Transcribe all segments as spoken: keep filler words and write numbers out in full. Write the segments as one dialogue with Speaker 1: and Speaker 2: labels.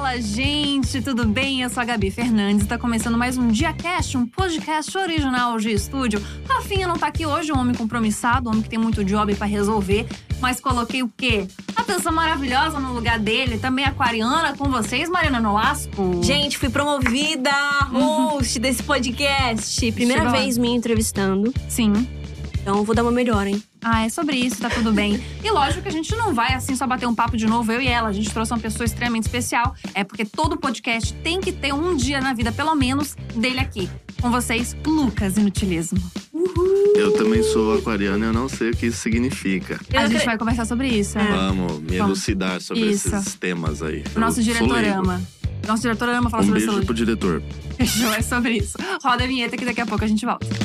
Speaker 1: Fala, gente, tudo bem? Eu sou a Gabi Fernandes, tá começando mais um DiaCast, um podcast original de estúdio. Rafinha não tá aqui hoje, um homem compromissado, um homem que tem muito job pra resolver, mas coloquei o quê? A pessoa maravilhosa no lugar dele, também aquariana, com vocês, Mariana Nolasco.
Speaker 2: Gente, fui promovida host desse podcast. Primeira
Speaker 1: Chegou.
Speaker 2: vez me entrevistando,
Speaker 1: Sim.
Speaker 2: então vou dar uma melhor, hein?
Speaker 1: Ah, é sobre isso, tá tudo bem. E lógico que a gente não vai assim só bater um papo de novo, eu e ela. A gente trouxe uma pessoa extremamente especial. É porque todo podcast tem que ter um dia na vida, pelo menos, dele aqui. Com vocês, Lucas Inutilismo.
Speaker 2: Uhul!
Speaker 3: Eu também sou aquariano e eu não sei o que isso significa.
Speaker 2: Eu
Speaker 1: a gente
Speaker 2: acre-
Speaker 1: vai conversar sobre isso. né?
Speaker 3: Vamos me
Speaker 1: Vamos.
Speaker 3: elucidar sobre
Speaker 1: Isso.
Speaker 3: esses temas aí.
Speaker 1: O nosso
Speaker 3: Eu sou
Speaker 1: diretor
Speaker 3: leigo.
Speaker 1: ama. Nosso diretor ama falar
Speaker 3: Um
Speaker 1: sobre
Speaker 3: beijo
Speaker 1: saúde.
Speaker 3: pro diretor.
Speaker 1: Fechou, é sobre isso. Roda a vinheta que daqui a pouco a gente volta.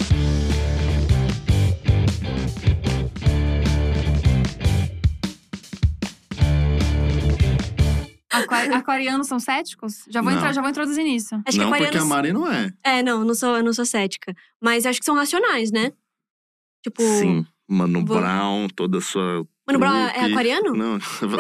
Speaker 1: Aquari- Aquarianos são céticos? Já vou,
Speaker 3: Não.
Speaker 1: entrar, já vou introduzir nisso.
Speaker 2: Acho
Speaker 3: não,
Speaker 2: que
Speaker 3: porque a
Speaker 2: aquarianos…
Speaker 3: Mari não é.
Speaker 2: É, não, não sou, eu não sou cética. Mas acho que são racionais, né? Tipo…
Speaker 3: Sim, Mano
Speaker 2: Vou-
Speaker 3: Brown, toda a sua…
Speaker 2: Mano Brown é
Speaker 3: truque.
Speaker 2: aquariano?
Speaker 3: Não,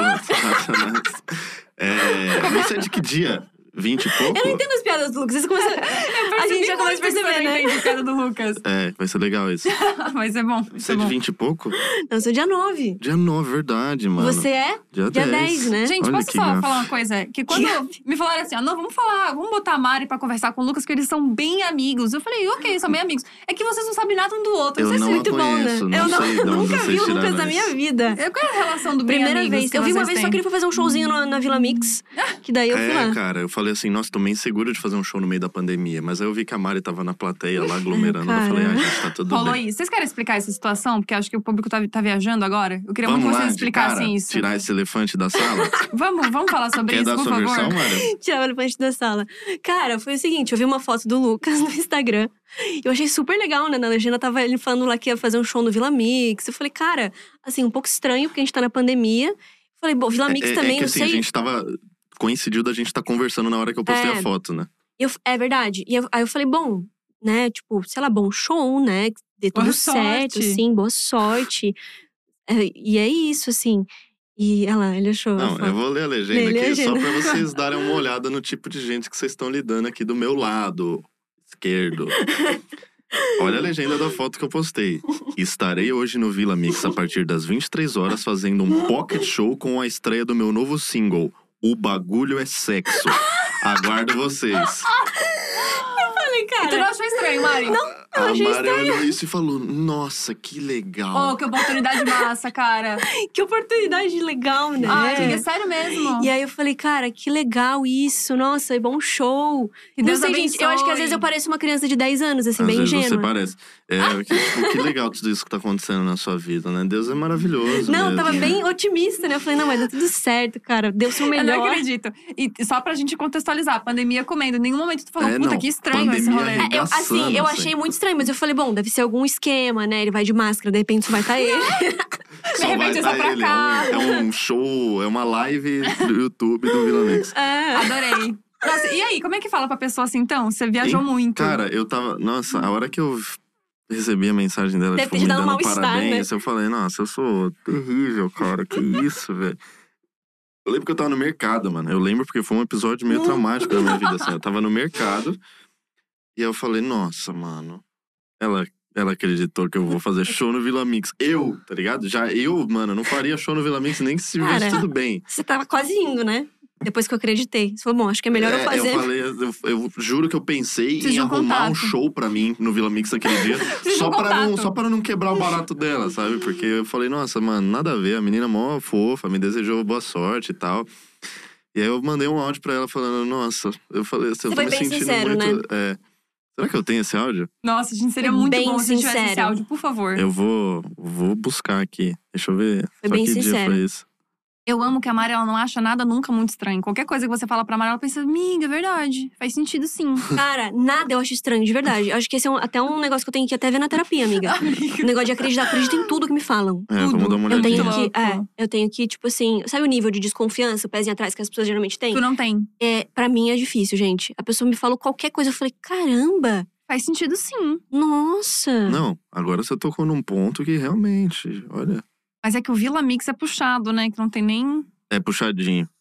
Speaker 3: é, você é de que dia? vinte e pouco?
Speaker 2: Eu não entendo as piadas do Lucas. Vocês começam… A gente já começa a perceber, né?
Speaker 1: A cara do Lucas.
Speaker 3: É, vai ser legal isso.
Speaker 1: Mas é bom.
Speaker 3: Você
Speaker 1: é
Speaker 3: é de
Speaker 1: bom.
Speaker 3: vinte e pouco?
Speaker 2: Não, eu sou dia nove.
Speaker 3: Dia nove, verdade, mano.
Speaker 2: Você é?
Speaker 3: Dia
Speaker 2: Dia
Speaker 3: dez.
Speaker 2: dez, né?
Speaker 1: Gente,
Speaker 3: Olha
Speaker 1: posso
Speaker 3: que
Speaker 1: só
Speaker 3: gafe.
Speaker 1: falar uma coisa? Que quando me falaram assim, ó, não, vamos falar, vamos botar a Mari pra conversar com o Lucas, que eles são bem amigos. Eu falei, ok, são bem amigos. É que vocês não sabem nada um do outro.
Speaker 3: Eu
Speaker 1: sei se
Speaker 3: não
Speaker 1: é
Speaker 3: a
Speaker 1: muito bom, né?
Speaker 3: conheço, não
Speaker 2: eu não,
Speaker 3: sei de onde
Speaker 2: nunca
Speaker 3: vocês
Speaker 2: vi o Lucas
Speaker 3: tiraram
Speaker 2: na
Speaker 3: isso.
Speaker 2: minha vida.
Speaker 1: É, qual é a relação do bem
Speaker 2: Primeira
Speaker 1: amigos
Speaker 2: vez.
Speaker 1: que
Speaker 2: Eu vi uma
Speaker 1: vocês
Speaker 2: vez, só
Speaker 1: têm?
Speaker 2: que ele foi fazer um showzinho na, na Vila Mix. Que daí eu fui
Speaker 3: É,
Speaker 2: lá.
Speaker 3: cara, eu falei assim, nossa, tô meio inseguro de fazer um show no meio da pandemia. Mas aí eu vi que a Mari tava na plateia lá, aglomerando.
Speaker 2: Cara.
Speaker 3: Eu falei, ah, gente, tá tudo
Speaker 1: Rolou
Speaker 3: bem.
Speaker 1: isso. Vocês querem explicar essa situação? Porque acho que o público tá, tá viajando agora. Eu queria
Speaker 3: Vamos
Speaker 1: muito que
Speaker 3: lá,
Speaker 1: vocês
Speaker 3: de
Speaker 1: explicassem
Speaker 3: cara,
Speaker 1: isso.
Speaker 3: tirar esse elefante da sala?
Speaker 1: Vamos, vamos falar sobre
Speaker 3: Quer
Speaker 1: isso,
Speaker 3: dar
Speaker 1: por
Speaker 3: sua
Speaker 1: favor?
Speaker 3: versão, Mari?
Speaker 2: Tirar o elefante da sala. Cara, foi o seguinte, eu vi uma foto do Lucas no Instagram. Eu achei super legal, né? Na legenda tava ele falando lá que ia fazer um show no Vila Mix. Eu falei, cara, assim, um pouco estranho, porque a gente tá na pandemia. Eu falei, bom, Vila Mix
Speaker 3: é,
Speaker 2: também,
Speaker 3: é que
Speaker 2: não
Speaker 3: assim,
Speaker 2: sei.
Speaker 3: a gente tava… Coincidiu da gente tá conversando na hora que eu postei
Speaker 2: É.
Speaker 3: a foto, né?
Speaker 2: Eu, é verdade. E eu- aí eu falei, bom, né? Tipo, sei lá, bom show, né? que Dê tudo
Speaker 1: Boa
Speaker 2: certo,
Speaker 1: sorte.
Speaker 2: assim, boa sorte. É, e é isso, assim. E ela, ele achou.
Speaker 3: Não,
Speaker 2: foto.
Speaker 3: eu vou ler a legenda
Speaker 2: Lê, lê a
Speaker 3: aqui
Speaker 2: legenda.
Speaker 3: só pra vocês darem uma olhada no tipo de gente que vocês estão lidando aqui do meu lado esquerdo. Olha a legenda da foto que eu postei. Estarei hoje no Vila Mix a partir das vinte e três horas fazendo um pocket show com a estreia do meu novo single, O Bagulho é Sexo. Aguardo vocês.
Speaker 2: Falei,
Speaker 1: Tu não
Speaker 2: cara.
Speaker 1: achou estranho, Mari? Não.
Speaker 3: A
Speaker 2: achei
Speaker 3: Mari olhou isso e falou, nossa, que legal.
Speaker 1: Oh, que oportunidade massa, cara.
Speaker 2: Que oportunidade legal, né?
Speaker 1: Ai, é sério mesmo.
Speaker 2: E aí eu falei, cara, que legal isso. Nossa, é bom show.
Speaker 1: Que
Speaker 2: Não
Speaker 1: Deus
Speaker 2: sei, gente. Eu acho que às
Speaker 1: abençoe.
Speaker 2: vezes eu pareço uma criança de dez anos, assim,
Speaker 3: Às
Speaker 2: bem
Speaker 3: vezes você
Speaker 2: ingênua.
Speaker 3: parece. É, que, tipo, que legal tudo isso que tá acontecendo na sua vida, né? Deus é maravilhoso
Speaker 2: Não,
Speaker 3: mesmo.
Speaker 2: tava bem otimista, né? Eu falei, não, mas dá tudo certo, cara. Deu seu
Speaker 1: Eu
Speaker 2: melhor.
Speaker 1: não acredito. E só pra gente contextualizar, a pandemia comendo. Em nenhum momento tu falou,
Speaker 3: É,
Speaker 1: puta,
Speaker 3: não,
Speaker 1: que estranho esse
Speaker 3: pandemia
Speaker 1: rolê.
Speaker 3: é
Speaker 2: É, eu, assim,
Speaker 3: Engraçando,
Speaker 2: eu
Speaker 3: assim.
Speaker 2: achei muito estranho, mas eu falei, bom, deve ser algum esquema, né? Ele vai de máscara, de repente só vai estar ele.
Speaker 3: Só
Speaker 1: repente
Speaker 3: vai
Speaker 1: é só
Speaker 3: tá
Speaker 1: pra
Speaker 3: ele,
Speaker 1: cá.
Speaker 3: É um, é um show, é uma live do YouTube do Vila Mix.
Speaker 2: É.
Speaker 1: Adorei. Nossa, e aí, como é que fala pra pessoa assim, então? Você viajou
Speaker 3: Hein?
Speaker 1: muito.
Speaker 3: Cara, eu tava… Nossa, a hora que eu recebi a mensagem dela,
Speaker 2: Deve
Speaker 3: tipo,
Speaker 2: ter te
Speaker 3: me
Speaker 2: dado um
Speaker 3: dando
Speaker 2: mal-estar,
Speaker 3: parabéns, eu falei, nossa, eu sou terrível, cara, que isso, velho. Eu lembro que eu tava no mercado, mano. Eu lembro porque foi um episódio meio traumático da minha vida, assim. Eu tava no mercado e eu falei, nossa, mano. Ela, ela acreditou que eu vou fazer show no Vila Mix. Eu, tá ligado? Já eu, mano, não faria show no Vila Mix nem se tivesse
Speaker 2: Cara,
Speaker 3: tudo bem.
Speaker 2: Você tava quase indo, né? Depois que eu acreditei. Você falou, bom, acho que é melhor eu
Speaker 3: É,
Speaker 2: fazer.
Speaker 3: Eu falei, eu, eu juro que eu pensei
Speaker 1: Preciso de
Speaker 3: em
Speaker 1: um
Speaker 3: arrumar um
Speaker 1: contato.
Speaker 3: show pra mim no Vila Mix aquele dia.
Speaker 1: de
Speaker 3: só,
Speaker 1: um
Speaker 3: pra não,
Speaker 1: contato.
Speaker 3: só pra não quebrar o barato dela, sabe? Porque eu falei, nossa, mano, nada a ver. A menina mó fofa, me desejou boa sorte e tal. E aí eu mandei um áudio pra ela falando, nossa, eu falei assim, eu tô
Speaker 2: foi
Speaker 3: me
Speaker 2: bem
Speaker 3: sentindo
Speaker 2: sincero,
Speaker 3: muito…
Speaker 2: né?
Speaker 3: É, será que eu tenho esse áudio?
Speaker 1: Nossa, gente, seria
Speaker 2: Foi
Speaker 1: muito
Speaker 2: bem
Speaker 1: bom se tivesse esse
Speaker 2: sincero.
Speaker 1: áudio, por favor.
Speaker 3: Eu vou, vou buscar aqui. Deixa eu ver.
Speaker 2: Foi
Speaker 3: só
Speaker 2: bem
Speaker 3: que dia
Speaker 2: sincero.
Speaker 3: foi isso.
Speaker 1: Eu amo que a Mari, ela não acha nada nunca muito estranho. Qualquer coisa que você fala pra Mari, ela pensa, amiga, é verdade. Faz sentido sim.
Speaker 2: Cara, nada eu acho estranho, de verdade. Eu acho que esse é um- até um negócio que eu tenho que até ver na terapia, amiga. O negócio de acreditar. Acredita em tudo que me falam.
Speaker 3: É,
Speaker 1: Tudo.
Speaker 3: vamos dar uma
Speaker 2: Eu
Speaker 3: olhadinha.
Speaker 2: tenho
Speaker 1: Muito
Speaker 2: que,
Speaker 1: louco.
Speaker 2: é, eu tenho que, tipo assim… Sabe o nível de desconfiança, o pezinho atrás que as pessoas geralmente têm?
Speaker 1: Tu não tem.
Speaker 2: É, pra mim é difícil, gente. A pessoa me falou qualquer coisa, eu falei, caramba,
Speaker 1: Faz sentido sim.
Speaker 2: nossa.
Speaker 3: Não, agora você tocou num ponto que realmente, olha…
Speaker 1: Mas é que o Vila Mix é puxado, né? Que não tem nem…
Speaker 3: É puxadinho.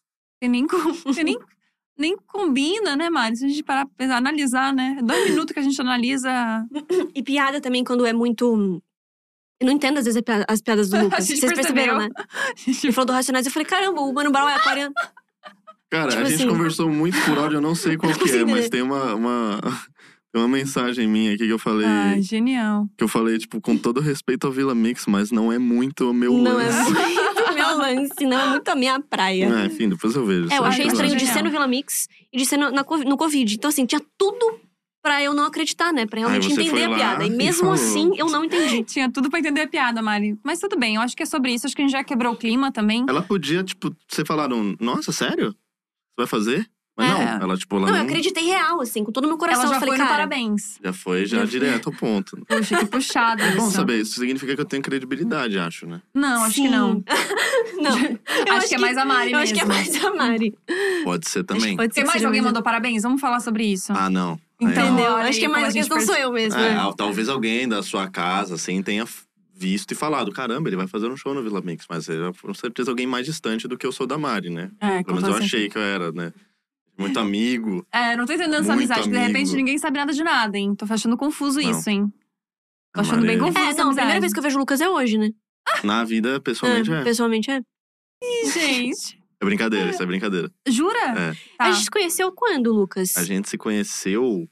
Speaker 1: Porque nem, com- porque nem, nem combina, né, Mari? Se a gente parar pra pensar, analisar, né? Dois minutos que a gente analisa.
Speaker 2: E piada também, quando é muito… Eu não entendo, às vezes, as piadas do Lucas.
Speaker 1: gente
Speaker 2: Vocês perceberam,
Speaker 1: percebeu.
Speaker 2: né? Ele falou do Racionais, eu falei, caramba, o Mano Brown é aquariano.
Speaker 3: Cara,
Speaker 2: Tipo
Speaker 3: a gente
Speaker 2: assim-
Speaker 3: conversou muito por áudio, eu não sei qual
Speaker 2: Não
Speaker 3: que é,
Speaker 2: consigo
Speaker 3: mas
Speaker 2: entender.
Speaker 3: tem uma, uma, tem uma mensagem minha aqui que eu falei…
Speaker 1: Ah, genial.
Speaker 3: Que eu falei, tipo, com todo respeito ao Vila Mix, mas não é muito o meu
Speaker 2: Não é
Speaker 3: lance.
Speaker 2: muito meu lance, não é muito a minha praia.
Speaker 3: É, enfim, depois eu vejo.
Speaker 2: É, eu
Speaker 3: Só
Speaker 2: achei
Speaker 3: que
Speaker 2: estranho
Speaker 3: acho.
Speaker 2: de
Speaker 1: Genial.
Speaker 2: ser no Vila Mix e de ser no, na, Covid- no Covid. Então, assim, tinha tudo pra eu não acreditar, né? Pra realmente
Speaker 3: você
Speaker 2: entender
Speaker 3: foi
Speaker 2: a
Speaker 3: lá
Speaker 2: piada. E
Speaker 3: e
Speaker 2: mesmo
Speaker 3: falou.
Speaker 2: assim, eu não entendi.
Speaker 1: Tinha tudo pra entender a piada, Mari. Mas tudo bem, eu acho que é sobre isso. Acho que a gente já quebrou o clima também.
Speaker 3: Ela podia, tipo, você falaram, nossa, sério? Você vai fazer? Mas
Speaker 1: É.
Speaker 3: não, ela, tipo, ela
Speaker 2: Não,
Speaker 3: não…
Speaker 2: eu acreditei real, assim, com todo o meu coração.
Speaker 1: Ela já
Speaker 2: eu falei,
Speaker 1: foi no
Speaker 2: cara,
Speaker 1: parabéns.
Speaker 3: Já foi já
Speaker 2: Já-
Speaker 3: direto ao ponto.
Speaker 1: Poxa, que puxado
Speaker 3: É bom
Speaker 1: isso.
Speaker 3: saber, isso significa que eu tenho credibilidade, acho, né?
Speaker 1: Não, acho
Speaker 2: Sim.
Speaker 1: que não.
Speaker 2: Não, eu
Speaker 1: acho, que é mais a Mari
Speaker 2: Eu
Speaker 1: mesmo.
Speaker 2: acho que é mais a Mari.
Speaker 3: Pode ser
Speaker 2: Acho que
Speaker 3: também.
Speaker 2: pode ser
Speaker 1: Tem
Speaker 2: que
Speaker 1: mais
Speaker 2: seja
Speaker 1: alguém
Speaker 2: mais a-
Speaker 1: mandou parabéns? Vamos falar sobre isso.
Speaker 3: Ah, não.
Speaker 1: Então,
Speaker 3: Aí não.
Speaker 2: Entendeu?
Speaker 1: olha
Speaker 2: Acho que é
Speaker 1: aí
Speaker 2: mais
Speaker 1: como
Speaker 2: a
Speaker 1: a gente
Speaker 2: questão
Speaker 1: perce-
Speaker 2: sou eu mesmo.
Speaker 3: É,
Speaker 2: né?
Speaker 3: ah, talvez alguém da sua casa, assim, tenha visto e falado, caramba, ele vai fazer um show no Vila Mix. Mas é com certeza alguém mais distante do que eu sou da Mari, né?
Speaker 1: É, com
Speaker 3: Pelo menos eu
Speaker 1: toda
Speaker 3: achei que eu era, né? Muito amigo.
Speaker 1: É, não tô entendendo essa
Speaker 3: Muito
Speaker 1: amizade. porque De repente
Speaker 3: amigo.
Speaker 1: ninguém sabe nada de nada, hein? Tô achando confuso
Speaker 3: Não.
Speaker 1: isso, hein? Tô
Speaker 3: A
Speaker 1: achando bem
Speaker 3: Mari-
Speaker 1: confuso
Speaker 2: É,
Speaker 1: essa
Speaker 2: não, a primeira
Speaker 1: amizade.
Speaker 2: vez que eu vejo o Lucas é hoje, né?
Speaker 3: Na vida, pessoalmente,
Speaker 2: É,
Speaker 3: é.
Speaker 2: Pessoalmente é.
Speaker 1: Ih, gente.
Speaker 3: É brincadeira, isso é brincadeira.
Speaker 1: Jura?
Speaker 3: É.
Speaker 1: Tá.
Speaker 2: A gente se conheceu quando, Lucas?
Speaker 3: A gente se conheceu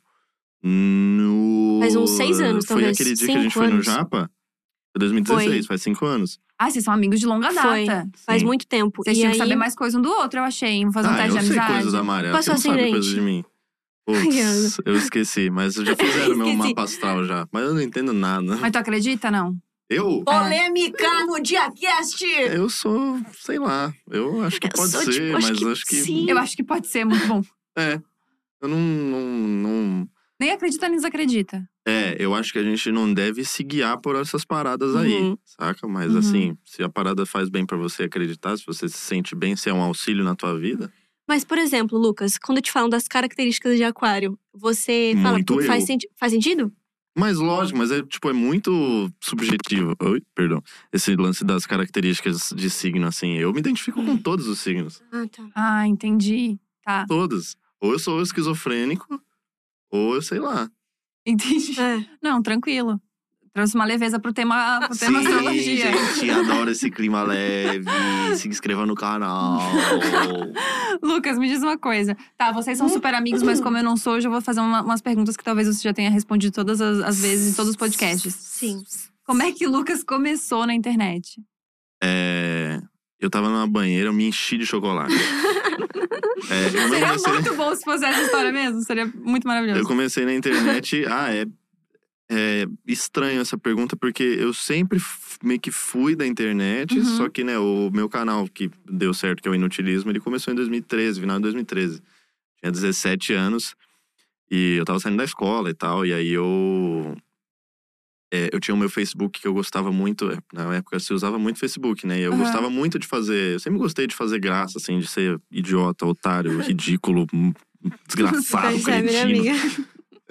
Speaker 3: no…
Speaker 2: Faz uns seis anos,
Speaker 3: Foi
Speaker 2: talvez.
Speaker 3: aquele dia que a gente
Speaker 2: Cinco
Speaker 3: foi no
Speaker 2: anos.
Speaker 3: Japa? Foi dois mil e dezesseis,
Speaker 2: Foi.
Speaker 3: faz cinco anos.
Speaker 1: Ah, vocês são amigos de longa
Speaker 2: Foi.
Speaker 1: data.
Speaker 2: Faz
Speaker 3: Sim.
Speaker 2: muito tempo.
Speaker 1: Vocês
Speaker 2: e
Speaker 1: tinham
Speaker 2: aí…
Speaker 1: que saber mais coisa um do outro, eu achei. Vamos fazer um
Speaker 3: Ah,
Speaker 1: teste
Speaker 3: eu
Speaker 1: de
Speaker 3: sei
Speaker 1: amizade.
Speaker 3: coisas da Mari, ela
Speaker 2: Qual
Speaker 3: que não
Speaker 2: é o seu
Speaker 3: sabe
Speaker 2: acidente?
Speaker 3: coisas de mim. Putz,
Speaker 2: Obrigada.
Speaker 3: eu esqueci, mas já fizeram meu
Speaker 2: Esqueci.
Speaker 3: mapa astral já. Mas eu não entendo nada.
Speaker 1: Mas tu acredita, não?
Speaker 3: Eu?
Speaker 2: Polêmica no DiaCast!
Speaker 3: Eu sou, sei lá, eu acho que
Speaker 2: Eu
Speaker 3: pode
Speaker 2: sou,
Speaker 3: ser,
Speaker 2: tipo,
Speaker 3: mas
Speaker 2: acho que
Speaker 3: acho que…
Speaker 2: sim.
Speaker 1: Eu acho que pode ser muito bom.
Speaker 3: É, eu não, não, não…
Speaker 1: Nem acredita, nem desacredita.
Speaker 3: É, eu acho que a gente não deve se guiar por essas paradas aí,
Speaker 2: Uhum.
Speaker 3: saca? Mas
Speaker 1: Uhum.
Speaker 3: assim, se a parada faz bem pra você acreditar, se você se sente bem, se é um auxílio na tua vida…
Speaker 2: Mas, por exemplo, Lucas, quando te falam das características de aquário, você fala,
Speaker 3: Muito
Speaker 2: "Putz, faz,
Speaker 3: eu.
Speaker 2: senti- faz sentido?
Speaker 3: Mas lógico, mas é, tipo, é muito subjetivo. Oi, perdão. Esse lance das características de signo, assim. Eu me identifico com todos os signos.
Speaker 2: Ah, tá.
Speaker 1: Ah, entendi. Tá.
Speaker 3: Todos. Ou eu sou esquizofrênico, ou eu sei lá.
Speaker 1: Entendi.
Speaker 2: É.
Speaker 1: Não, tranquilo. Trouxe uma leveza pro tema, pro tema
Speaker 3: Sim,
Speaker 1: astrologia.
Speaker 3: gente, adoro esse clima leve. Se inscreva no canal.
Speaker 1: Lucas, me diz uma coisa. Tá, vocês são super amigos, mas como eu não sou, eu já vou fazer uma- umas perguntas que talvez você já tenha respondido todas as, as vezes em todos os podcasts.
Speaker 2: Sim.
Speaker 1: Como é que Lucas começou na internet?
Speaker 3: É, eu tava numa banheira, eu me enchi de chocolate. É, eu
Speaker 1: Seria
Speaker 3: comecei-
Speaker 1: muito bom se fosse essa história mesmo. Seria muito maravilhoso.
Speaker 3: Eu comecei na internet. Ah, é, é estranho essa pergunta, porque eu sempre f- meio que fui da internet.
Speaker 1: Uhum.
Speaker 3: Só que, né, o meu canal que deu certo, que é o Inutilismo, ele começou em dois mil e treze, final de dois mil e treze. Tinha dezessete anos. E eu tava saindo da escola e tal. E aí eu… é, eu tinha o meu Facebook que eu gostava muito. Na época se usava muito Facebook, né? E eu
Speaker 1: Uhum.
Speaker 3: gostava muito de fazer… Eu sempre gostei de fazer graça, assim, de ser idiota, otário, ridículo, hum, desgraçado,
Speaker 2: Percebe, né,
Speaker 3: cretino.
Speaker 2: amiga?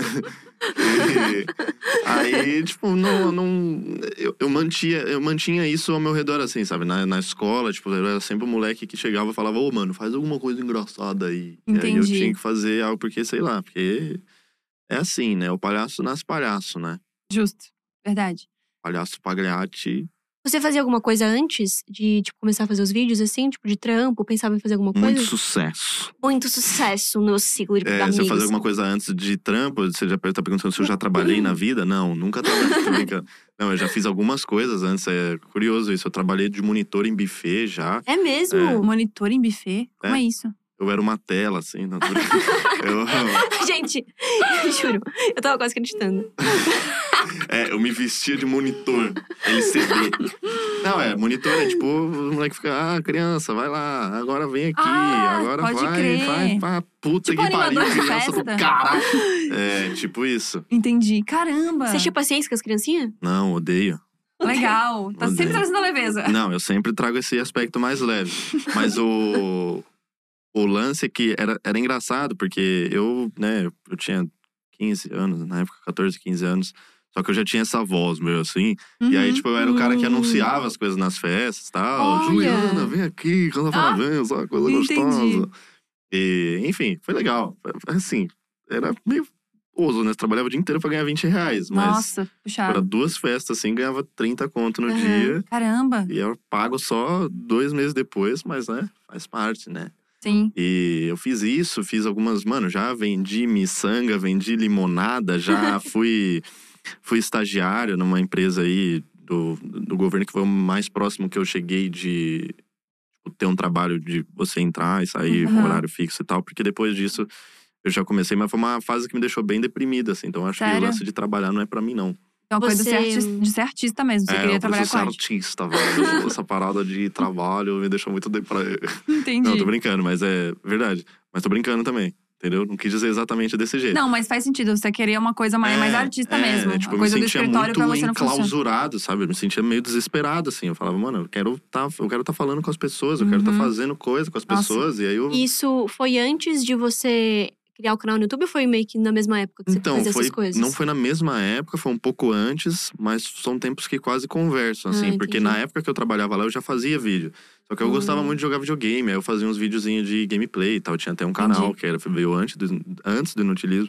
Speaker 3: E aí, tipo, não, não eu, eu, mantinha, eu mantinha isso ao meu redor, assim, sabe? Na, na escola, tipo, eu era sempre o moleque que chegava e falava, ô, mano, faz alguma coisa engraçada aí. E aí eu
Speaker 1: Entendi.
Speaker 3: tinha que fazer algo, porque, sei lá, porque é assim, né? O palhaço nasce palhaço, né?
Speaker 1: Justo. Verdade.
Speaker 3: Palhaço pagliate,
Speaker 2: Você fazia alguma coisa antes de, tipo, começar a fazer os vídeos, assim? Tipo, de trampo? Pensava em fazer alguma coisa?
Speaker 3: muito sucesso.
Speaker 2: Muito sucesso no ciclo de
Speaker 3: É,
Speaker 2: amigos.
Speaker 3: você fazer alguma coisa antes de trampo, você já tá perguntando se eu já trabalhei na vida? Não, nunca trabalhei, tô brincando. Não, eu já fiz algumas coisas antes, é curioso isso. Eu trabalhei de monitor em buffet já.
Speaker 2: É mesmo?
Speaker 1: Monitor em buffet? Como é,
Speaker 3: É.
Speaker 1: isso?
Speaker 3: Eu era uma tela, assim, não tô brincando. eu,
Speaker 2: Gente, eu juro, eu tava quase acreditando.
Speaker 3: é, eu me vestia de monitor, L C D. Não, é, monitor é tipo, o moleque fica, ah, criança, vai lá, agora vem aqui,
Speaker 1: Ah,
Speaker 3: agora
Speaker 1: pode
Speaker 3: vai,
Speaker 1: crer.
Speaker 3: vai, pá, puta
Speaker 1: Tipo
Speaker 3: que pariu,
Speaker 1: animador de
Speaker 3: criança do
Speaker 1: festa.
Speaker 3: caralho. É, tipo isso.
Speaker 1: Entendi. Caramba!
Speaker 2: Você tinha paciência com as criancinhas?
Speaker 3: Não, odeio.
Speaker 1: Legal. Tá sempre
Speaker 3: Odeio.
Speaker 1: trazendo leveza.
Speaker 3: Não, eu sempre trago esse aspecto mais leve. Mas o, o lance é que era, era engraçado, porque eu, né, eu tinha quinze anos, na época, catorze, quinze anos. Só que eu já tinha essa voz, meio assim. Uhum. E aí, tipo, eu era o cara que anunciava as coisas nas festas e tal.
Speaker 1: Olha.
Speaker 3: Juliana, vem aqui, canta ah, parabéns, ó, coisa
Speaker 1: entendi.
Speaker 3: gostosa. E, enfim, foi legal. Assim, era meio oso, né? Você trabalhava o dia inteiro pra ganhar vinte reais. Mas
Speaker 1: Nossa, puxado.
Speaker 3: Para duas festas, assim, ganhava trinta conto no
Speaker 1: uhum.
Speaker 3: dia.
Speaker 1: Caramba!
Speaker 3: E eu pago só dois meses depois, mas, né, faz parte, né?
Speaker 1: Sim.
Speaker 3: E eu fiz isso, fiz algumas… Mano, já vendi miçanga, vendi limonada, já fui… Fui estagiário numa empresa aí do, do governo, que foi o mais próximo que eu cheguei de… Tipo, ter um trabalho de você entrar e sair
Speaker 1: uhum.
Speaker 3: com horário fixo e tal. Porque depois disso, eu já comecei, mas foi uma fase que me deixou bem deprimida, assim. Então, acho
Speaker 1: Sério?
Speaker 3: que o lance de trabalhar não é pra mim, não.
Speaker 1: É uma coisa
Speaker 2: Você-
Speaker 1: de ser, artista, de ser artista mesmo. Você
Speaker 3: É,
Speaker 1: queria
Speaker 3: eu
Speaker 1: trabalhar
Speaker 3: preciso
Speaker 1: com
Speaker 3: ser
Speaker 1: arte.
Speaker 3: artista, velho. Essa parada de trabalho me deixou muito deprimido.
Speaker 1: Entendi.
Speaker 3: Não, tô brincando, mas é verdade. Mas tô brincando também, entendeu? Não quis dizer exatamente desse jeito.
Speaker 1: Não, mas faz sentido. Você queria uma coisa mais,
Speaker 3: É,
Speaker 1: mais artista
Speaker 3: é,
Speaker 1: mesmo.
Speaker 3: Tipo,
Speaker 1: a
Speaker 3: eu
Speaker 1: coisa
Speaker 3: me
Speaker 1: do
Speaker 3: sentia
Speaker 1: escritório
Speaker 3: muito
Speaker 1: pra você não funciona.
Speaker 3: enclausurado, sabe? Eu me sentia meio desesperado, assim. Eu falava, mano, eu quero tá, eu quero tá falando com as pessoas. Eu quero tá
Speaker 1: Uhum.
Speaker 3: fazendo coisa com as
Speaker 1: Nossa.
Speaker 3: pessoas. E aí eu…
Speaker 2: Isso foi antes de você criar o canal no YouTube ou foi meio que na mesma época que
Speaker 3: Então,
Speaker 2: você fazia
Speaker 3: foi,
Speaker 2: essas coisas?
Speaker 3: não foi na mesma época, foi um pouco antes, mas são tempos que quase conversam, assim.
Speaker 2: Ah,
Speaker 3: porque
Speaker 2: entendi.
Speaker 3: na época que eu trabalhava lá, eu já fazia vídeo. Só que eu
Speaker 2: Hum.
Speaker 3: gostava muito de jogar videogame, aí eu fazia uns videozinhos de gameplay e tal. Tinha até um canal
Speaker 2: Entendi.
Speaker 3: que era, veio antes do, antes do Inutilismo.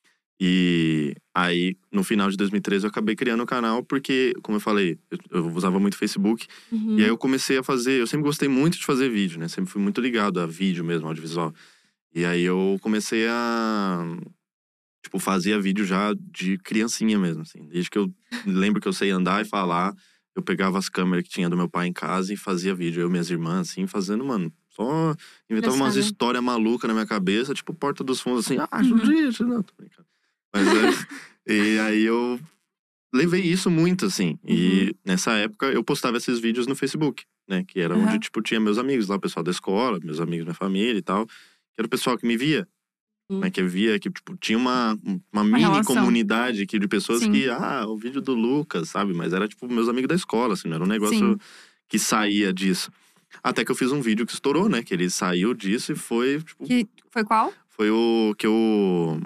Speaker 3: E aí, no final de dois mil e treze, eu acabei criando o canal porque, como eu falei, eu, eu usava muito Facebook.
Speaker 2: Uhum.
Speaker 3: E aí eu comecei a fazer… Eu sempre gostei muito de fazer vídeo, né? Sempre fui muito ligado a vídeo mesmo, audiovisual. E aí eu comecei a… Tipo, fazia vídeo já de criancinha mesmo, assim. Desde que eu lembro que eu sei andar e falar, eu pegava as câmeras que tinha do meu pai em casa e fazia vídeo. Eu e minhas irmãs, assim, fazendo, mano… Só inventava umas
Speaker 2: Engraçado.
Speaker 3: histórias malucas na minha cabeça, tipo Porta dos Fundos, assim. Ah,
Speaker 1: Uhum.
Speaker 3: Judite, não, tô brincando. Mas é… E aí eu levei isso muito, assim. E nessa época eu postava esses vídeos no Facebook, né? Que era
Speaker 1: Uhum.
Speaker 3: onde, tipo, tinha meus amigos lá, o pessoal da escola, meus amigos, minha família e tal. Que era o pessoal que me via.
Speaker 2: Hum.
Speaker 3: Né, que eu via que, tipo, tinha uma, uma mini
Speaker 1: relação.
Speaker 3: comunidade aqui de pessoas
Speaker 1: Sim.
Speaker 3: que… Ah, o vídeo do Lucas, sabe? Mas era, tipo, meus amigos da escola, assim. Não era um negócio
Speaker 1: Sim.
Speaker 3: que saía disso. Até que eu fiz um vídeo que estourou, né? Que ele saiu disso e foi, tipo…
Speaker 1: Que foi qual?
Speaker 3: Foi o que eu…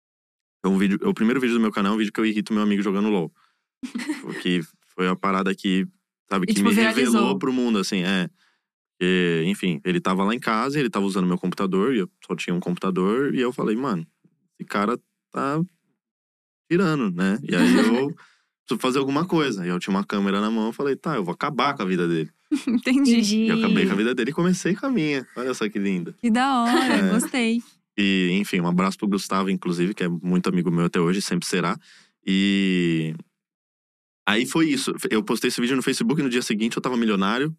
Speaker 3: É um vídeo, é o primeiro vídeo do meu canal, é um vídeo que eu irrito meu amigo jogando LOL. Porque foi a parada que, sabe,
Speaker 1: E,
Speaker 3: que
Speaker 1: tipo,
Speaker 3: me
Speaker 1: viralizou.
Speaker 3: revelou pro mundo, assim, é… E, enfim, ele tava lá em casa, ele tava usando meu computador, e eu só tinha um computador, e eu falei, mano, esse cara tá tirando, né? E aí eu preciso fazer alguma coisa. E eu tinha uma câmera na mão, eu falei, tá, eu vou acabar com a vida dele.
Speaker 1: Entendi.
Speaker 2: Entendi.
Speaker 3: E eu acabei com a vida dele e comecei com a minha. Olha só que linda.
Speaker 1: Que da hora,
Speaker 3: É.
Speaker 1: gostei.
Speaker 3: E, enfim, um abraço pro Gustavo, inclusive, que é muito amigo meu até hoje, sempre será. E aí foi isso. Eu postei esse vídeo no Facebook, e no dia seguinte eu tava milionário.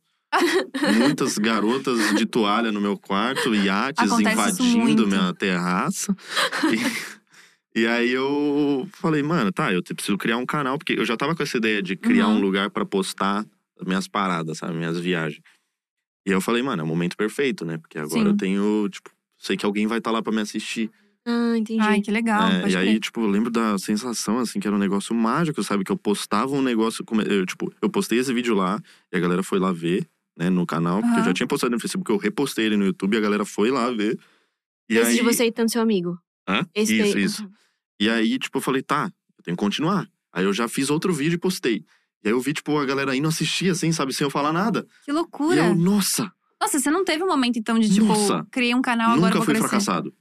Speaker 3: Muitas garotas de toalha no meu quarto, iates
Speaker 1: Acontece isso
Speaker 3: invadindo
Speaker 1: muito.
Speaker 3: minha terraça. E, e aí eu falei, mano, tá, eu preciso criar um canal, porque eu já tava com essa ideia de criar
Speaker 1: Uhum.
Speaker 3: um lugar pra postar as minhas paradas, sabe, minhas viagens. E aí eu falei, mano, é o momento perfeito, né? Porque agora
Speaker 1: Sim.
Speaker 3: eu tenho, tipo, sei que alguém vai estar lá pra me assistir.
Speaker 2: Ah, entendi.
Speaker 1: Ai, que legal.
Speaker 3: É,
Speaker 1: pode
Speaker 3: e aí,
Speaker 1: crer.
Speaker 3: tipo, eu lembro da sensação, assim, que era um negócio mágico, sabe? Que eu postava um negócio… come- Eu, tipo, eu postei esse vídeo lá e a galera foi lá ver, né, no canal. Porque eu
Speaker 1: Aham.
Speaker 3: já tinha postado no Facebook, eu repostei ele no YouTube e a galera foi lá ver. E
Speaker 2: Esse
Speaker 3: aí…
Speaker 2: de você irritando seu amigo.
Speaker 3: Hã?
Speaker 2: Esse
Speaker 3: Isso,
Speaker 2: daí.
Speaker 3: isso.
Speaker 2: Ah, tá.
Speaker 3: E aí, tipo, eu falei, tá, eu tenho que continuar. Aí eu já fiz outro vídeo e postei. E aí eu vi, tipo, a galera indo assistir, assim, sabe? Sem eu falar nada.
Speaker 1: Que
Speaker 3: E
Speaker 1: loucura.
Speaker 3: eu, nossa,
Speaker 1: Nossa, você não teve um momento, então, de tipo,
Speaker 3: Nossa.
Speaker 1: criei um canal, agora eu
Speaker 3: nunca
Speaker 1: vou
Speaker 3: fui
Speaker 1: crescer.
Speaker 3: fracassado.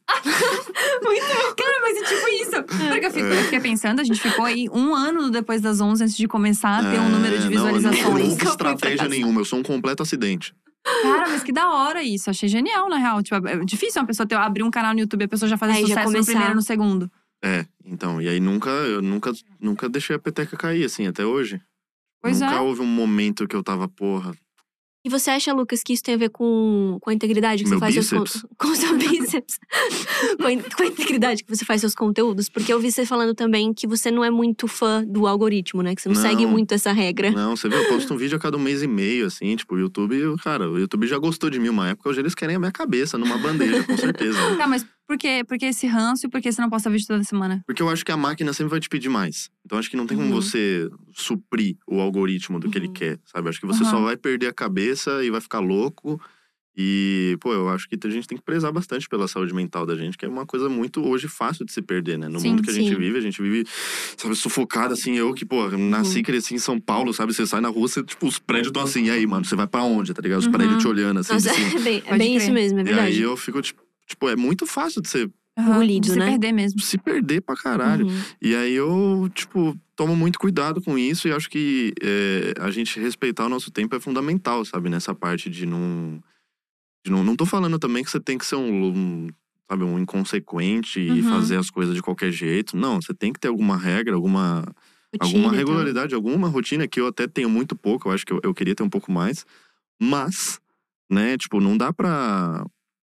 Speaker 1: Cara, mas é tipo isso. Porque eu, fico,
Speaker 3: É.
Speaker 1: eu fiquei pensando, a gente ficou aí um ano depois das onze antes de começar a ter um número de
Speaker 3: É, não, eu não-
Speaker 1: visualizações.
Speaker 3: Não,
Speaker 2: Nunca
Speaker 3: houve
Speaker 2: fui
Speaker 3: estratégia
Speaker 2: fracassado.
Speaker 3: nenhuma, eu sou um completo acidente.
Speaker 1: Cara, mas que da hora isso. Achei genial, na real. Tipo, é difícil uma pessoa ter, abrir um canal no YouTube e a pessoa já fazer
Speaker 2: Aí já
Speaker 1: sucesso no
Speaker 2: começar.
Speaker 1: primeiro e no segundo.
Speaker 3: É, então, e aí nunca, eu nunca, nunca deixei a peteca cair, assim, até hoje.
Speaker 1: Pois
Speaker 3: nunca
Speaker 1: é.
Speaker 3: houve um momento que eu tava, porra…
Speaker 2: E você acha, Lucas, que isso tem a ver com, com a integridade que
Speaker 3: Meu
Speaker 2: você faz seus
Speaker 3: bíceps?
Speaker 2: con- com o seu bíceps? com, a, in- com a integridade que você faz seus conteúdos? Porque eu vi você falando também que você não é muito fã do algoritmo, né? Que você não,
Speaker 3: Não.
Speaker 2: segue muito essa regra.
Speaker 3: Não, você vê, eu posto um vídeo a cada um mês e meio, assim, tipo, o YouTube, eu- cara, o YouTube já gostou de mim uma época, hoje eles querem a minha cabeça numa bandeja, com certeza.
Speaker 1: Tá, mas por quê? Por que esse ranço e por que você não posta vídeo toda semana?
Speaker 3: Porque eu acho que a máquina sempre vai te pedir mais. Então acho que não tem como
Speaker 2: Uhum.
Speaker 3: você suprir o algoritmo do que ele
Speaker 2: Uhum.
Speaker 3: quer, sabe? Acho que você
Speaker 1: Uhum.
Speaker 3: só vai perder a cabeça e vai ficar louco. E, pô, eu acho que a gente tem que prezar bastante pela saúde mental da gente, que é uma coisa muito, hoje, fácil de se perder, né? No
Speaker 1: Sim,
Speaker 3: mundo que a gente
Speaker 2: sim.
Speaker 3: vive, a gente vive, sabe, sufocado, assim. Eu que, pô, nasci e
Speaker 2: Uhum.
Speaker 3: cresci em São Paulo, sabe? Você sai na rua, você, tipo, os prédios estão assim. E aí, mano, você vai pra onde, tá ligado? Os
Speaker 1: Uhum.
Speaker 3: prédios te olhando, assim,
Speaker 2: Nossa,
Speaker 3: de cima.
Speaker 2: é bem, é
Speaker 1: Pode
Speaker 2: bem
Speaker 1: crer.
Speaker 2: isso mesmo, é
Speaker 3: E
Speaker 2: verdade.
Speaker 3: aí eu fico, tipo, tipo, é muito fácil de você
Speaker 1: Aham,
Speaker 2: Engolido,
Speaker 1: de se
Speaker 2: né?
Speaker 1: perder mesmo.
Speaker 3: se perder pra caralho.
Speaker 2: Uhum.
Speaker 3: E aí eu, tipo, tomo muito cuidado com isso e acho que é, a gente respeitar o nosso tempo é fundamental, sabe? Nessa parte de não. De não, não tô falando também que você tem que ser um, um, sabe, um inconsequente e
Speaker 1: Uhum.
Speaker 3: fazer as coisas de qualquer jeito. Não, você tem que ter alguma regra, alguma,
Speaker 2: Rotina
Speaker 3: alguma
Speaker 2: e tal.
Speaker 3: regularidade, alguma rotina que eu até tenho muito pouco. Eu acho que eu, eu queria ter um pouco mais. Mas, né, tipo, não dá pra.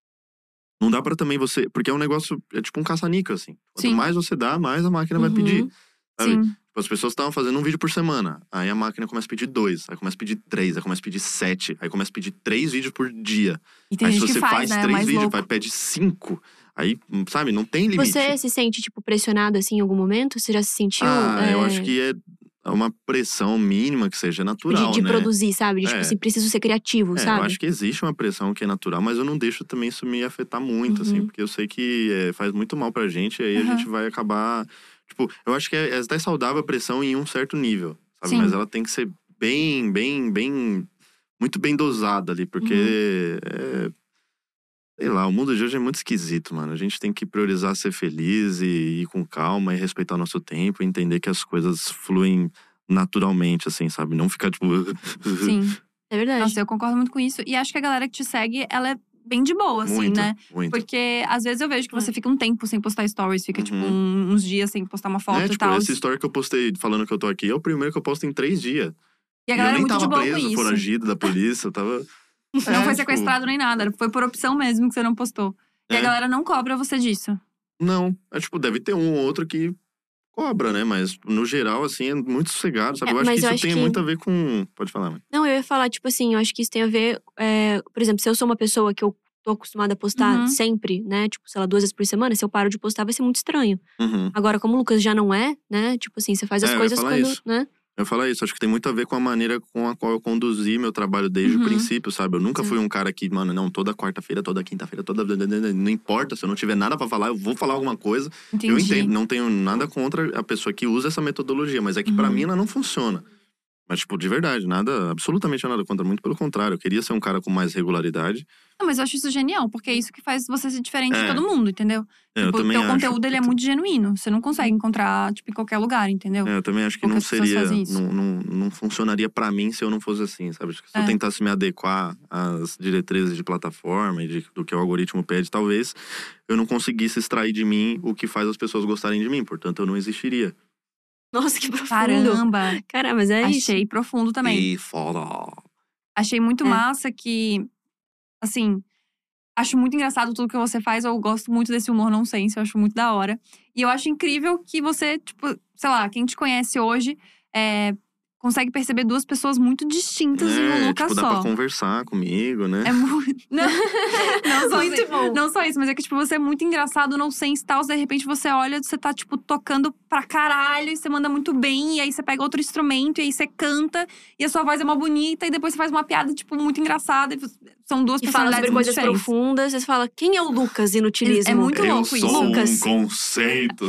Speaker 3: Não dá pra também você. Porque é um negócio. É tipo um caça-níquel, assim. Quanto
Speaker 1: Sim.
Speaker 3: mais você dá, mais a máquina vai
Speaker 2: Uhum.
Speaker 3: pedir. Sabe?
Speaker 1: Sim.
Speaker 3: Tipo, as pessoas estavam fazendo um vídeo por semana. Aí a máquina começa a pedir dois. Aí começa a pedir três. Aí começa a pedir sete. Aí começa a pedir três vídeos por dia.
Speaker 1: E tem
Speaker 3: Aí se
Speaker 1: gente
Speaker 3: você
Speaker 1: que
Speaker 3: faz,
Speaker 1: faz, né?
Speaker 3: três
Speaker 1: Mais
Speaker 3: vídeos,
Speaker 1: louco.
Speaker 3: vai pedir cinco. Aí, sabe, não tem limite.
Speaker 2: Você se sente, tipo, pressionado assim em algum momento? Você já se sentiu?
Speaker 3: Ah, eu
Speaker 2: é,
Speaker 3: acho que é uma pressão mínima que seja
Speaker 2: tipo,
Speaker 3: natural,
Speaker 2: de, de
Speaker 3: né?
Speaker 2: produzir, sabe? De, tipo
Speaker 3: É.
Speaker 2: assim, preciso ser criativo,
Speaker 3: É,
Speaker 2: sabe?
Speaker 3: eu acho que existe uma pressão que é natural, mas eu não deixo também isso me afetar muito, assim.
Speaker 2: Uhum.
Speaker 3: Porque eu sei que é, faz muito mal pra gente. E aí
Speaker 1: Aham.
Speaker 3: a gente vai acabar… Tipo, eu acho que é, é até saudável a pressão em um certo nível, sabe?
Speaker 1: Sim.
Speaker 3: Mas ela tem que ser bem, bem, bem… Muito bem dosada ali, porque…
Speaker 2: Uhum.
Speaker 3: É, sei lá, o mundo de hoje é muito esquisito, mano. A gente tem que priorizar ser feliz e ir com calma e respeitar o nosso tempo e entender que as coisas fluem naturalmente, assim, sabe? Não ficar, tipo…
Speaker 1: Sim.
Speaker 2: É verdade.
Speaker 1: Nossa, eu concordo muito com isso. E acho que a galera que te segue, ela é bem de boa, assim,
Speaker 3: Muito,
Speaker 1: né?
Speaker 3: muito.
Speaker 1: Porque às vezes eu vejo que você
Speaker 2: É.
Speaker 1: fica um tempo sem postar stories, fica tipo
Speaker 3: Uhum.
Speaker 1: um- uns dias sem postar uma foto
Speaker 3: É,
Speaker 1: e
Speaker 3: tipo,
Speaker 1: tal.
Speaker 3: essa história que eu postei falando que eu tô aqui é o primeiro que eu posto em três dias.
Speaker 1: E a
Speaker 3: E eu
Speaker 1: galera é
Speaker 3: nem
Speaker 1: muito de
Speaker 3: tava
Speaker 1: boa com
Speaker 3: preso,
Speaker 1: isso.
Speaker 3: foragido da polícia, eu tava…
Speaker 1: Não
Speaker 3: É,
Speaker 1: foi
Speaker 3: tipo,
Speaker 1: sequestrado nem nada, foi por opção mesmo que você não postou. E a
Speaker 3: É.
Speaker 1: galera não cobra você disso.
Speaker 3: Não, é tipo, deve ter um ou outro que cobra, né? Mas no geral, assim, é muito sossegado, sabe?
Speaker 2: É,
Speaker 3: eu acho
Speaker 2: mas
Speaker 3: que
Speaker 2: eu
Speaker 3: isso
Speaker 2: acho
Speaker 3: tem
Speaker 2: que-
Speaker 3: muito a ver com… Pode falar, mãe.
Speaker 2: Não, eu ia falar, tipo assim, eu acho que isso tem a ver… é, por exemplo, se eu sou uma pessoa que eu tô acostumada a postar
Speaker 1: Uhum.
Speaker 2: sempre, né? Tipo, sei lá, duas vezes por semana. Se eu paro de postar, vai ser muito estranho.
Speaker 3: Uhum.
Speaker 2: Agora, como o Lucas já não é, né? Tipo assim, você faz
Speaker 3: É,
Speaker 2: as
Speaker 3: eu ia
Speaker 2: coisas
Speaker 3: falar
Speaker 2: quando,
Speaker 3: isso.
Speaker 2: né?
Speaker 3: Eu ia falar isso, acho que tem muito a ver com a maneira com a qual eu conduzi meu trabalho desde
Speaker 1: Uhum.
Speaker 3: o princípio, sabe? Eu nunca
Speaker 2: Sim.
Speaker 3: fui um cara que, mano, não, toda quarta-feira, toda quinta-feira, toda… Não importa, se eu não tiver nada pra falar, eu vou falar alguma coisa.
Speaker 1: Entendi.
Speaker 3: Eu entendo, não tenho nada contra a pessoa que usa essa metodologia, mas é que pra
Speaker 1: Uhum.
Speaker 3: mim ela não funciona. Mas, tipo, de verdade, nada, absolutamente nada contra, muito pelo contrário. Eu queria ser um cara com mais regularidade.
Speaker 1: Não, mas eu acho isso genial, porque é isso que faz você ser diferente de
Speaker 3: É.
Speaker 1: todo mundo, entendeu?
Speaker 3: É, eu
Speaker 1: Tipo, o
Speaker 3: também
Speaker 1: teu
Speaker 3: acho.
Speaker 1: conteúdo ele é muito genuíno. Você não consegue encontrar, tipo, em qualquer lugar, entendeu?
Speaker 3: É, eu também acho que não
Speaker 1: Poucas pessoas
Speaker 3: seria,
Speaker 1: fazem isso.
Speaker 3: não, não, não funcionaria pra mim se eu não fosse assim, sabe? Acho que se eu
Speaker 1: É.
Speaker 3: tentasse me adequar às diretrizes de plataforma e de, do que o algoritmo pede, talvez eu não conseguisse extrair de mim o que faz as pessoas gostarem de mim, portanto eu não existiria.
Speaker 2: Nossa, que profundo.
Speaker 1: Caramba!
Speaker 2: Caramba, mas é isso.
Speaker 1: Achei profundo também.
Speaker 3: E foda.
Speaker 1: Achei muito
Speaker 2: É.
Speaker 1: massa que, assim, acho muito engraçado tudo que você faz. Eu gosto muito desse humor nonsense, eu acho muito da hora. E eu acho incrível que você, tipo, sei lá, quem te conhece hoje é, consegue perceber duas pessoas muito distintas em um
Speaker 3: É,
Speaker 1: Lucas
Speaker 3: tipo, dá
Speaker 1: só.
Speaker 3: pra conversar comigo, né?
Speaker 1: É muito. Não, não só
Speaker 2: Muito
Speaker 1: isso.
Speaker 2: bom.
Speaker 1: Não só isso, mas é que, tipo, você é muito engraçado, não sei se tal. De repente você olha, você tá, tipo, tocando pra caralho e você manda muito bem. E aí você pega outro instrumento e aí você canta. E a sua voz é mó bonita. E depois você faz uma piada, tipo, muito engraçada. E são duas
Speaker 2: E fala
Speaker 1: personalidades
Speaker 2: sobre
Speaker 1: muito
Speaker 2: coisas
Speaker 1: diferentes.
Speaker 2: profundas. Você fala, quem é o Lucas Inutilismo?
Speaker 1: É muito
Speaker 3: eu
Speaker 1: louco
Speaker 3: sou
Speaker 1: isso.
Speaker 2: Lucas.
Speaker 3: um conceito.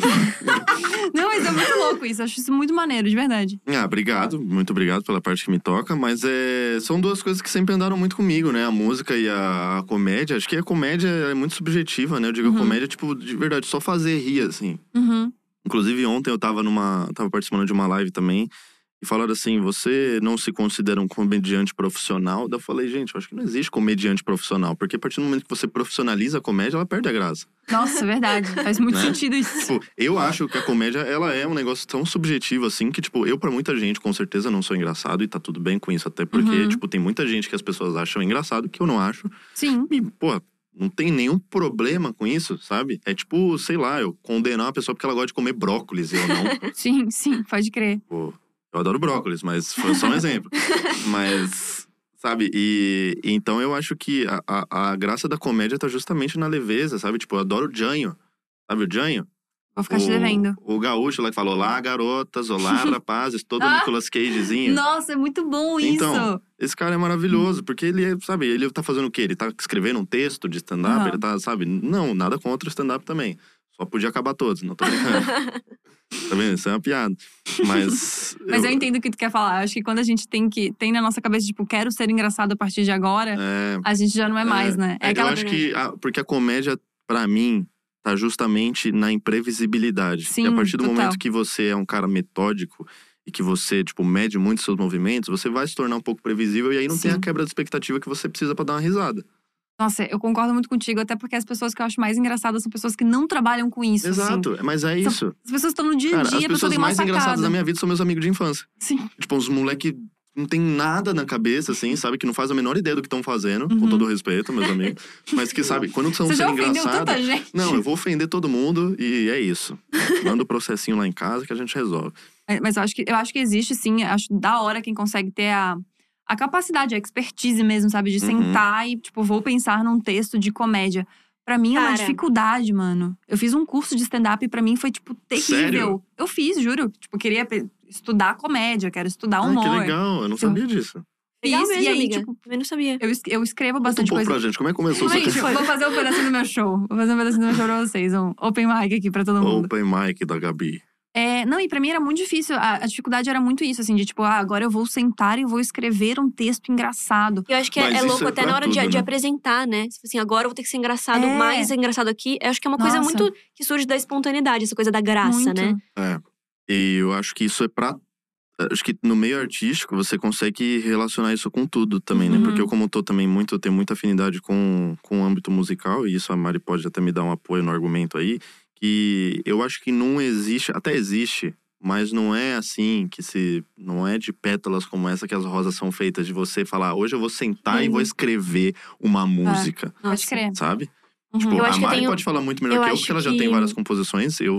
Speaker 1: Não, mas é muito louco isso. Eu acho isso muito maneiro, de verdade.
Speaker 3: Ah, obrigado, muito obrigado pela parte que me toca, mas é, são duas coisas que sempre andaram muito comigo, né? A música e a, a comédia. Acho que a comédia é muito subjetiva, né? Eu digo
Speaker 1: Uhum.
Speaker 3: a comédia, tipo, de verdade, só fazer rir, assim.
Speaker 1: Uhum.
Speaker 3: Inclusive, ontem eu tava numa. Tava participando de uma live também. E falaram assim: você não se considera um comediante profissional? Daí eu falei, gente, eu acho que não existe comediante profissional. Porque a partir do momento que você profissionaliza a comédia, ela perde a graça.
Speaker 1: Nossa, é verdade. Faz muito
Speaker 3: Né?
Speaker 1: sentido isso.
Speaker 3: Tipo, eu acho que a comédia, ela é um negócio tão subjetivo assim, que, tipo, eu pra muita gente, com certeza, não sou engraçado. E tá tudo bem com isso, até porque,
Speaker 1: Uhum.
Speaker 3: tipo, tem muita gente que as pessoas acham engraçado, que eu não acho.
Speaker 1: Sim.
Speaker 3: E, pô, não tem nenhum problema com isso, sabe? É tipo, sei lá, eu condenar uma pessoa porque ela gosta de comer brócolis e eu não.
Speaker 1: Sim, sim, pode crer.
Speaker 3: Pô, eu adoro brócolis, mas foi só um exemplo. Mas, sabe? E, e então eu acho que a, a, a graça da comédia tá justamente na leveza, sabe? Tipo, eu adoro o Janho. Sabe o Janho?
Speaker 1: Vou ficar te devendo.
Speaker 3: O, o gaúcho lá que falou: olá, garotas, olá, rapazes, todo
Speaker 1: Ah!
Speaker 3: Nicolas Cagezinho.
Speaker 1: Nossa, é muito bom isso.
Speaker 3: Então, esse cara é maravilhoso. Porque ele, é, sabe, ele tá fazendo o quê? Ele tá escrevendo um texto de stand-up?
Speaker 1: Uhum.
Speaker 3: Ele tá, sabe? Não, nada contra o stand-up também. Só podia acabar todos, não tô brincando. Tá vendo? Isso é uma piada. Mas…
Speaker 1: Mas eu entendo o que tu quer falar. Acho que quando a gente tem que… Tem na nossa cabeça, tipo, quero ser engraçado a partir de agora…
Speaker 3: É,
Speaker 1: A gente já não é mais, né?
Speaker 3: É,
Speaker 1: aquela…
Speaker 3: eu acho que… A, porque a comédia, pra mim, tá justamente na imprevisibilidade.
Speaker 1: Sim,
Speaker 3: e a partir do
Speaker 1: total.
Speaker 3: momento que você é um cara metódico… E que você, tipo, mede muito seus movimentos… Você vai se tornar um pouco previsível… E aí não
Speaker 1: Sim.
Speaker 3: tem a quebra de expectativa que você precisa pra dar uma risada.
Speaker 1: Nossa, eu concordo muito contigo. Até porque as pessoas que eu acho mais engraçadas são pessoas que não trabalham com isso,
Speaker 3: Exato,
Speaker 1: assim.
Speaker 3: mas é isso.
Speaker 1: As pessoas estão no dia a
Speaker 3: Cara,
Speaker 1: dia,
Speaker 3: as
Speaker 1: a pessoa
Speaker 3: pessoas
Speaker 1: tem uma
Speaker 3: mais engraçadas
Speaker 1: sacada.
Speaker 3: da minha vida são meus amigos de infância.
Speaker 1: Sim.
Speaker 3: Tipo, uns moleque não tem nada na cabeça, assim, sabe? Que não faz a menor ideia do que estão fazendo.
Speaker 1: Uhum.
Speaker 3: Com todo o respeito, meus amigos. Mas que, sabe, quando são
Speaker 1: Você já
Speaker 3: sendo
Speaker 1: ofendeu
Speaker 3: engraçados…
Speaker 1: tanta gente.
Speaker 3: Não, eu vou ofender todo mundo e é isso. Manda o processinho lá em casa que a gente resolve.
Speaker 1: É, Mas eu acho que, eu acho que existe, sim. Acho da hora quem consegue ter a, a capacidade, a expertise mesmo, sabe? De
Speaker 3: Uhum.
Speaker 1: sentar e, tipo, vou pensar num texto de comédia. Pra mim é uma
Speaker 2: Cara.
Speaker 1: dificuldade, mano. Eu fiz um curso de stand-up e pra mim foi, tipo, terrível.
Speaker 3: Sério?
Speaker 1: Eu fiz, juro. Tipo, queria pe- estudar comédia, quero estudar
Speaker 3: Ah,
Speaker 1: humor.
Speaker 3: que legal, eu não sabia disso.
Speaker 2: Legal
Speaker 1: Fiz,
Speaker 2: mesmo,
Speaker 1: e aí,
Speaker 2: amiga.
Speaker 1: tipo,
Speaker 2: Também não sabia.
Speaker 1: eu, es- eu escrevo
Speaker 3: Conta um
Speaker 1: bastante
Speaker 3: pouco
Speaker 1: coisa.
Speaker 3: pra gente, como é que começou
Speaker 1: Gente,
Speaker 3: essa
Speaker 1: vou fazer um pedacinho do meu show. Vou fazer um pedacinho do meu show pra vocês. Um open mic aqui pra todo mundo.
Speaker 3: Open mic da Gabi?
Speaker 1: É, não, e pra mim era muito difícil. A, a dificuldade era muito isso, assim, de tipo, ah, agora eu vou sentar e vou escrever um texto engraçado.
Speaker 2: Eu acho que é,
Speaker 3: Mas
Speaker 2: é
Speaker 3: isso
Speaker 2: louco
Speaker 3: é
Speaker 2: até
Speaker 3: pra
Speaker 2: na hora de,
Speaker 3: tudo,
Speaker 2: de
Speaker 3: né?
Speaker 2: apresentar, né? Tipo assim, agora eu vou ter que ser engraçado,
Speaker 1: É.
Speaker 2: mais engraçado aqui. Eu acho que é uma coisa
Speaker 1: Nossa.
Speaker 2: muito que surge da espontaneidade, essa coisa da graça,
Speaker 1: muito.
Speaker 2: né?
Speaker 3: É. E eu acho que isso é pra… Acho que no meio artístico você consegue relacionar isso com tudo também, né?
Speaker 1: Uhum.
Speaker 3: Porque eu, como tô também muito… Eu tenho muita afinidade com, com o âmbito musical. E isso a Mari pode até me dar um apoio no argumento aí. Que eu acho que não existe… Até existe… Mas não é assim que se… Não é de pétalas como essa que as rosas são feitas. De você falar, hoje eu vou sentar e
Speaker 2: Uhum.
Speaker 3: vou escrever uma música.
Speaker 1: Pode
Speaker 2: Nossa.
Speaker 1: crer.
Speaker 3: Sabe?
Speaker 1: Uhum.
Speaker 3: Tipo,
Speaker 2: Eu
Speaker 3: a
Speaker 2: acho que eu
Speaker 3: Mari
Speaker 2: tenho-
Speaker 3: pode falar muito melhor
Speaker 2: eu
Speaker 3: que eu.
Speaker 2: acho
Speaker 3: Porque ela já
Speaker 2: que-
Speaker 3: tem várias composições. Eu…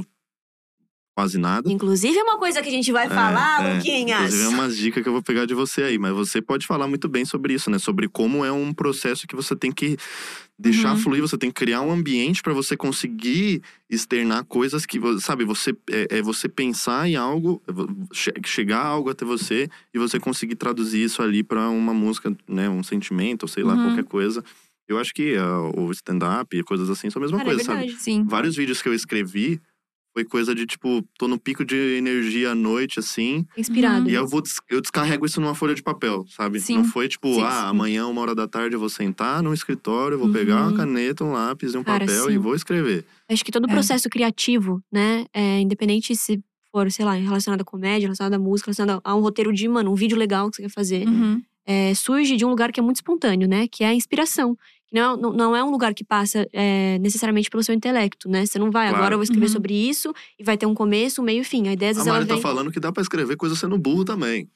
Speaker 3: Quase nada.
Speaker 2: Inclusive é uma coisa que a gente vai falar,
Speaker 3: É, é.
Speaker 2: Luquinhas.
Speaker 3: Inclusive é umas dicas que eu vou pegar de você aí. Mas você pode falar muito bem sobre isso, né? Sobre como é um processo que você tem que deixar
Speaker 1: Uhum.
Speaker 3: fluir. Você tem que criar um ambiente pra você conseguir externar coisas que… vo- Sabe, você… É, é você pensar em algo… é vo- che- chegar a algo até você… E você conseguir traduzir isso ali pra uma música, né? Um sentimento, ou sei lá,
Speaker 1: Uhum.
Speaker 3: qualquer coisa. Eu acho que ah, o stand-up e coisas assim são a mesma
Speaker 2: Cara, é
Speaker 3: coisa, sabe?
Speaker 2: verdade.
Speaker 1: Sim.
Speaker 3: Vários vídeos que eu escrevi… Foi coisa de, tipo, tô no pico de energia à noite, assim.
Speaker 2: Inspirado.
Speaker 3: E eu vou des- eu descarrego isso numa folha de papel, sabe?
Speaker 1: Sim.
Speaker 3: Não foi tipo,
Speaker 2: Sim,
Speaker 3: ah,
Speaker 2: sim.
Speaker 3: amanhã, uma hora da tarde, eu vou sentar no escritório, vou pegar uma
Speaker 2: Uhum.
Speaker 3: caneta, um lápis e um
Speaker 2: Cara,
Speaker 3: papel
Speaker 2: sim.
Speaker 3: e vou escrever.
Speaker 2: Acho que todo o
Speaker 1: É.
Speaker 2: processo criativo, né? É, independente se for, sei lá, relacionado à comédia, relacionado à música, relacionado a um roteiro de, mano, um vídeo legal que você quer fazer.
Speaker 1: Uhum.
Speaker 2: É, surge de um lugar que é muito espontâneo, né? Que é a inspiração. Que não, é- não, não é um lugar que passa é, necessariamente pelo seu intelecto, né? Você não vai,
Speaker 3: Claro.
Speaker 2: agora eu vou escrever
Speaker 1: Uhum.
Speaker 2: sobre isso e vai ter um começo, um meio e fim. A ideia às
Speaker 3: A
Speaker 2: vezes ela
Speaker 3: Mari tá
Speaker 2: vem…
Speaker 3: falando que dá pra escrever coisa sendo burro também.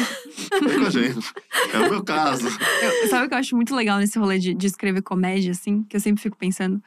Speaker 3: Vem com a gente. É o meu caso.
Speaker 1: Eu- sabe o que eu acho muito legal nesse rolê de, de escrever comédia, assim? Que eu sempre fico pensando.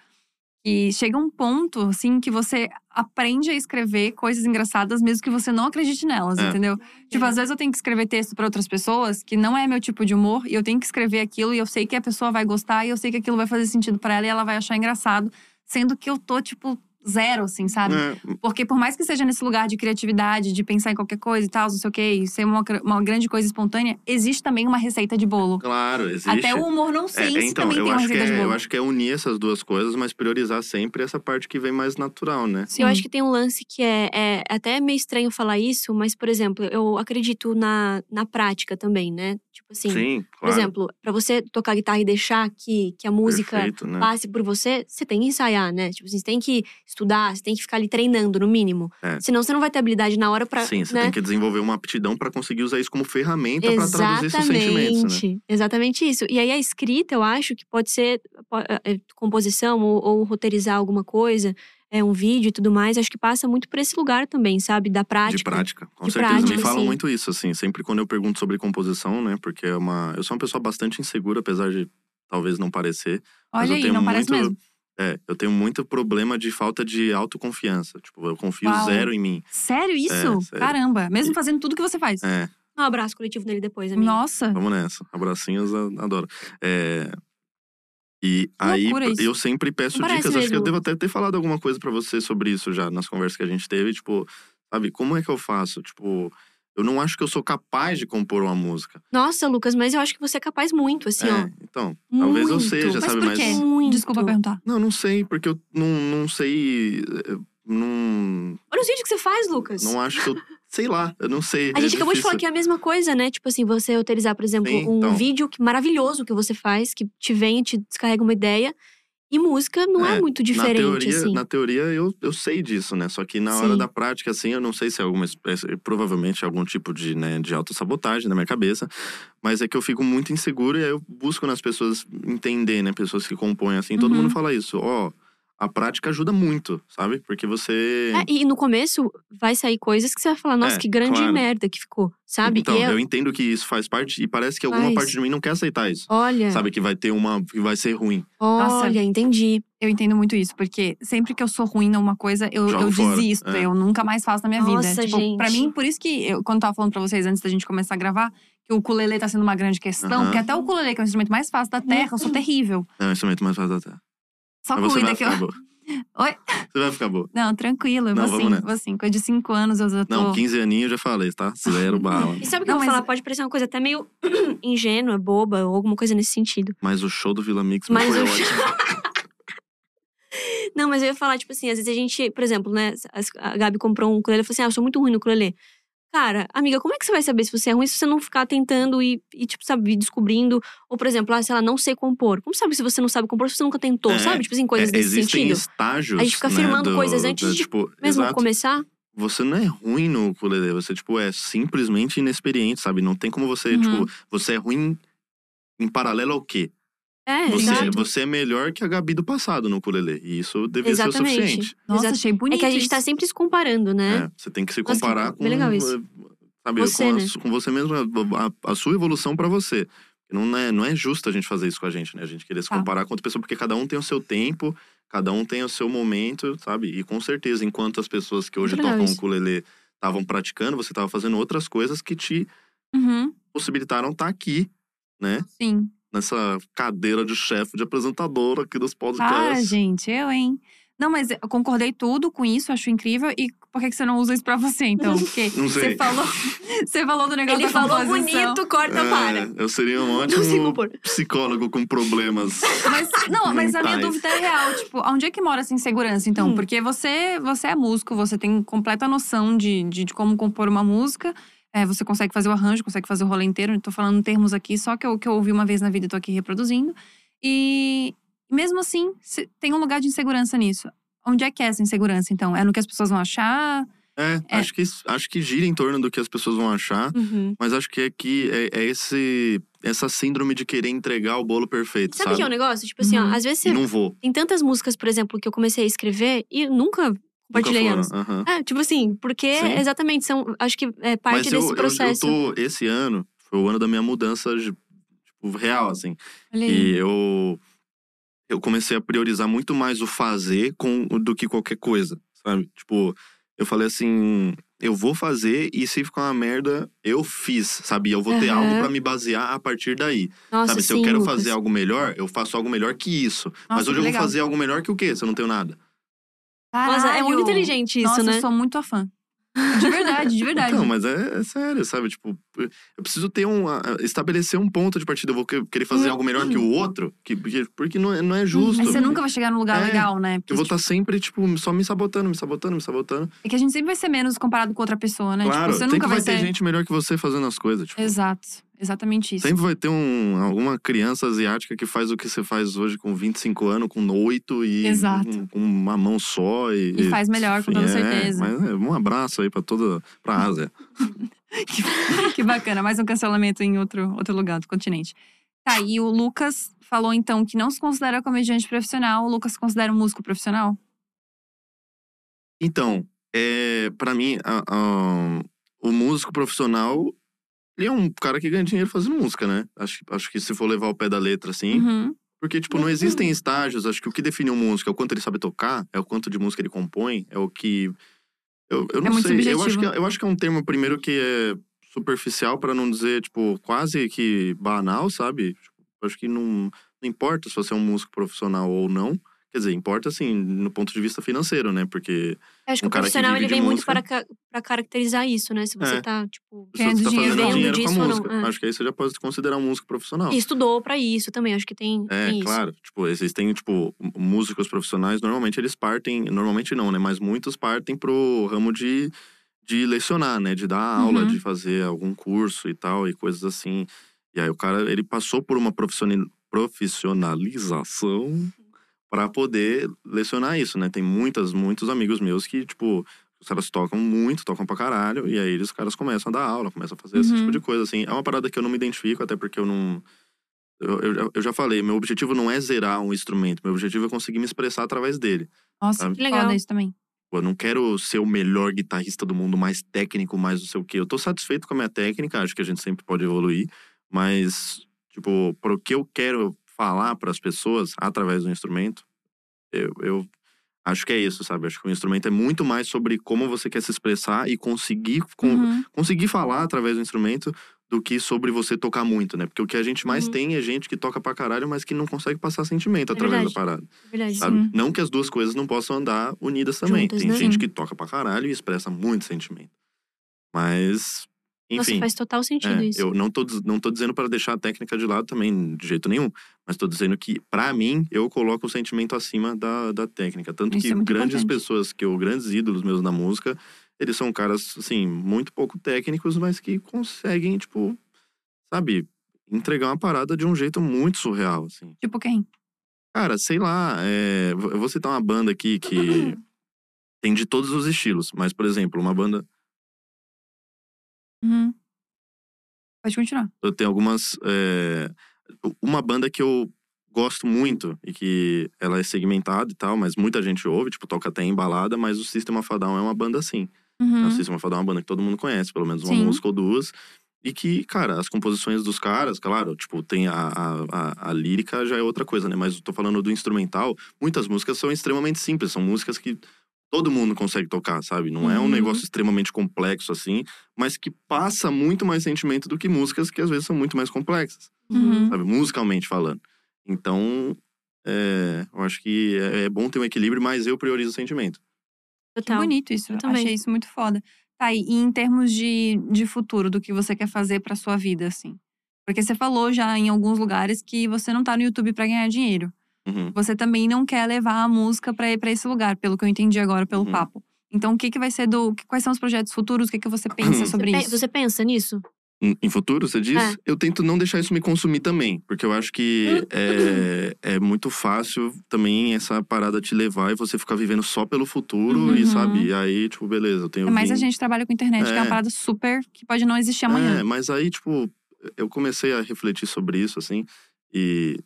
Speaker 1: E chega um ponto, assim, que você aprende a escrever coisas engraçadas mesmo que você não acredite nelas,
Speaker 3: É.
Speaker 1: entendeu? Tipo, às vezes eu tenho que escrever texto pra outras pessoas que não é meu tipo de humor. E eu tenho que escrever aquilo e eu sei que a pessoa vai gostar. E eu sei que aquilo vai fazer sentido pra ela e ela vai achar engraçado. Sendo que eu tô, tipo, zero, assim, sabe?
Speaker 3: É,
Speaker 1: Porque por mais que seja nesse lugar de criatividade, de pensar em qualquer coisa e tal, não sei o quê, e ser uma, uma grande coisa espontânea, existe também uma receita de bolo.
Speaker 3: claro, existe.
Speaker 1: Até o humor não
Speaker 3: É,
Speaker 1: sense
Speaker 3: então,
Speaker 1: também
Speaker 3: eu
Speaker 1: tem uma
Speaker 3: acho, que
Speaker 1: receita de
Speaker 3: é,
Speaker 1: bolo.
Speaker 3: eu acho que é unir essas duas coisas, mas priorizar sempre essa parte que vem mais natural, né?
Speaker 1: Sim.
Speaker 2: Eu acho que tem um lance que é, é até meio estranho falar isso, mas, por exemplo, eu acredito na, na prática também, né? Tipo assim,
Speaker 3: Sim,
Speaker 2: por
Speaker 3: claro.
Speaker 2: exemplo, pra você tocar guitarra e deixar que, que a música
Speaker 3: Perfeito, né?
Speaker 2: passe por você, você tem que ensaiar, né? Tipo assim, você tem que estudar, você tem que ficar ali treinando, no mínimo.
Speaker 3: É.
Speaker 2: Senão você não vai ter habilidade na hora pra.
Speaker 3: Sim, você
Speaker 2: né?
Speaker 3: tem que desenvolver uma aptidão pra conseguir usar isso como ferramenta pra traduzir seus sentimentos, né?
Speaker 2: Exatamente, exatamente isso. E aí a escrita, eu acho que pode ser po- é, composição ou, ou roteirizar alguma coisa, é um vídeo e tudo mais. Acho que passa muito por esse lugar também, sabe? Da prática.
Speaker 3: De prática, com
Speaker 2: De
Speaker 3: certeza.
Speaker 2: prática,
Speaker 3: Me falam
Speaker 2: sim.
Speaker 3: muito isso, assim. Sempre quando eu pergunto sobre composição, né? Porque é uma… Eu sou uma pessoa bastante insegura, apesar de talvez não parecer. Mas
Speaker 1: Olha
Speaker 3: eu
Speaker 1: aí,
Speaker 3: tenho
Speaker 1: não parece
Speaker 3: muito,
Speaker 1: mesmo.
Speaker 3: É, eu tenho muito problema de falta de autoconfiança. Tipo, eu confio
Speaker 1: Uau.
Speaker 3: zero em mim.
Speaker 1: Sério isso?
Speaker 3: É, sério.
Speaker 1: Caramba. Mesmo fazendo tudo que você faz.
Speaker 3: É,
Speaker 2: Um abraço coletivo nele depois, amiga.
Speaker 1: Nossa.
Speaker 3: vamos nessa. Abracinhos, a- adoro. É… E aí,
Speaker 1: Loucura isso.
Speaker 3: eu sempre peço
Speaker 2: Não parece
Speaker 3: dicas. Acho que eu
Speaker 2: mesmo.
Speaker 3: devo até ter falado alguma coisa pra você sobre isso já nas conversas que a gente teve. Tipo, sabe, como é que eu faço? Tipo, eu não acho que eu sou capaz de compor uma música.
Speaker 2: Nossa, Lucas, mas eu acho que você é capaz muito, assim,
Speaker 3: é,
Speaker 2: ó.
Speaker 3: então, talvez eu
Speaker 2: Muito.
Speaker 3: seja,
Speaker 1: Mas
Speaker 3: sabe?
Speaker 1: por
Speaker 3: Mas.
Speaker 1: quê?
Speaker 2: Muito.
Speaker 1: Desculpa perguntar.
Speaker 3: Não, não sei, porque eu não, não sei. eu Não,
Speaker 2: Olha os vídeos que você faz, Lucas.
Speaker 3: não acho que eu. Sei lá, eu não sei.
Speaker 2: A gente
Speaker 3: é
Speaker 2: acabou de
Speaker 3: difícil.
Speaker 2: falar que é a mesma coisa, né? Tipo assim, você utilizar, por exemplo,
Speaker 3: Sim,
Speaker 2: um
Speaker 3: então.
Speaker 2: vídeo que- maravilhoso que você faz, que te vem, te descarrega uma ideia. E música não é,
Speaker 3: É,
Speaker 2: muito diferente,
Speaker 3: na teoria,
Speaker 2: assim.
Speaker 3: Na teoria eu, eu sei disso, né? Só que na hora
Speaker 2: Sim.
Speaker 3: da prática, assim, eu não sei se é alguma espécie, provavelmente é algum tipo de, né, de autossabotagem na minha cabeça. Mas é que eu fico muito inseguro e aí eu busco nas pessoas entender, né? Pessoas que compõem assim. Todo
Speaker 1: Uhum.
Speaker 3: mundo fala isso, ó. A prática ajuda muito, sabe? Porque você.
Speaker 2: É, e no começo vai sair coisas que você vai falar, nossa,
Speaker 3: É,
Speaker 2: que grande
Speaker 3: claro.
Speaker 2: merda que ficou, sabe?
Speaker 3: Então,
Speaker 2: e é,
Speaker 3: eu entendo que isso faz parte e parece que alguma
Speaker 2: Faz.
Speaker 3: parte de mim não quer aceitar isso.
Speaker 2: olha,
Speaker 3: Sabe? Que vai ter uma. Que vai ser ruim.
Speaker 1: Nossa.
Speaker 2: olha, entendi.
Speaker 1: Eu entendo muito isso, porque sempre que eu sou ruim numa coisa, eu,
Speaker 3: Jogo
Speaker 1: eu
Speaker 3: fora,
Speaker 1: desisto.
Speaker 3: é.
Speaker 1: Eu nunca mais faço na minha
Speaker 2: Nossa,
Speaker 1: vida. Tipo,
Speaker 2: gente.
Speaker 1: pra mim, por isso que eu, quando eu tava falando pra vocês antes da gente começar a gravar, que o ukulele tá sendo uma grande questão,
Speaker 3: Aham.
Speaker 1: porque até o ukulele, que é o instrumento mais fácil da terra, eu sou terrível.
Speaker 3: É o instrumento mais fácil da terra.
Speaker 1: Só
Speaker 3: Mas você
Speaker 1: cuida
Speaker 3: vai
Speaker 1: que eu.
Speaker 3: ficar boa.
Speaker 1: Oi?
Speaker 3: Você vai ficar boa.
Speaker 1: Não, tranquilo, eu
Speaker 3: Não,
Speaker 1: vou
Speaker 3: vamos
Speaker 1: sim,
Speaker 3: nessa.
Speaker 1: vou sim. Coisa de cinco anos eu já tô.
Speaker 3: Não, quinze aninhos eu já falei, tá? Zero bala.
Speaker 2: E sabe o que
Speaker 1: Não,
Speaker 2: eu vou
Speaker 1: mas-
Speaker 2: falar? Pode parecer uma coisa até meio ingênua, boba, ou alguma coisa nesse sentido.
Speaker 3: Mas o show do Vila Mix
Speaker 2: Mas
Speaker 3: foi
Speaker 2: o
Speaker 3: ótimo.
Speaker 2: Não, mas eu ia falar, tipo assim, às vezes a gente, por exemplo, né, as- a Gabi comprou um ukulele e falou assim: ah, eu sou muito ruim no ukulele. Cara, amiga, como é que você vai saber se você é ruim se você não ficar tentando e, e tipo, sabe, descobrindo? Ou, por exemplo, ah, sei lá, não sei compor. Como sabe se você não sabe compor se você nunca tentou,
Speaker 3: É,
Speaker 2: sabe? Tipo assim, coisas
Speaker 3: É,
Speaker 2: desse
Speaker 3: existem
Speaker 2: sentido.
Speaker 3: estágios,
Speaker 2: A gente fica
Speaker 3: né,
Speaker 2: afirmando
Speaker 3: do-
Speaker 2: coisas antes
Speaker 3: da,
Speaker 2: de
Speaker 3: tipo,
Speaker 2: mesmo
Speaker 3: exato.
Speaker 2: começar.
Speaker 3: Você não é ruim no ukulele, você, tipo, é simplesmente inexperiente, sabe? Não tem como você,
Speaker 1: Uhum.
Speaker 3: tipo… Você é ruim em paralelo ao quê?
Speaker 2: É,
Speaker 3: Você,
Speaker 2: exato.
Speaker 3: você é melhor que a Gabi do passado no ukulele. E isso devia
Speaker 2: Exatamente.
Speaker 3: ser o suficiente.
Speaker 1: Nossa,
Speaker 2: Exato.
Speaker 1: achei bonito
Speaker 2: É que a gente
Speaker 1: isso.
Speaker 2: tá sempre se comparando, né?
Speaker 3: É, você tem que se
Speaker 2: Nossa, que
Speaker 3: comparar com…
Speaker 2: bem legal isso.
Speaker 3: Sabe,
Speaker 2: Você,
Speaker 3: com, a-
Speaker 2: né?
Speaker 3: com você mesmo, a, a- a sua evolução pra você. Não é, não é justo a gente fazer isso com a gente, né? A gente querer se
Speaker 1: Tá.
Speaker 3: comparar com outra pessoa, porque cada um tem o seu tempo, cada um tem o seu momento, sabe? E com certeza, enquanto as pessoas que hoje
Speaker 2: Muito legal
Speaker 3: tocam
Speaker 2: isso.
Speaker 3: ukulele estavam praticando, você estava fazendo outras coisas que te
Speaker 1: Uhum,
Speaker 3: possibilitaram estar aqui, né?
Speaker 1: sim.
Speaker 3: Nessa cadeira de chefe, de apresentador aqui dos
Speaker 1: Para,
Speaker 3: podcasts.
Speaker 1: gente, eu, hein? Não, mas eu concordei tudo com isso, acho incrível. E por que que você não usa isso pra você, então? Porque
Speaker 3: Não sei.
Speaker 1: você falou, você falou do negócio
Speaker 2: Ele
Speaker 1: da
Speaker 2: falou
Speaker 1: composição.
Speaker 2: bonito, corta, para.
Speaker 3: É, eu seria um
Speaker 2: Não sei
Speaker 3: ótimo
Speaker 2: compor.
Speaker 3: psicólogo com problemas.
Speaker 1: Mas, não, mas a minha
Speaker 3: mentais.
Speaker 1: dúvida é real. Tipo, onde é que mora essa insegurança, então?
Speaker 2: Hum.
Speaker 1: Porque você, você é músico, você tem completa noção de, de, de como compor uma música. É, você consegue fazer o arranjo, consegue fazer o rolê inteiro. Eu tô falando termos aqui, só que eu, que eu ouvi uma vez na vida e tô aqui reproduzindo. E mesmo assim, se- tem um lugar de insegurança nisso. Onde é que é essa insegurança, então? É no que as pessoas vão achar?
Speaker 3: É,
Speaker 1: É.
Speaker 3: Acho, que, acho que gira em torno do que as pessoas vão achar.
Speaker 2: Uhum.
Speaker 3: Mas acho que é que é, é esse, essa síndrome de querer entregar o bolo perfeito,
Speaker 2: Sabe
Speaker 3: sabe?
Speaker 2: o que é o negócio? Tipo assim,
Speaker 1: Uhum.
Speaker 2: ó, às vezes
Speaker 3: E
Speaker 2: você
Speaker 3: não vou.
Speaker 2: tem tantas músicas, por exemplo, que eu comecei a escrever e nunca
Speaker 3: Nunca
Speaker 2: compartilhei
Speaker 3: foram.
Speaker 2: elas.
Speaker 3: aham.
Speaker 2: É, tipo assim, porque
Speaker 3: Sim.
Speaker 2: exatamente, são, acho que é parte
Speaker 3: Mas eu,
Speaker 2: desse
Speaker 3: eu,
Speaker 2: processo.
Speaker 3: eu tô… Esse ano foi o ano da minha mudança, de- tipo, real, assim.
Speaker 1: Olha aí.
Speaker 3: E eu… Eu comecei a priorizar muito mais o fazer com, do que qualquer coisa, sabe? Tipo, eu falei assim… Eu vou fazer e se ficar uma merda, eu fiz, sabe? Eu vou ter
Speaker 2: Aham.
Speaker 3: algo pra me basear a partir daí.
Speaker 2: Nossa,
Speaker 3: Sabe, se
Speaker 2: sim,
Speaker 3: eu quero
Speaker 2: Lucas.
Speaker 3: fazer algo melhor, eu faço algo melhor que isso. Mas
Speaker 1: Nossa,
Speaker 3: hoje
Speaker 1: que
Speaker 3: eu vou
Speaker 1: legal.
Speaker 3: fazer algo melhor que o quê? Se eu não tenho nada.
Speaker 2: Nossa, é muito
Speaker 1: Caralho!
Speaker 2: inteligente isso,
Speaker 1: Nossa,
Speaker 2: né?
Speaker 1: eu sou muito a fã. De verdade, de verdade.
Speaker 3: Então, mas é, é sério, sabe? Tipo, eu preciso ter um… ah, estabelecer um ponto de partida. Eu vou que- querer fazer
Speaker 2: Hum.
Speaker 3: algo melhor que o outro. Que, porque, porque não é, não é justo.
Speaker 1: Aí você nunca vai chegar num lugar
Speaker 3: É,
Speaker 1: legal, né? Porque,
Speaker 3: Eu vou estar sempre, tipo, só me sabotando, me sabotando, me sabotando.
Speaker 1: é que a gente sempre vai ser menos comparado com outra pessoa, né?
Speaker 3: Claro,
Speaker 1: Tipo, você
Speaker 3: sempre
Speaker 1: nunca
Speaker 3: vai,
Speaker 1: vai,
Speaker 3: ter
Speaker 1: ser.
Speaker 3: gente melhor que você fazendo as coisas. Tipo,
Speaker 1: Exato, exatamente isso.
Speaker 3: sempre vai ter um, alguma criança asiática que faz o que você faz hoje com vinte e cinco anos, com oito e
Speaker 1: Exato.
Speaker 3: com, com uma mão só. E,
Speaker 1: E faz melhor, com toda
Speaker 3: é,
Speaker 1: certeza.
Speaker 3: Mas é, um abraço aí pra toda… pra Ásia.
Speaker 1: que, que bacana, mais um cancelamento em outro, outro lugar do continente. Tá, e o Lucas falou então que não se considera comediante profissional. O Lucas se considera um músico profissional?
Speaker 3: Então, é, pra mim, a- a- o músico profissional, ele é um cara que ganha dinheiro fazendo música, né? Acho, acho que se for levar ao pé da letra, assim…
Speaker 1: Uhum.
Speaker 3: Porque, tipo, não existem estágios. Acho que o que define um músico é o quanto ele sabe tocar, é o quanto de música ele compõe, é o que… Eu, eu não
Speaker 1: muito
Speaker 3: sei. Eu acho,
Speaker 1: subjetivo.
Speaker 3: que, eu acho que é um termo, primeiro, que é superficial, pra não dizer, tipo, quase que banal, sabe? Tipo, acho que não, não importa se você é um músico profissional ou não. Quer dizer, importa assim, no ponto de vista financeiro, né? Porque
Speaker 2: Eu acho que
Speaker 3: um
Speaker 2: o
Speaker 3: cara que
Speaker 2: profissional,
Speaker 3: vive
Speaker 2: ele
Speaker 3: de
Speaker 2: vem muito
Speaker 3: música-
Speaker 2: para, ca- pra caracterizar isso, né? Se você
Speaker 3: É.
Speaker 2: tá, tipo…
Speaker 3: se
Speaker 1: Ganhando
Speaker 3: você tá
Speaker 1: dinheiro
Speaker 3: fazendo
Speaker 2: vivendo
Speaker 3: dinheiro com a
Speaker 2: disso ou não,
Speaker 3: música.
Speaker 2: é.
Speaker 3: Acho que aí você já pode considerar um músico profissional.
Speaker 2: E estudou pra isso também, acho que tem,
Speaker 3: É,
Speaker 2: tem isso.
Speaker 3: claro. Tipo, existem, tipo, m- músicos profissionais, normalmente eles partem… Normalmente não, né? Mas muitos partem pro ramo de, de lecionar, né? De dar aula,
Speaker 1: Uhum.
Speaker 3: de fazer algum curso e tal, e coisas assim. E aí o cara, ele passou por uma professioni- profissionalização pra poder lecionar isso, né? Tem muitas, muitos amigos meus que, tipo… Os caras tocam muito, tocam pra caralho. E aí eles, os caras começam a dar aula, começam a fazer esse
Speaker 1: Uhum.
Speaker 3: tipo de coisa, assim. É uma parada que eu não me identifico, até porque eu não… Eu, eu, eu já falei, meu objetivo não é zerar um instrumento. Meu objetivo é conseguir me expressar através dele.
Speaker 1: Nossa,
Speaker 3: Sabe?
Speaker 1: que
Speaker 2: Legal.
Speaker 1: foda isso também.
Speaker 3: Eu não quero ser o melhor guitarrista do mundo, mais técnico, mais não sei o quê. Eu tô satisfeito com a minha técnica, acho que a gente sempre pode evoluir. Mas, tipo, pro que eu quero falar pras pessoas através do instrumento, eu, eu acho que é isso, sabe? Acho que o instrumento é muito mais sobre como você quer se expressar e conseguir, con-
Speaker 1: Uhum.
Speaker 3: conseguir falar através do instrumento do que sobre você tocar muito, né? Porque o que a gente mais
Speaker 2: Uhum.
Speaker 3: tem é gente que toca pra caralho, mas que não consegue passar sentimento através da
Speaker 2: verdade.
Speaker 3: parada.
Speaker 2: É verdade.
Speaker 3: Sabe?
Speaker 1: Sim.
Speaker 3: Não que as duas coisas não possam andar unidas também.
Speaker 2: Juntas,
Speaker 3: Tem
Speaker 2: né?
Speaker 3: gente
Speaker 1: Sim.
Speaker 3: que toca pra caralho e expressa muito sentimento. Mas,
Speaker 2: Nossa,
Speaker 3: enfim.
Speaker 2: faz total sentido
Speaker 3: É,
Speaker 2: isso.
Speaker 3: eu não tô, diz- não tô dizendo para deixar a técnica de lado também, de jeito nenhum. Mas tô dizendo que, pra mim, eu coloco o sentimento acima da, da técnica. Tanto
Speaker 1: Isso
Speaker 3: que
Speaker 1: é muito
Speaker 3: grandes
Speaker 1: importante.
Speaker 3: pessoas, que eu, grandes ídolos meus na música, eles são caras, assim, muito pouco técnicos, mas que conseguem, tipo, sabe, entregar uma parada de um jeito muito surreal, assim.
Speaker 1: Tipo quem?
Speaker 3: Cara, sei lá, é, eu vou citar uma banda aqui que tem de todos os estilos. Mas, por exemplo, uma banda…
Speaker 1: Uhum. Pode continuar.
Speaker 3: Eu tenho algumas… é, uma banda que eu gosto muito e que ela é segmentada e tal, mas muita gente ouve, tipo, toca até em balada, mas o System of a Down é uma banda assim.
Speaker 1: Uhum.
Speaker 3: O System of a Down é uma banda que todo mundo conhece, pelo menos uma
Speaker 1: Sim.
Speaker 3: música ou duas. E que, cara, as composições dos caras, claro, tipo, tem a, a, a, a lírica já é outra coisa, né? Mas eu tô falando do instrumental, muitas músicas são extremamente simples, são músicas que todo mundo consegue tocar, sabe? Não é um
Speaker 2: Uhum.
Speaker 3: negócio extremamente complexo assim, mas que passa muito mais sentimento do que músicas que às vezes são muito mais complexas,
Speaker 1: Uhum.
Speaker 3: sabe? Musicalmente falando. Então, é, eu acho que é, é bom ter um equilíbrio, mas eu priorizo o sentimento.
Speaker 1: Que
Speaker 2: Total.
Speaker 1: bonito isso.
Speaker 2: Eu também.
Speaker 1: Achei isso muito foda. Tá, e em termos de, de futuro, do que você quer fazer pra sua vida, assim? Porque você falou já em alguns lugares que você não tá no YouTube pra ganhar dinheiro.
Speaker 3: Uhum.
Speaker 1: Você também não quer levar a música pra, pra esse lugar, pelo que eu entendi agora, pelo
Speaker 3: Uhum.
Speaker 1: papo. Então, o que que vai ser do… Quais são os projetos futuros? O que que você pensa sobre
Speaker 2: Pe-
Speaker 1: isso?
Speaker 2: Você pensa nisso?
Speaker 3: Em em futuro, você diz?
Speaker 2: É.
Speaker 3: Eu tento não deixar isso me consumir também. Porque eu acho que é, é muito fácil também essa parada te levar e você ficar vivendo só pelo futuro.
Speaker 1: Uhum.
Speaker 3: E sabe, e aí, tipo, beleza, eu tenho
Speaker 1: É mais a
Speaker 3: vim-
Speaker 1: gente trabalha com internet, que é uma
Speaker 3: É.
Speaker 1: parada super… que pode não existir amanhã.
Speaker 3: É, mas aí, tipo, eu comecei a refletir sobre isso, assim. E,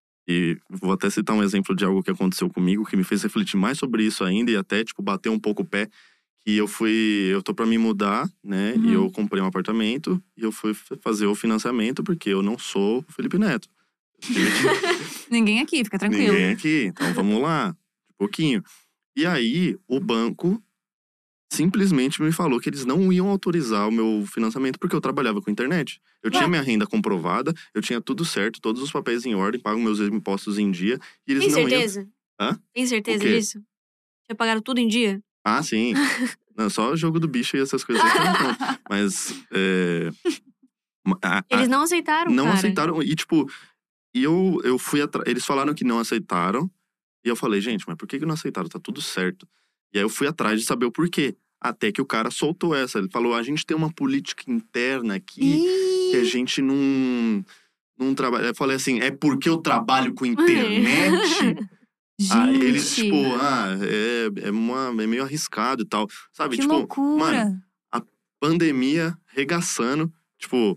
Speaker 3: e vou até citar um exemplo de algo que aconteceu comigo, que me fez refletir mais sobre isso ainda. E até, tipo, bater um pouco o pé. Que eu fui… Eu tô pra me mudar, né?
Speaker 1: Uhum.
Speaker 3: E eu comprei um apartamento. E eu fui f- fazer o financiamento, porque eu não sou o Felipe Neto. Eu tive que-
Speaker 1: Ninguém aqui, fica tranquilo.
Speaker 3: Ninguém aqui. Então vamos lá. De pouquinho. E aí, o banco simplesmente me falou que eles não iam autorizar o meu financiamento porque eu trabalhava com internet. Eu tinha
Speaker 2: Ué?
Speaker 3: minha renda comprovada, eu tinha tudo certo, todos os papéis em ordem, pago meus impostos em dia. E eles
Speaker 2: Tem
Speaker 3: não iam…
Speaker 2: certeza?
Speaker 3: Hã?
Speaker 2: Tem certeza
Speaker 3: O quê?
Speaker 2: disso? Já pagaram tudo em dia?
Speaker 3: Ah, sim. Não, só o jogo do bicho e essas coisas aí que eu não conto. Mas, é… a- a-
Speaker 2: Eles não aceitaram,
Speaker 3: não
Speaker 2: cara.
Speaker 3: aceitaram. E, tipo, e eu, eu fui atrás… Eles falaram que não aceitaram. E eu falei, gente, mas por que que não aceitaram? Tá tudo certo. E aí eu fui atrás de saber o porquê. Até que o cara soltou essa. Ele falou, a gente tem uma política interna aqui que a gente não… Não trabalha. Eu falei assim, é porque eu trabalho com internet?
Speaker 1: Gente,
Speaker 3: Aí eles, tipo, ah, é, é, uma, é meio arriscado e tal. Sabe,
Speaker 1: que
Speaker 3: tipo,
Speaker 1: loucura.
Speaker 3: mano, pandemia regaçando. Tipo,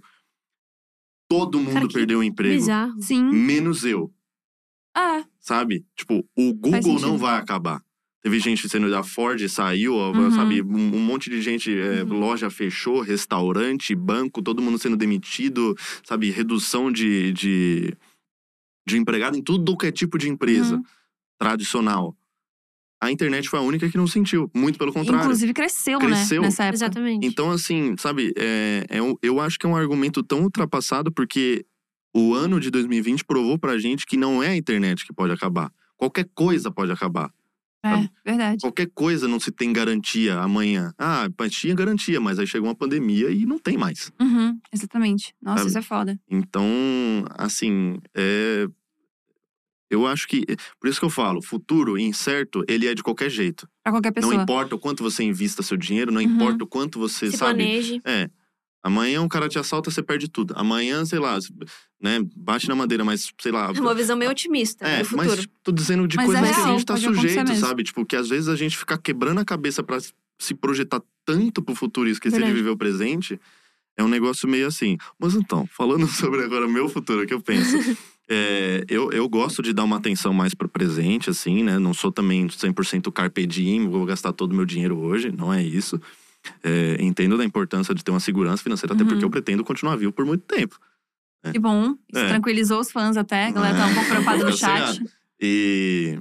Speaker 3: todo mundo
Speaker 2: Cara, que
Speaker 3: perdeu o emprego.
Speaker 2: Bizarro.
Speaker 1: Sim.
Speaker 3: Menos eu,
Speaker 1: Ah,
Speaker 3: sabe? Tipo, o Google
Speaker 1: sentido.
Speaker 3: não vai acabar. Teve gente sendo da Ford, saiu,
Speaker 1: Uhum.
Speaker 3: sabe? Um, um monte de gente, é,
Speaker 2: Uhum.
Speaker 3: loja fechou, restaurante, banco, todo mundo sendo demitido, sabe? Redução de, de, de empregado em tudo que é tipo de empresa
Speaker 1: Uhum.
Speaker 3: tradicional. A internet foi a única que não sentiu. Muito pelo contrário.
Speaker 1: Inclusive cresceu,
Speaker 3: Cresceu.
Speaker 1: né? Nessa época.
Speaker 2: Exatamente.
Speaker 3: Então, assim, sabe, é, é um- eu acho que é um argumento tão ultrapassado porque o ano de dois mil e vinte provou pra gente que não é a internet que pode acabar. qualquer coisa pode acabar.
Speaker 1: É,
Speaker 3: sabe?
Speaker 1: verdade.
Speaker 3: Qualquer coisa não se tem garantia amanhã. Ah, tinha garantia, mas aí chegou uma pandemia e não tem mais.
Speaker 1: Uhum, exatamente. Nossa,
Speaker 3: Sabe?
Speaker 1: isso é foda.
Speaker 3: Então, assim, é... eu acho que… Por isso que eu falo, futuro incerto, ele é de qualquer jeito.
Speaker 1: Pra qualquer pessoa.
Speaker 3: Não importa o quanto você invista seu dinheiro, não
Speaker 1: Uhum.
Speaker 3: importa o quanto você,
Speaker 2: Se
Speaker 3: sabe…
Speaker 2: planeje.
Speaker 3: É, amanhã um cara te assalta, você perde tudo. Amanhã, sei lá, né, bate na madeira, mas sei lá…
Speaker 2: É uma visão meio otimista
Speaker 3: É,
Speaker 2: do futuro.
Speaker 3: mas tô dizendo de
Speaker 1: Mas
Speaker 3: coisas
Speaker 1: é
Speaker 3: que a
Speaker 1: real,
Speaker 3: gente tá
Speaker 1: pode acontecer
Speaker 3: sujeito,
Speaker 1: mesmo.
Speaker 3: sabe? Tipo, que às vezes a gente fica quebrando a cabeça pra se projetar tanto pro futuro e esquecer
Speaker 2: Verdade.
Speaker 3: de viver o presente, é um negócio meio assim. Mas então, falando sobre agora o meu futuro, o que eu penso… É, eu, eu gosto de dar uma atenção mais pro presente, assim, né? Não sou também cem por cento carpe diem, vou gastar todo o meu dinheiro hoje, não é isso. É, entendo da importância de ter uma segurança financeira,
Speaker 1: Uhum.
Speaker 3: até porque eu pretendo continuar vivo por muito tempo.
Speaker 1: Que bom. Isso
Speaker 3: É.
Speaker 1: tranquilizou os fãs até. A galera tá um pouco preocupada no chat.
Speaker 3: E…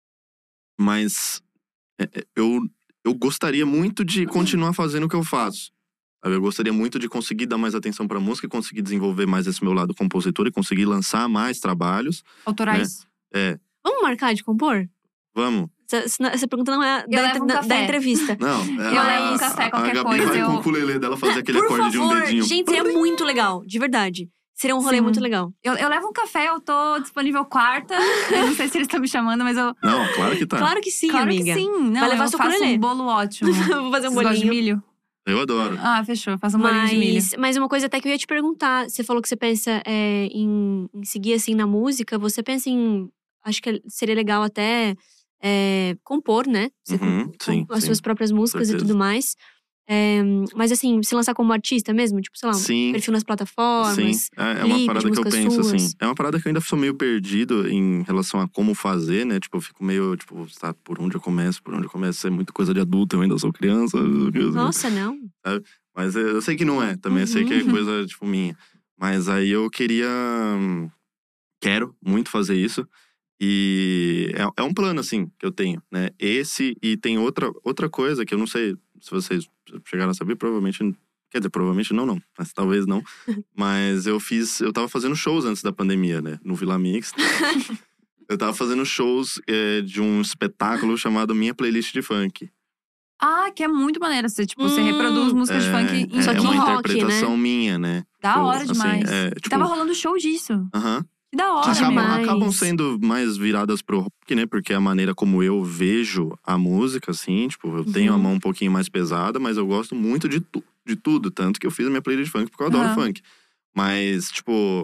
Speaker 3: Mas é, é, eu, eu gostaria muito de continuar fazendo o que eu faço. Sabe? Eu gostaria muito de conseguir dar mais atenção pra música e conseguir desenvolver mais esse meu lado compositor e conseguir lançar mais trabalhos.
Speaker 1: Autorais.
Speaker 3: É,
Speaker 2: Vamos marcar de compor?
Speaker 3: vamos.
Speaker 2: Essa, essa pergunta não é
Speaker 1: Eu
Speaker 2: da,
Speaker 1: levo um
Speaker 2: da-
Speaker 1: café.
Speaker 2: da entrevista.
Speaker 3: Não,
Speaker 1: Eu levo um café, qualquer
Speaker 3: a Gabi
Speaker 1: coisa,
Speaker 3: vai
Speaker 1: eu-
Speaker 3: com o ukulele dela fazer aquele
Speaker 2: Por
Speaker 3: acorde de um
Speaker 2: favor,
Speaker 3: dedinho.
Speaker 2: gente, seria muito legal. De verdade. Seria um rolê
Speaker 1: Sim.
Speaker 2: muito legal.
Speaker 1: Eu, eu levo um café, eu tô disponível quarta. Eu não sei se eles estão me chamando, mas eu…
Speaker 3: Não, claro que tá.
Speaker 2: Claro que sim,
Speaker 1: claro
Speaker 2: amiga.
Speaker 1: que sim. Não,
Speaker 2: Vai levar
Speaker 1: eu
Speaker 2: seu
Speaker 1: faço
Speaker 2: ukulele.
Speaker 1: um bolo ótimo.
Speaker 2: Vou fazer um
Speaker 1: Vocês gostam de
Speaker 2: bolinho.
Speaker 1: milho?
Speaker 3: Eu adoro.
Speaker 1: Ah, fechou. Faço um bolinho de milho.
Speaker 2: Mas, mas uma coisa até que eu ia te perguntar. Você falou que você pensa é, em, em seguir assim na música. Você pensa em… Acho que seria legal até é, compor, né? Você
Speaker 3: Uhum,
Speaker 2: com-
Speaker 3: sim,
Speaker 2: com as
Speaker 3: sim.
Speaker 2: suas próprias músicas e
Speaker 3: certeza.
Speaker 2: tudo mais. É, mas assim, se lançar como artista mesmo? Tipo, sei lá, um
Speaker 3: Sim.
Speaker 2: perfil nas plataformas.
Speaker 3: Sim, é, é uma
Speaker 2: clipe de
Speaker 3: parada que eu
Speaker 2: músicas
Speaker 3: penso,
Speaker 2: suas.
Speaker 3: assim. É uma parada que eu ainda sou meio perdido em relação a como fazer, né? Tipo, eu fico meio, tipo, sabe, por onde eu começo, por onde eu começo. É muito coisa de adulto, eu ainda sou criança.
Speaker 2: Nossa, não.
Speaker 3: Mas eu eu sei que não é, também eu sei que é
Speaker 2: Uhum.
Speaker 3: coisa, tipo, minha. Mas aí eu queria… hum, Quero muito fazer isso. E é, é um plano, assim, que eu tenho, né? Esse e tem outra, outra coisa que eu não sei se vocês chegaram a saber, provavelmente… Quer dizer, provavelmente não, não. Mas talvez não. Mas eu fiz… Eu tava fazendo shows antes da pandemia, né? No Vila Mix. Eu tava fazendo shows é, de um espetáculo chamado Minha Playlist de Funk.
Speaker 1: Ah, que é muito maneiro. Você, tipo, você
Speaker 2: Hum.
Speaker 1: reproduz músicas de
Speaker 3: É,
Speaker 1: funk em
Speaker 3: é,
Speaker 2: Só
Speaker 3: é
Speaker 2: que
Speaker 3: uma
Speaker 2: em rock,
Speaker 3: interpretação minha, né?
Speaker 1: Da
Speaker 3: Tipo,
Speaker 1: hora
Speaker 3: assim,
Speaker 1: demais.
Speaker 3: é,
Speaker 1: E
Speaker 3: tipo,
Speaker 1: tava rolando show disso.
Speaker 3: aham.
Speaker 1: Que da hora,
Speaker 2: Que
Speaker 1: meu.
Speaker 3: Acabam,
Speaker 2: demais.
Speaker 3: acabam sendo mais viradas pro rock, né? Porque é a maneira como eu vejo a música, assim. Tipo, eu tenho a
Speaker 2: Uhum.
Speaker 3: mão um pouquinho mais pesada, mas eu gosto muito de, tu, de tudo. Tanto que eu fiz a minha playlist de funk, porque eu adoro
Speaker 1: Aham.
Speaker 3: funk. Mas, tipo…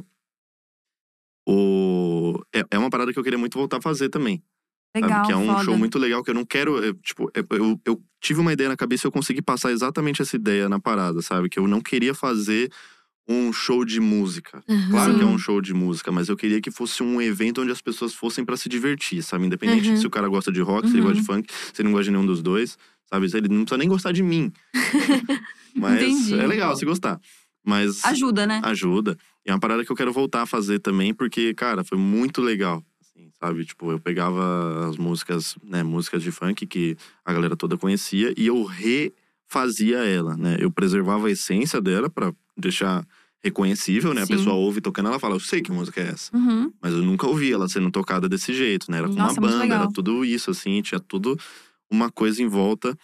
Speaker 3: O… É, é uma parada que eu queria muito voltar a fazer também. Sabe?
Speaker 1: Legal,
Speaker 3: Que é um
Speaker 1: foda.
Speaker 3: show muito legal, que eu não quero… eu, tipo, eu, eu, eu tive uma ideia na cabeça e eu consegui passar exatamente essa ideia na parada, sabe? Que eu não queria fazer um show de música.
Speaker 2: Uhum.
Speaker 3: Claro que é
Speaker 1: Sim.
Speaker 3: um show de música, mas eu queria que fosse um evento onde as pessoas fossem pra se divertir, sabe? Independente
Speaker 2: Uhum.
Speaker 3: de se o cara gosta de rock, se ele
Speaker 1: Uhum.
Speaker 3: gosta de funk, se ele não gosta de nenhum dos dois, sabe? Ele não precisa nem gostar de mim. Mas
Speaker 1: Entendi.
Speaker 3: é legal se gostar. Mas
Speaker 1: Ajuda, né?
Speaker 3: ajuda. E é uma parada que eu quero voltar a fazer também, porque, cara, foi muito legal. Assim, sabe? Tipo, eu pegava as músicas, né? Músicas de funk que a galera toda conhecia e eu refazia ela, né? Eu preservava a essência dela pra deixar reconhecível, né?
Speaker 1: Sim.
Speaker 3: A pessoa ouve tocando, ela fala, eu sei que música é essa.
Speaker 1: Uhum.
Speaker 3: Mas eu nunca ouvi ela sendo tocada desse jeito, né? Era com
Speaker 1: Nossa,
Speaker 3: uma
Speaker 1: muito
Speaker 3: banda,
Speaker 1: legal.
Speaker 3: era tudo isso, assim. Tinha tudo uma coisa em volta.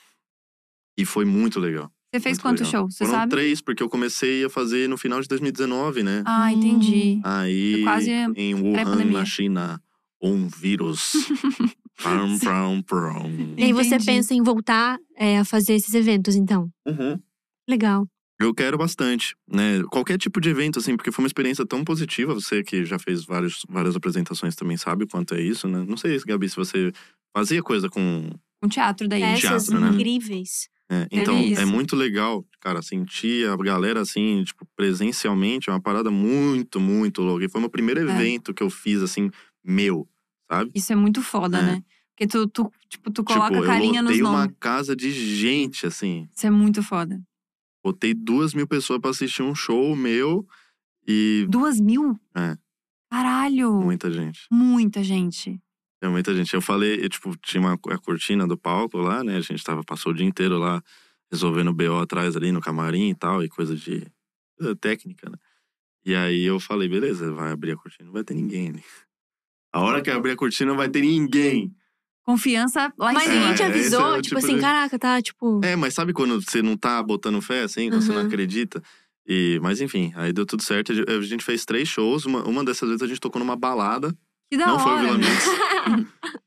Speaker 3: E foi muito legal.
Speaker 1: Você fez
Speaker 3: Muito
Speaker 1: quantos
Speaker 3: legal.
Speaker 1: shows? Você
Speaker 3: Foram
Speaker 1: sabe?
Speaker 3: três, porque eu comecei a fazer no final de dois mil e dezenove, né?
Speaker 1: Ah, entendi.
Speaker 3: Aí,
Speaker 1: Foi quase
Speaker 3: em Wuhan,
Speaker 1: pré-pandemia.
Speaker 3: na China, um vírus. Pram, pram, pram.
Speaker 2: E aí você
Speaker 1: Entendi.
Speaker 2: pensa em voltar é, a fazer esses eventos, então?
Speaker 3: Uhum.
Speaker 2: Legal.
Speaker 3: Eu quero bastante, né? Qualquer tipo de evento, assim, porque foi uma experiência tão positiva. Você que já fez vários, várias apresentações também sabe o quanto é isso, né? Não sei, Gabi, se você fazia coisa com…
Speaker 1: Um teatro daí.
Speaker 2: Peças
Speaker 3: teatro, né?
Speaker 2: incríveis.
Speaker 3: É, então,
Speaker 1: isso.
Speaker 3: é muito legal, cara, sentir a galera, assim, tipo, presencialmente. É uma parada muito, muito louca. E foi o meu primeiro
Speaker 1: É.
Speaker 3: evento que eu fiz, assim, meu, sabe?
Speaker 1: Isso é muito foda,
Speaker 3: É.
Speaker 1: né? Porque tu, tu, tipo, tu coloca
Speaker 3: tipo,
Speaker 1: a carinha
Speaker 3: eu
Speaker 1: nos
Speaker 3: lotei uma
Speaker 1: nomes.
Speaker 3: casa de gente, assim.
Speaker 1: Isso é muito foda.
Speaker 3: Botei duas mil pessoas pra assistir um show meu e…
Speaker 1: Duas mil?
Speaker 3: É.
Speaker 1: Caralho!
Speaker 3: Muita gente.
Speaker 1: Muita gente.
Speaker 3: É muita gente. Eu falei, eu, tipo, tinha uma, a cortina do palco lá, né? A gente tava, passou o dia inteiro lá resolvendo B O atrás ali no camarim e tal, e coisa de coisa técnica, né? E aí eu falei, beleza, vai abrir a cortina, não vai ter ninguém ali. A hora que abrir a cortina não vai ter ninguém.
Speaker 1: Confiança lá em
Speaker 2: Mas
Speaker 1: cima.
Speaker 2: ninguém te
Speaker 3: É,
Speaker 2: avisou,
Speaker 3: esse é o
Speaker 2: tipo
Speaker 3: tipo
Speaker 2: assim,
Speaker 3: de-
Speaker 2: caraca, tá, tipo…
Speaker 3: É, mas sabe quando você não tá botando fé, assim? Quando você não
Speaker 2: Uhum.
Speaker 3: acredita? E, mas enfim, aí deu tudo certo. A gente fez três shows. Uma, uma dessas vezes a gente tocou numa balada.
Speaker 1: Que da
Speaker 3: não foi o
Speaker 1: hora,
Speaker 3: Vila
Speaker 1: meu.
Speaker 3: Mix.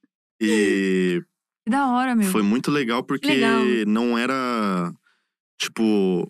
Speaker 3: E
Speaker 1: Que da hora, meu.
Speaker 3: foi muito legal porque
Speaker 2: legal.
Speaker 3: não era… Tipo…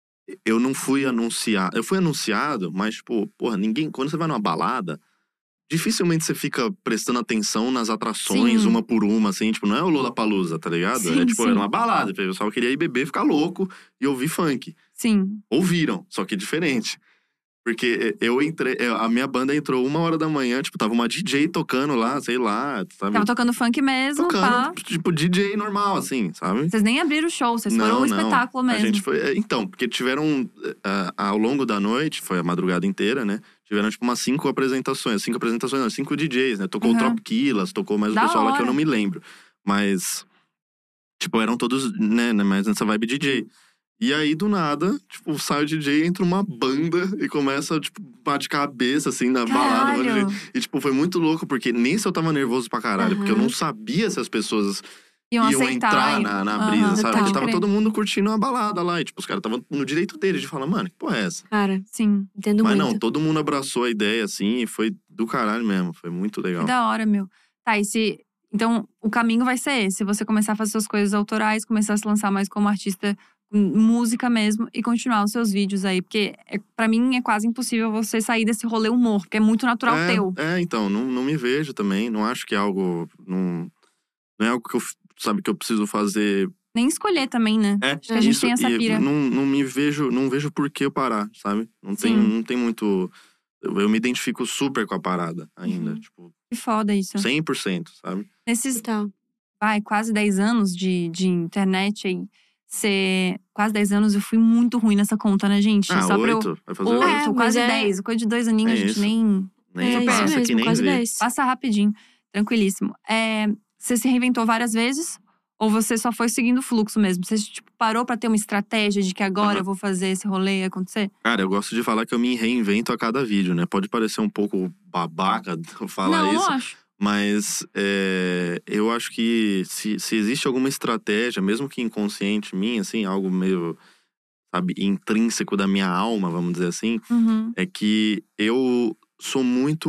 Speaker 3: Eu não fui anunciado. Eu fui anunciado, mas, tipo, porra, ninguém… Quando você vai numa balada… Dificilmente você fica prestando atenção nas atrações,
Speaker 1: Sim.
Speaker 3: uma por uma, assim. Tipo, não é o Lollapalooza, tá ligado?
Speaker 1: Sim,
Speaker 3: é tipo,
Speaker 1: sim.
Speaker 3: era uma balada. O pessoal queria ir beber, ficar louco e ouvir funk.
Speaker 1: Sim.
Speaker 3: Ouviram, só que diferente. Porque eu entrei… A minha banda entrou uma hora da manhã, tipo, tava uma D J tocando lá, sei lá, sabe?
Speaker 1: Tava tocando funk mesmo, pá.
Speaker 3: Tocando, tipo, D J normal, assim, sabe?
Speaker 1: Vocês nem abriram o show, vocês foram um espetáculo mesmo.
Speaker 3: A gente foi… é, Então, porque tiveram… ah, ao longo da noite, foi a madrugada inteira, né? Tiveram, tipo, umas cinco apresentações. Cinco apresentações, não, cinco D Js, né? Tocou
Speaker 1: Uhum.
Speaker 3: o Tropiquilas, tocou mais o
Speaker 1: Da
Speaker 3: pessoal lá que eu
Speaker 1: hora.
Speaker 3: não me lembro. Mas… Tipo, eram todos, né, né, mais nessa vibe D J. E aí, do nada, tipo, sai o D J, entra uma banda e começa, tipo, bate cabeça, assim, na balada.
Speaker 1: Caralho.
Speaker 3: E, tipo, foi muito louco, porque nesse eu tava nervoso pra caralho.
Speaker 2: Uhum.
Speaker 3: Porque eu não sabia se as pessoas
Speaker 1: Iam
Speaker 3: iam
Speaker 1: aceitar.
Speaker 3: entrar
Speaker 1: e-
Speaker 3: na, na
Speaker 1: Aham,
Speaker 3: brisa, sabe?
Speaker 2: total.
Speaker 3: Porque tava
Speaker 1: crer.
Speaker 3: todo mundo curtindo a balada lá. E, tipo, os caras estavam no direito deles de falar, mano, que porra é essa?
Speaker 2: Cara,
Speaker 1: Sim.
Speaker 2: entendo
Speaker 3: Mas
Speaker 2: muito.
Speaker 3: não, todo mundo abraçou a ideia, assim, e foi do caralho mesmo. Foi muito legal.
Speaker 1: Que da hora, meu. Tá, e se… Então, o caminho vai ser esse. Você começar a fazer suas coisas autorais, começar a se lançar mais como artista, com música mesmo, e continuar os seus vídeos aí. Porque, é, pra mim, é quase impossível você sair desse rolê humor, porque é muito natural
Speaker 3: é,
Speaker 1: teu.
Speaker 3: É, então, não, não me vejo também. Não acho que é algo… Não, não é algo que eu, sabe, que eu preciso fazer…
Speaker 1: Nem escolher também, né?
Speaker 3: É,
Speaker 1: Acho que a gente
Speaker 3: isso,
Speaker 1: tem essa
Speaker 3: e
Speaker 1: pira.
Speaker 3: Não, não me vejo, não vejo por que eu parar, sabe? Não tem,
Speaker 1: Sim.
Speaker 3: não tem muito… Eu, eu me identifico super com a parada ainda,
Speaker 2: Uhum.
Speaker 3: tipo,
Speaker 1: Que foda isso.
Speaker 3: cem por cento, sabe?
Speaker 1: Nesses,
Speaker 2: Total.
Speaker 1: vai, quase dez anos de, de internet aí, você… Quase dez anos, eu fui muito ruim nessa conta, né, gente?
Speaker 3: Ah,
Speaker 1: Só pra eu…
Speaker 3: oito? Vai fazer
Speaker 1: Oito,
Speaker 3: oito?
Speaker 2: mas
Speaker 1: quase
Speaker 2: é-
Speaker 1: dez. Coisa de dois aninhos,
Speaker 3: É
Speaker 1: a gente
Speaker 3: isso.
Speaker 1: nem…
Speaker 3: Nem
Speaker 2: é
Speaker 3: passa
Speaker 2: isso
Speaker 3: que
Speaker 2: mesmo,
Speaker 3: nem
Speaker 2: quase
Speaker 3: vê.
Speaker 2: dez.
Speaker 1: Passa rapidinho, tranquilíssimo. É, você se reinventou várias vezes? Ou você só foi seguindo o fluxo mesmo? Você tipo, parou pra ter uma estratégia de que agora
Speaker 3: Aham.
Speaker 1: eu vou fazer esse rolê acontecer?
Speaker 3: Cara, eu gosto de falar que eu me reinvento a cada vídeo, né? Pode parecer um pouco babaca falar
Speaker 1: não,
Speaker 3: isso.
Speaker 1: não acho.
Speaker 3: Mas é, eu acho que se, se existe alguma estratégia, mesmo que inconsciente minha, assim, algo meio, sabe, intrínseco da minha alma, vamos dizer assim,
Speaker 1: Uhum.
Speaker 3: é que eu sou muito…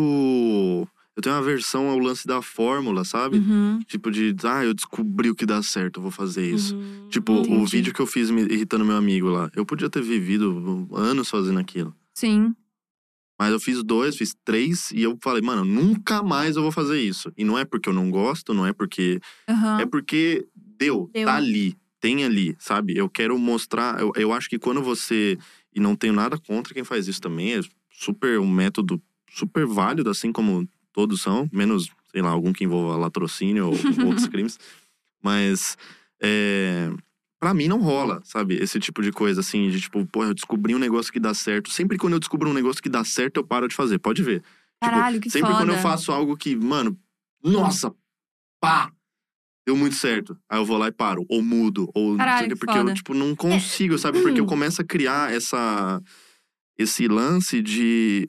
Speaker 3: Eu tenho uma aversão ao lance da fórmula, sabe?
Speaker 1: Uhum.
Speaker 3: Tipo de, ah, eu descobri o que dá certo, eu vou fazer isso.
Speaker 2: Uhum.
Speaker 3: Tipo, o
Speaker 1: Entendi.
Speaker 3: vídeo que eu fiz me irritando meu amigo lá. Eu podia ter vivido anos fazendo aquilo.
Speaker 1: Sim.
Speaker 3: Mas eu fiz dois, fiz três, e eu falei, mano, nunca mais eu vou fazer isso. E não é porque eu não gosto, não é porque…
Speaker 1: Uhum.
Speaker 3: É porque deu,
Speaker 2: Deu.
Speaker 3: tá ali, tem ali, sabe? Eu quero mostrar… Eu, eu acho que quando você… E não tenho nada contra quem faz isso também. É super um método super válido, assim como todos são. Menos, sei lá, algum que envolva latrocínio ou outros crimes. Mas… É… Pra mim não rola, sabe? Esse tipo de coisa, assim, de tipo, pô, eu descobri um negócio que dá certo. Sempre quando eu descubro um negócio que dá certo, eu paro de fazer. Pode ver.
Speaker 1: Caralho,
Speaker 3: tipo,
Speaker 1: que
Speaker 3: sempre
Speaker 1: foda.
Speaker 3: quando eu faço algo que, mano, nossa, pá! Deu muito certo. Aí eu vou lá e paro. Ou mudo. Ou
Speaker 1: Caralho,
Speaker 3: não sei o quê,
Speaker 1: que
Speaker 3: porque
Speaker 1: foda.
Speaker 3: eu, tipo, não consigo, sabe? Porque eu começo a criar essa… Esse lance de…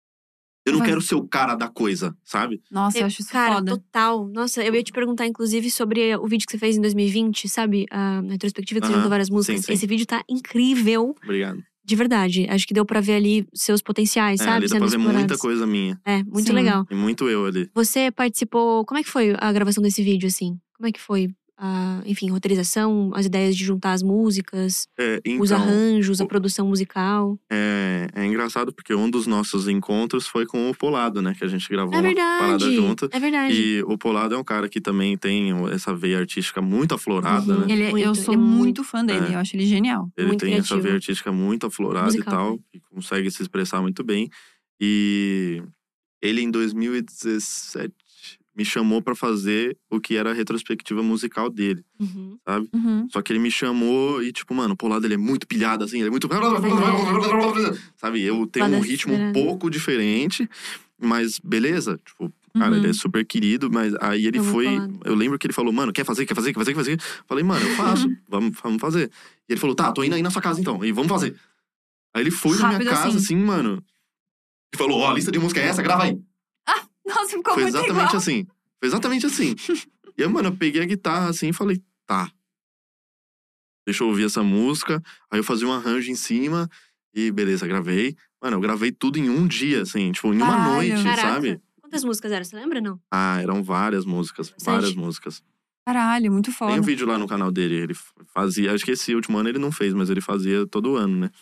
Speaker 3: Eu não
Speaker 1: Vai.
Speaker 3: quero ser o cara da coisa, sabe?
Speaker 1: Nossa, eu acho isso
Speaker 2: Cara,
Speaker 1: foda.
Speaker 2: total. Nossa, eu ia te perguntar, inclusive, sobre o vídeo que você fez em dois mil e vinte, sabe? A retrospectiva que você
Speaker 3: Aham,
Speaker 2: juntou várias músicas.
Speaker 3: sim, sim.
Speaker 2: Esse vídeo tá incrível,
Speaker 3: Obrigado.
Speaker 2: de verdade. Acho que deu pra ver ali seus potenciais,
Speaker 3: É,
Speaker 2: sabe?
Speaker 3: ali dá
Speaker 2: Sendo
Speaker 3: pra ver muita
Speaker 2: explorados.
Speaker 3: coisa minha.
Speaker 2: É, muito
Speaker 1: Sim.
Speaker 2: legal.
Speaker 3: E muito eu ali.
Speaker 2: Você participou… Como é que foi a gravação desse vídeo, assim? Como é que foi? A, enfim, roteirização, as ideias de juntar as músicas,
Speaker 3: É, então,
Speaker 2: os arranjos, a
Speaker 3: o-
Speaker 2: produção musical.
Speaker 3: É, é engraçado porque um dos nossos encontros foi com o Polado, né? Que a gente gravou
Speaker 2: É
Speaker 3: uma parada
Speaker 2: verdade.
Speaker 3: junto.
Speaker 2: É verdade.
Speaker 3: E o Polado é um cara que também tem essa veia artística muito aflorada,
Speaker 2: Uhum.
Speaker 3: né?
Speaker 1: Ele,
Speaker 2: Muito,
Speaker 1: eu
Speaker 2: ele
Speaker 1: sou
Speaker 2: é
Speaker 1: muito,
Speaker 2: muito-
Speaker 1: fã dele,
Speaker 3: É.
Speaker 1: eu acho ele genial.
Speaker 3: Ele
Speaker 2: Muito
Speaker 3: tem essa
Speaker 2: criativo.
Speaker 3: veia artística muito aflorada
Speaker 2: Musical,
Speaker 3: e tal. E consegue se expressar muito bem. E ele, em dois mil e dezessete, me chamou pra fazer o que era a retrospectiva musical dele,
Speaker 2: Uhum.
Speaker 3: sabe?
Speaker 1: Uhum.
Speaker 3: Só que ele me chamou e, tipo, mano, o Polado, ele é muito pilhado, assim. Ele é muito… Sabe? Eu tenho um
Speaker 2: Polado
Speaker 3: ritmo um
Speaker 2: acelerado.
Speaker 3: pouco diferente. Mas beleza, tipo… Cara,
Speaker 1: Uhum.
Speaker 3: ele é super querido, mas aí ele
Speaker 2: Amo
Speaker 3: foi…
Speaker 2: Polado.
Speaker 3: Eu lembro que ele falou, mano, quer fazer, quer fazer, quer fazer, quer fazer? Falei, mano, eu faço, vamos, vamos fazer. E ele falou, tá, tô indo aí na sua casa então, e vamos fazer. Aí ele foi na minha
Speaker 1: Rápido
Speaker 3: casa,
Speaker 1: assim.
Speaker 3: assim, mano. E falou, ó, a lista de música é essa, grava aí.
Speaker 1: Nossa, ficou
Speaker 3: Foi
Speaker 1: muito
Speaker 3: exatamente
Speaker 1: igual.
Speaker 3: assim. Foi exatamente assim. E eu, mano, eu peguei a guitarra assim e falei, tá. Deixa eu ouvir essa música. Aí eu fazia um arranjo em cima e beleza, gravei. Mano, eu gravei tudo em um dia, assim, tipo, em uma
Speaker 1: Caralho.
Speaker 3: noite,
Speaker 2: Caraca.
Speaker 3: sabe?
Speaker 2: Quantas músicas eram? Você lembra, não?
Speaker 3: Ah, eram várias músicas,
Speaker 2: Bastante.
Speaker 3: várias músicas.
Speaker 1: Caralho, muito foda.
Speaker 3: Tem um vídeo lá no canal dele, ele fazia, acho que esse último ano ele não fez, mas ele fazia todo ano, né?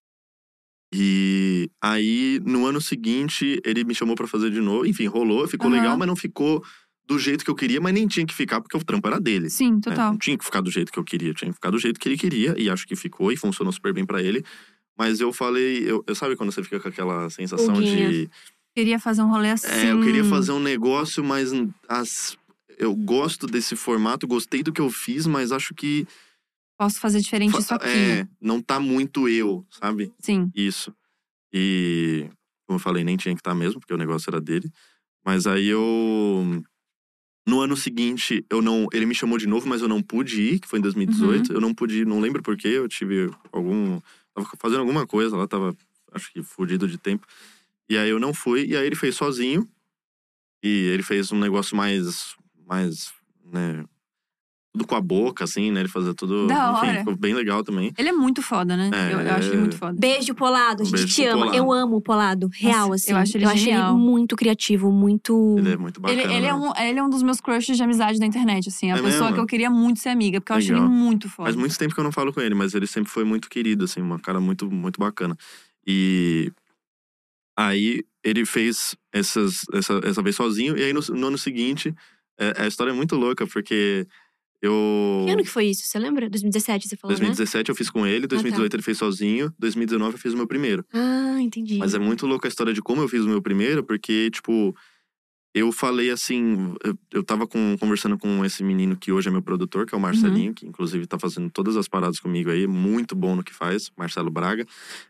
Speaker 3: E aí, no ano seguinte, ele me chamou pra fazer de novo. Enfim, rolou, ficou
Speaker 1: Aham.
Speaker 3: legal, mas não ficou do jeito que eu queria, mas nem tinha que ficar, porque o trampo era dele.
Speaker 1: Sim,
Speaker 3: né?
Speaker 1: total.
Speaker 3: Não tinha que ficar do jeito que eu queria, tinha que ficar do jeito que ele queria, e acho que ficou, e funcionou super bem pra ele. Mas eu falei, eu, eu sabe quando você fica com aquela sensação
Speaker 2: Pulguinha.
Speaker 3: de.
Speaker 1: Queria fazer um rolê assim.
Speaker 3: É, eu queria fazer um negócio, mas as, eu gosto desse formato, gostei do que eu fiz, mas acho que.
Speaker 1: Posso fazer diferente isso aqui.
Speaker 3: É, não tá muito eu, sabe?
Speaker 1: Sim.
Speaker 3: Isso. E, como eu falei, nem tinha que estar mesmo, porque o negócio era dele. Mas aí eu. No ano seguinte, eu não. Ele me chamou de novo, mas eu não pude ir, que foi em dois mil e dezoito.
Speaker 1: Uhum.
Speaker 3: Eu não pude ir, não lembro porquê. Eu tive algum. Tava fazendo alguma coisa lá, tava, acho que, fudido de tempo. E aí eu não fui, e aí ele fez sozinho. E ele fez um negócio mais. mais, né? Tudo com a boca, assim, né? Ele fazia tudo.
Speaker 1: Da
Speaker 3: enfim,
Speaker 1: hora.
Speaker 3: ficou bem legal também.
Speaker 1: Ele é muito foda, né?
Speaker 3: É,
Speaker 1: eu, eu
Speaker 3: ele
Speaker 1: acho ele
Speaker 3: é-
Speaker 1: muito foda.
Speaker 2: Beijo, Polado. A
Speaker 3: Um
Speaker 2: gente
Speaker 3: beijo
Speaker 2: te
Speaker 3: pro
Speaker 2: ama.
Speaker 3: Polado.
Speaker 2: Eu amo o Polado. Real,
Speaker 1: Nossa,
Speaker 2: assim.
Speaker 1: eu acho ele genial.
Speaker 2: muito criativo, muito.
Speaker 3: Ele é muito bacana.
Speaker 1: Ele, ele, é
Speaker 3: né?
Speaker 1: um, ele é um dos meus crushes de amizade da internet, assim. A
Speaker 3: É
Speaker 1: pessoa
Speaker 3: mesmo?
Speaker 1: que eu queria muito ser amiga, porque eu acho ele
Speaker 3: Legal.
Speaker 1: muito foda.
Speaker 3: Faz muito tempo que eu não falo com ele, mas ele sempre foi muito querido, assim, uma cara muito, muito bacana. E aí ele fez essas, essa, essa vez sozinho, e aí no, no ano seguinte, é, a história é muito louca, porque eu.
Speaker 2: Que ano que foi isso? Você lembra? dois mil e dezessete, você falou,
Speaker 3: dois mil e dezessete eu fiz com ele, dois mil e dezoito ele fez sozinho, dois mil e dezenove eu fiz o meu primeiro.
Speaker 2: né? Ah, entendi.
Speaker 3: Mas é muito louca a história de como eu fiz o meu primeiro, porque, tipo, eu falei assim, eu, eu tava com, conversando com esse menino que hoje é meu produtor, que é o Marcelinho, que inclusive tá fazendo todas as paradas comigo aí, muito bom no que faz, Marcelo Braga.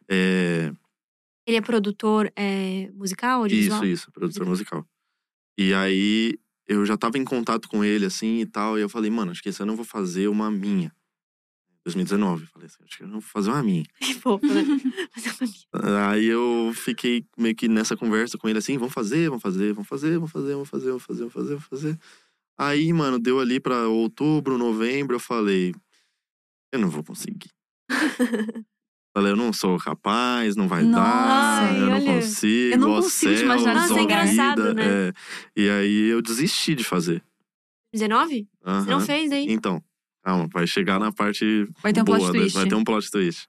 Speaker 3: É,
Speaker 2: Ele é produtor é, musical, audiovisual?
Speaker 3: isso, isso, produtor musical. E aí, eu já tava em contato com ele, assim, e tal, e eu falei, mano, acho que esse ano eu vou fazer uma minha. dois mil e dezenove, eu falei assim, acho que eu vou fazer uma minha.
Speaker 2: Que fofo, né? Mas é uma-
Speaker 3: Aí eu fiquei meio que nessa conversa com ele assim, vamos fazer, vamos fazer, vamos fazer, vamos fazer, vamos fazer, vamos fazer, vamos fazer, vamos fazer. Aí, mano, deu ali pra outubro, novembro, eu falei, eu não vou conseguir. Falei, eu não sou capaz, não vai
Speaker 1: Nossa,
Speaker 3: dar, eu não
Speaker 2: olha,
Speaker 3: consigo,
Speaker 1: eu não
Speaker 3: ó
Speaker 1: consigo te
Speaker 3: céus,
Speaker 1: imaginar.
Speaker 2: Nossa,
Speaker 3: ó
Speaker 2: é engraçado,
Speaker 3: vida,
Speaker 2: né?
Speaker 3: é. E aí eu desisti de fazer.
Speaker 2: dezenove? Você não
Speaker 3: Aham.
Speaker 2: fez daí?
Speaker 3: Então, calma, vai chegar na parte
Speaker 1: Vai ter um
Speaker 3: boa,
Speaker 1: plot
Speaker 3: né?
Speaker 1: twist.
Speaker 3: Vai ter um plot twist.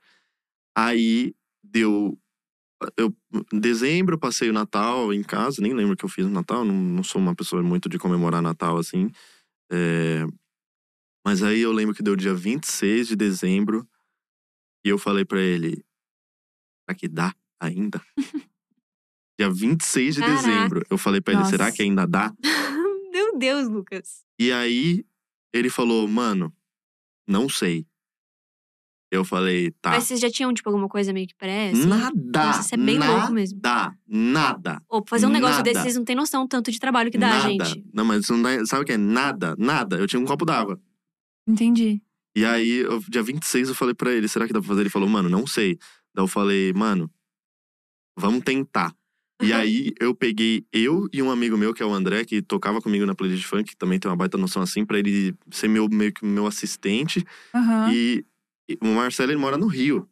Speaker 3: Aí, deu... Eu, em dezembro, eu passei o Natal em casa. Nem lembro o que eu fiz no Natal. Não, não sou uma pessoa muito de comemorar Natal, assim. É, mas aí, eu lembro que deu dia vinte e seis de dezembro. E eu falei pra ele... Será que dá ainda? Dia vinte e seis de
Speaker 2: Caraca.
Speaker 3: dezembro. Eu falei pra ele,
Speaker 1: Nossa.
Speaker 3: será que ainda dá?
Speaker 2: Meu Deus, Lucas.
Speaker 3: E aí, ele falou, mano, não sei. Eu falei, tá.
Speaker 2: Mas vocês já tinham, tipo, alguma coisa meio que pré, assim?
Speaker 3: Nada.
Speaker 2: Nossa, isso é bem
Speaker 3: nada,
Speaker 2: louco mesmo.
Speaker 3: Nada.
Speaker 2: Ou fazer um negócio
Speaker 3: Nada.
Speaker 2: desse, vocês não têm noção tanto de trabalho que dá,
Speaker 3: nada.
Speaker 2: gente.
Speaker 3: Não, mas isso não dá, sabe o que é? Nada. Nada. Eu tinha um copo d'água.
Speaker 1: Entendi.
Speaker 3: E aí, eu, dia vinte e seis, eu falei pra ele, será que dá pra fazer? Ele falou, mano, não sei. Daí eu falei, mano, vamos tentar. E aí, eu peguei eu e um amigo meu, que é o André, que tocava comigo na playlist funk, que também tem uma baita noção assim, pra ele ser meu, meio que meu assistente.
Speaker 1: Aham.
Speaker 3: E, e o Marcelo, ele mora no Rio.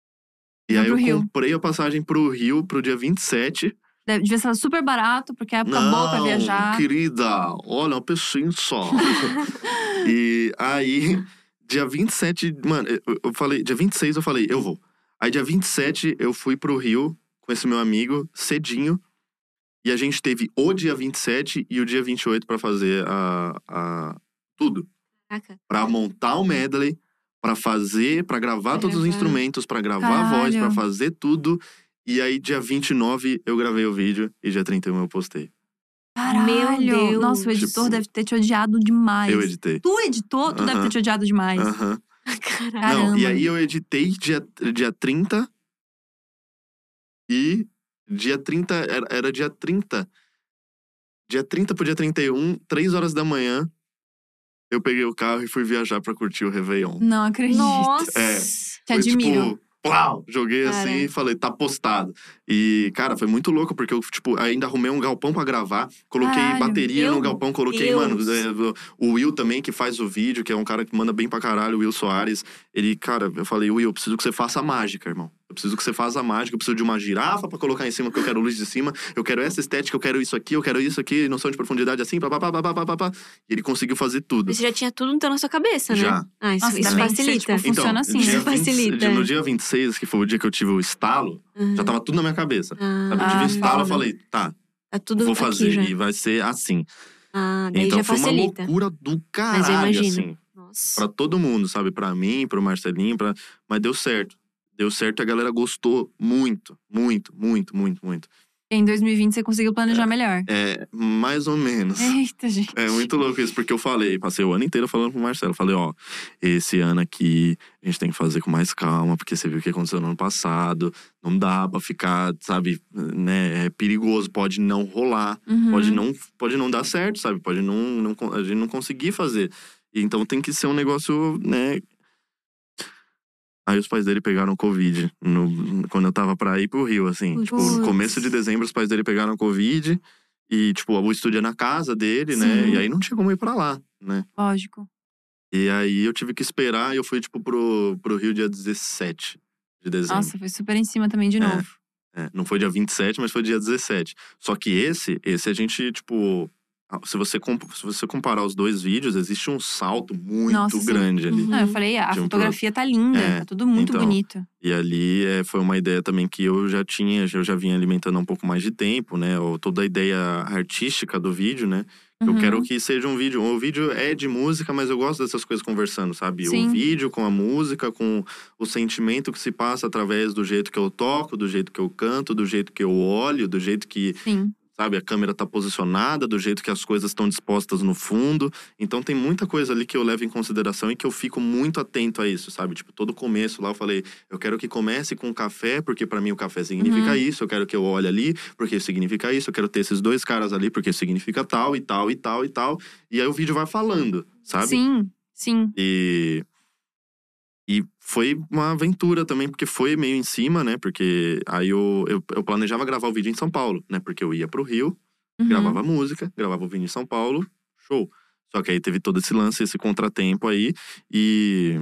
Speaker 3: E
Speaker 1: Vai
Speaker 3: aí,
Speaker 1: pro
Speaker 3: eu
Speaker 1: Rio.
Speaker 3: comprei a passagem pro Rio pro dia vinte e sete.
Speaker 1: Deve- Devia ser super barato, porque é época boa pra viajar.
Speaker 3: Querida, olha, uma pessoa só. E aí, dia vinte e sete, mano, eu, eu falei, dia vinte e seis eu falei, eu vou. Aí dia vinte e sete eu fui pro Rio com esse meu amigo, cedinho. E a gente teve o dia vinte e sete e o dia vinte e oito pra fazer a, a tudo.
Speaker 2: Caraca.
Speaker 3: Pra montar o medley, pra fazer, pra gravar
Speaker 2: Pra
Speaker 3: todos os
Speaker 2: gravar.
Speaker 3: instrumentos, pra gravar a voz, pra
Speaker 1: Caralho.
Speaker 3: fazer tudo. E aí, dia vinte e nove, eu gravei o vídeo e dia trinta e um eu postei.
Speaker 1: Caralho.
Speaker 2: Meu Deus.
Speaker 1: Nossa, o editor
Speaker 3: Tipo,
Speaker 1: deve ter te odiado demais.
Speaker 3: Eu editei.
Speaker 1: Tu editou, tu deve
Speaker 3: Aham.
Speaker 1: ter te odiado demais.
Speaker 3: Aham.
Speaker 2: Caralho.
Speaker 1: Caramba.
Speaker 3: Não, e aí eu editei dia, dia trinta. E dia trinta, era, era dia trinta. Dia trinta pro dia trinta e um, três horas da manhã, eu peguei o carro e fui viajar pra curtir o Réveillon.
Speaker 1: Não acredito.
Speaker 2: Nossa.
Speaker 3: É.
Speaker 1: Te
Speaker 3: Foi,
Speaker 1: admiro.
Speaker 3: tipo, plau, joguei
Speaker 2: Cara.
Speaker 3: assim e falei, tá postado. E, cara, foi muito louco, porque eu, tipo, ainda arrumei um galpão pra gravar. Coloquei
Speaker 1: Caralho,
Speaker 3: bateria
Speaker 2: meu
Speaker 3: no galpão, coloquei,
Speaker 2: Deus.
Speaker 3: mano, é, o Will também, que faz o vídeo, que é um cara que manda bem pra caralho, o Will Soares. Ele, cara, eu falei, Will, eu preciso que você faça a mágica, irmão. Eu preciso que você faça a mágica, eu preciso de uma girafa pra colocar em cima, porque eu quero luz de cima. Eu quero essa estética, eu quero isso aqui, eu quero isso aqui, noção de profundidade assim, papapá, papapá, papapá. E ele conseguiu fazer tudo.
Speaker 2: Mas você já tinha tudo então na sua cabeça, né?
Speaker 3: Já.
Speaker 2: Ah, isso,
Speaker 1: Nossa,
Speaker 2: isso
Speaker 1: ainda bem que você,
Speaker 2: facilita.
Speaker 1: tipo, funciona assim,
Speaker 3: dia
Speaker 1: né?
Speaker 2: Isso facilita,
Speaker 3: vinte, no
Speaker 2: é.
Speaker 3: dia vinte e seis, que foi o dia que eu tive o estalo,
Speaker 2: Uhum.
Speaker 3: já tava tudo na minha cabeça.
Speaker 2: Ah,
Speaker 3: Sabe? Eu tive
Speaker 1: Ah,
Speaker 3: o estalo, eu
Speaker 1: foda.
Speaker 3: falei, tá,
Speaker 2: tá tudo
Speaker 3: vou
Speaker 2: aqui
Speaker 3: fazer.
Speaker 2: já.
Speaker 3: E vai ser assim.
Speaker 2: Ah, daí
Speaker 3: Então
Speaker 2: já
Speaker 3: foi
Speaker 2: facilita.
Speaker 3: uma loucura do
Speaker 2: Mas eu
Speaker 3: caralho,
Speaker 2: imagino.
Speaker 3: assim.
Speaker 2: Nossa.
Speaker 3: Pra todo mundo, sabe? Pra mim, pro Marcelinho, pra... mas deu certo. Deu certo e a galera gostou muito, muito, muito, muito, muito.
Speaker 1: Em dois mil e vinte você conseguiu planejar melhor.
Speaker 3: É, mais ou menos.
Speaker 1: Eita, gente.
Speaker 3: É muito louco isso, porque eu falei, passei o ano inteiro falando pro Marcelo. Falei, ó, esse ano aqui a gente tem que fazer com mais calma, porque você viu o que aconteceu no ano passado. Não dá pra ficar, sabe, né? É perigoso, pode não rolar,
Speaker 1: Uhum.
Speaker 3: pode, não, pode não dar certo, sabe? Pode não, não, a gente não conseguir fazer. Então tem que ser um negócio, né? Aí os pais dele pegaram Covid, no, quando eu tava pra ir pro Rio, assim.
Speaker 2: Putz.
Speaker 3: Tipo, no começo de dezembro, os pais dele pegaram Covid. E, tipo, o estúdio é na casa dele, né?
Speaker 1: Sim.
Speaker 3: E aí não tinha como ir pra lá, né?
Speaker 1: Lógico.
Speaker 3: E aí eu tive que esperar e eu fui, tipo, pro, pro Rio dia dezessete de dezembro.
Speaker 1: Nossa, foi super em cima também de
Speaker 3: É.
Speaker 1: novo.
Speaker 3: É, não foi dia vinte e sete, mas foi dia dezessete. Só que esse, esse a gente, tipo… Se você, comp- se você comparar os dois vídeos, existe um salto muito
Speaker 1: Nossa, sim.
Speaker 3: grande ali.
Speaker 2: Uhum.
Speaker 1: Não, eu falei, a
Speaker 3: De um
Speaker 1: fotografia tá linda,
Speaker 3: É,
Speaker 1: tá tudo muito
Speaker 3: então.
Speaker 1: bonito.
Speaker 3: E ali é, foi uma ideia também que eu já tinha, eu já vinha alimentando há um pouco mais de tempo, né? Ou toda a ideia artística do vídeo, né? Eu
Speaker 1: Uhum.
Speaker 3: quero que seja um vídeo. O vídeo é de música, mas eu gosto dessas coisas conversando, sabe?
Speaker 1: Sim.
Speaker 3: O vídeo com a música, com o sentimento que se passa através do jeito que eu toco, do jeito que eu canto, do jeito que eu olho, do jeito que…
Speaker 1: Sim.
Speaker 3: Sabe, a câmera tá posicionada, do jeito que as coisas estão dispostas no fundo. Então tem muita coisa ali que eu levo em consideração e que eu fico muito atento a isso, sabe? Tipo, todo começo lá eu falei, eu quero que comece com café, porque pra mim o café significa
Speaker 1: Uhum.
Speaker 3: isso. Eu quero que eu olhe ali, porque significa isso. Eu quero ter esses dois caras ali, porque significa tal e tal e tal e tal. E aí o vídeo vai falando, sabe?
Speaker 1: Sim, sim.
Speaker 3: E… E foi uma aventura também, porque foi meio em cima, né? Porque aí eu, eu, eu planejava gravar o vídeo em São Paulo, né? Porque eu ia pro Rio,
Speaker 1: Uhum.
Speaker 3: gravava música, gravava o vídeo em São Paulo, show. Só que aí teve todo esse lance, esse contratempo aí. E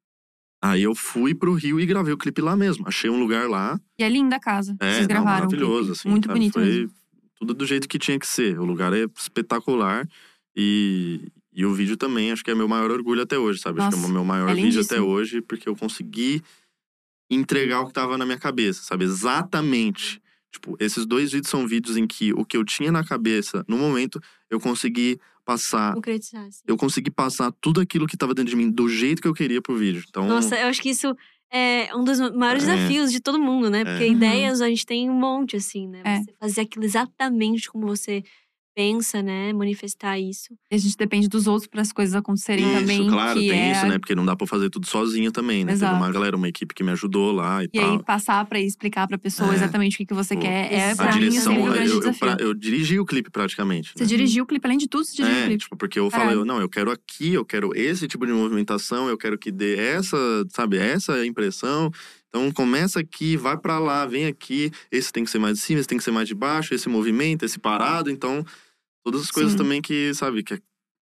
Speaker 3: aí eu fui pro Rio e gravei o clipe lá mesmo. Achei um lugar lá.
Speaker 1: E é linda a casa.
Speaker 3: É,
Speaker 1: Vocês
Speaker 3: não,
Speaker 1: gravaram. o
Speaker 3: maravilhoso,
Speaker 1: clipe.
Speaker 3: assim.
Speaker 1: Muito
Speaker 3: sabe?
Speaker 1: bonito
Speaker 3: Foi
Speaker 1: mesmo.
Speaker 3: tudo do jeito que tinha que ser. O lugar é espetacular. E… E o vídeo também, acho que é meu maior orgulho até hoje, sabe?
Speaker 1: Nossa,
Speaker 3: acho que é o meu maior
Speaker 1: é
Speaker 3: vídeo
Speaker 1: lindíssimo.
Speaker 3: até hoje, porque eu consegui entregar o que tava na minha cabeça, sabe? Exatamente. Tipo, esses dois vídeos são vídeos em que o que eu tinha na cabeça, no momento, eu consegui passar…
Speaker 2: Concretizar, assim.
Speaker 3: Eu consegui passar tudo aquilo que tava dentro de mim, do jeito que eu queria pro vídeo. Então,
Speaker 2: Nossa, eu acho que isso é um dos maiores
Speaker 3: É.
Speaker 2: desafios de todo mundo, né? Porque
Speaker 3: É.
Speaker 1: Uhum.
Speaker 2: ideias a gente tem um monte, assim, né?
Speaker 1: É.
Speaker 2: Você fazer aquilo exatamente como você pensa, né? Manifestar isso.
Speaker 1: E a gente depende dos outros para as coisas acontecerem
Speaker 3: isso,
Speaker 1: também.
Speaker 3: claro,
Speaker 1: que
Speaker 3: tem
Speaker 1: é…
Speaker 3: isso, né? Porque não dá pra fazer tudo sozinho também, né?
Speaker 1: Exato.
Speaker 3: Teve uma galera, uma equipe que me ajudou lá e,
Speaker 1: E
Speaker 3: tal.
Speaker 1: aí, passar pra explicar pra pessoa
Speaker 3: É.
Speaker 1: exatamente o que, que você
Speaker 3: Pô,
Speaker 1: quer. É,
Speaker 2: a
Speaker 1: pra
Speaker 3: A
Speaker 1: mim,
Speaker 3: direção,
Speaker 1: sempre um
Speaker 3: eu,
Speaker 1: grande
Speaker 3: eu,
Speaker 1: desafio.
Speaker 3: pra- eu dirigi o clipe praticamente.
Speaker 1: Você
Speaker 3: né?
Speaker 1: dirigiu o clipe, além de tudo, você dirigiu o
Speaker 3: É,
Speaker 1: clipe.
Speaker 3: tipo, porque eu
Speaker 1: Caralho.
Speaker 3: falei, não, eu quero aqui, eu quero esse tipo de movimentação, eu quero que dê essa, sabe, essa impressão. Então começa aqui, vai pra lá, vem aqui, esse tem que ser mais de cima, esse tem que ser mais de baixo, esse movimento, esse parado, então todas as coisas
Speaker 1: Sim.
Speaker 3: também que, sabe, que é…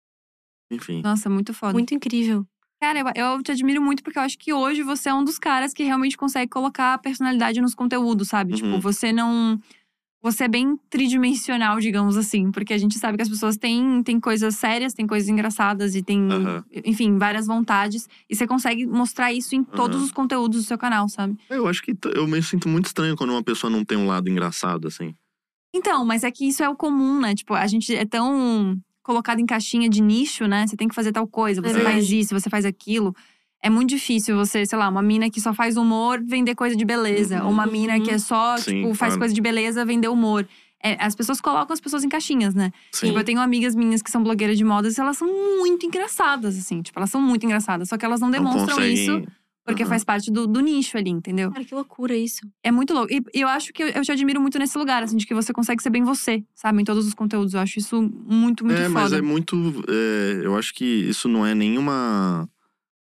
Speaker 3: Enfim.
Speaker 1: Nossa, muito foda.
Speaker 2: Muito incrível.
Speaker 1: Cara, eu, eu te admiro muito porque eu acho que hoje você é um dos caras que realmente consegue colocar a personalidade nos conteúdos, sabe?
Speaker 3: Uhum.
Speaker 1: Tipo, você não… Você é bem tridimensional, digamos assim. Porque a gente sabe que as pessoas têm, têm coisas sérias, têm coisas engraçadas e têm,
Speaker 3: Aham.
Speaker 1: enfim, várias vontades. E você consegue mostrar isso em todos
Speaker 3: Aham.
Speaker 1: os conteúdos do seu canal, sabe?
Speaker 3: Eu acho que t- eu me sinto muito estranho quando uma pessoa não tem um lado engraçado, assim.
Speaker 1: Então, mas é que isso é o comum, né? Tipo, a gente é tão colocado em caixinha de nicho, né? Você tem que fazer tal coisa, você
Speaker 2: É.
Speaker 1: faz isso, você faz aquilo. É muito difícil você, sei lá, uma mina que só faz humor vender coisa de beleza.
Speaker 3: Uhum.
Speaker 1: Ou uma mina que é só,
Speaker 3: Sim,
Speaker 1: tipo, faz
Speaker 3: claro.
Speaker 1: coisa de beleza vender humor. É, as pessoas colocam as pessoas em caixinhas, né?
Speaker 3: Sim.
Speaker 1: Tipo, eu tenho amigas minhas que são blogueiras de modas e elas são muito engraçadas, assim. Tipo, elas são muito engraçadas. Só que elas não
Speaker 3: Não
Speaker 1: demonstram
Speaker 3: conseguem…
Speaker 1: isso porque
Speaker 3: Aham.
Speaker 1: faz parte do, do nicho ali, entendeu?
Speaker 2: Cara, que loucura isso.
Speaker 1: É muito louco. E e eu acho que eu, eu te admiro muito nesse lugar, assim, de que você consegue ser bem você, sabe? Em todos os conteúdos. Eu acho isso muito, muito
Speaker 3: É,
Speaker 1: foda.
Speaker 3: mas é muito… é, eu acho que isso não é nenhuma…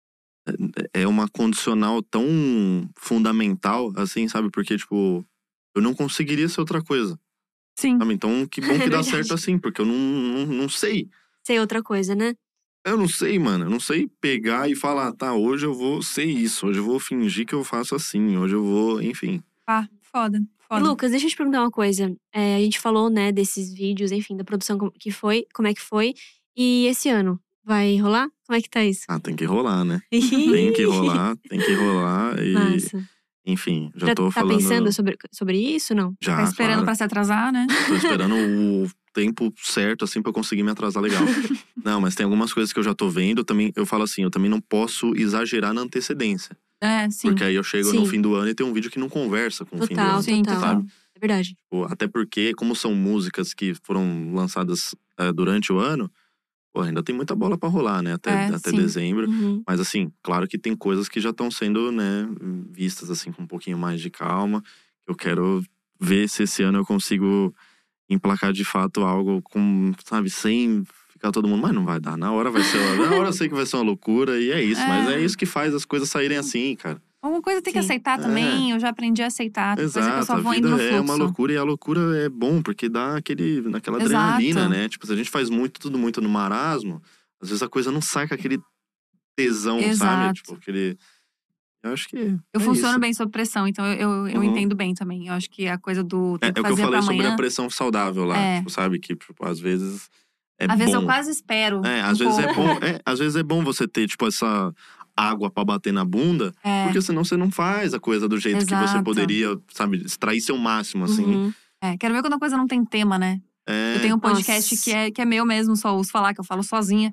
Speaker 3: é é uma condicional tão fundamental, assim, sabe? Porque, tipo, eu não conseguiria ser outra coisa,
Speaker 1: Sim.
Speaker 3: sabe? Então, que bom
Speaker 2: É
Speaker 3: que dá
Speaker 2: verdade.
Speaker 3: certo assim, porque eu não, não, não sei.
Speaker 2: Sei outra coisa, né?
Speaker 3: Eu não sei, mano. Eu não sei pegar e falar, tá, hoje eu vou ser isso. Hoje eu vou fingir que eu faço assim. Hoje eu vou, enfim.
Speaker 1: Ah, foda,
Speaker 2: E,
Speaker 1: foda.
Speaker 2: Lucas, deixa eu te perguntar uma coisa. É, a gente falou, né, desses vídeos, enfim, da produção como que foi, como é que foi. E esse ano, vai rolar? Como é que tá isso?
Speaker 3: Ah, tem que rolar, né? Tem que rolar, tem que rolar. E,
Speaker 2: Massa.
Speaker 3: enfim, já,
Speaker 2: Já
Speaker 3: tô
Speaker 2: tá
Speaker 3: falando.
Speaker 2: pensando sobre, sobre isso, não?
Speaker 3: Já,
Speaker 1: Tá esperando
Speaker 3: claro.
Speaker 1: pra se atrasar, né?
Speaker 3: Tô esperando o tempo certo, assim, pra eu conseguir me atrasar legal. Não, mas tem algumas coisas que eu já tô vendo. Eu também, eu falo assim, eu também não posso exagerar na antecedência.
Speaker 1: É, sim.
Speaker 3: Porque aí eu chego
Speaker 2: Sim.
Speaker 3: no fim do ano e tem um vídeo que não conversa com o fim do
Speaker 2: Total,
Speaker 3: ano.
Speaker 1: Sim,
Speaker 2: total.
Speaker 1: total.
Speaker 2: É verdade.
Speaker 3: Tipo, até porque, como são músicas que foram lançadas é, durante o ano, pô, ainda tem muita bola pra rolar, né? Até,
Speaker 1: É,
Speaker 3: até
Speaker 1: sim.
Speaker 3: dezembro.
Speaker 2: Uhum.
Speaker 3: Mas assim, claro que tem coisas que já estão sendo, né, vistas assim com um pouquinho mais de calma. Eu quero ver se esse ano eu consigo emplacar de fato algo com, sabe, sem ficar todo mundo, mas não vai dar. Na hora vai ser, na hora eu sei que vai ser uma loucura e é isso.
Speaker 1: É.
Speaker 3: Mas é isso que faz as coisas saírem assim, cara.
Speaker 1: Alguma coisa tem que
Speaker 2: Sim.
Speaker 1: aceitar também. Eu já aprendi a aceitar. Tem coisa que eu
Speaker 3: Exato,
Speaker 1: só
Speaker 3: a
Speaker 1: vou
Speaker 3: vida
Speaker 1: indo no
Speaker 3: é
Speaker 1: fluxo.
Speaker 3: uma loucura e a loucura é bom, porque dá aquele, naquela
Speaker 1: Exato.
Speaker 3: adrenalina, né? Tipo, se a gente faz muito, tudo muito no marasmo, às vezes a coisa não sai com aquele tesão, sabe?
Speaker 1: Exato.
Speaker 3: Tipo, aquele… Eu acho que
Speaker 1: Eu
Speaker 3: é
Speaker 1: funciono
Speaker 3: isso.
Speaker 1: bem sob pressão, então eu, eu, eu
Speaker 3: Uhum.
Speaker 1: entendo bem também. Eu acho que a coisa do
Speaker 3: É,
Speaker 1: tem que
Speaker 3: é o que eu
Speaker 1: fazer
Speaker 3: falei
Speaker 1: pra
Speaker 3: sobre
Speaker 1: amanhã.
Speaker 3: a pressão saudável lá,
Speaker 1: É.
Speaker 3: tipo, sabe? Que, tipo, às vezes é
Speaker 1: Às
Speaker 3: bom.
Speaker 1: vezes eu quase espero.
Speaker 3: É,
Speaker 1: um
Speaker 3: às vezes é
Speaker 1: pouco.
Speaker 3: bom, é, às vezes é bom você ter, tipo, essa água pra bater na bunda,
Speaker 1: É.
Speaker 3: porque senão você não faz a coisa do jeito que você
Speaker 1: Exato.
Speaker 3: poderia, sabe, extrair seu máximo, assim.
Speaker 2: Uhum.
Speaker 1: É, quero ver quando a coisa não tem tema, né?
Speaker 3: É,
Speaker 1: Eu tenho um podcast
Speaker 2: Nossa.
Speaker 1: que é, que é meu mesmo, só ouço falar, que eu falo sozinha.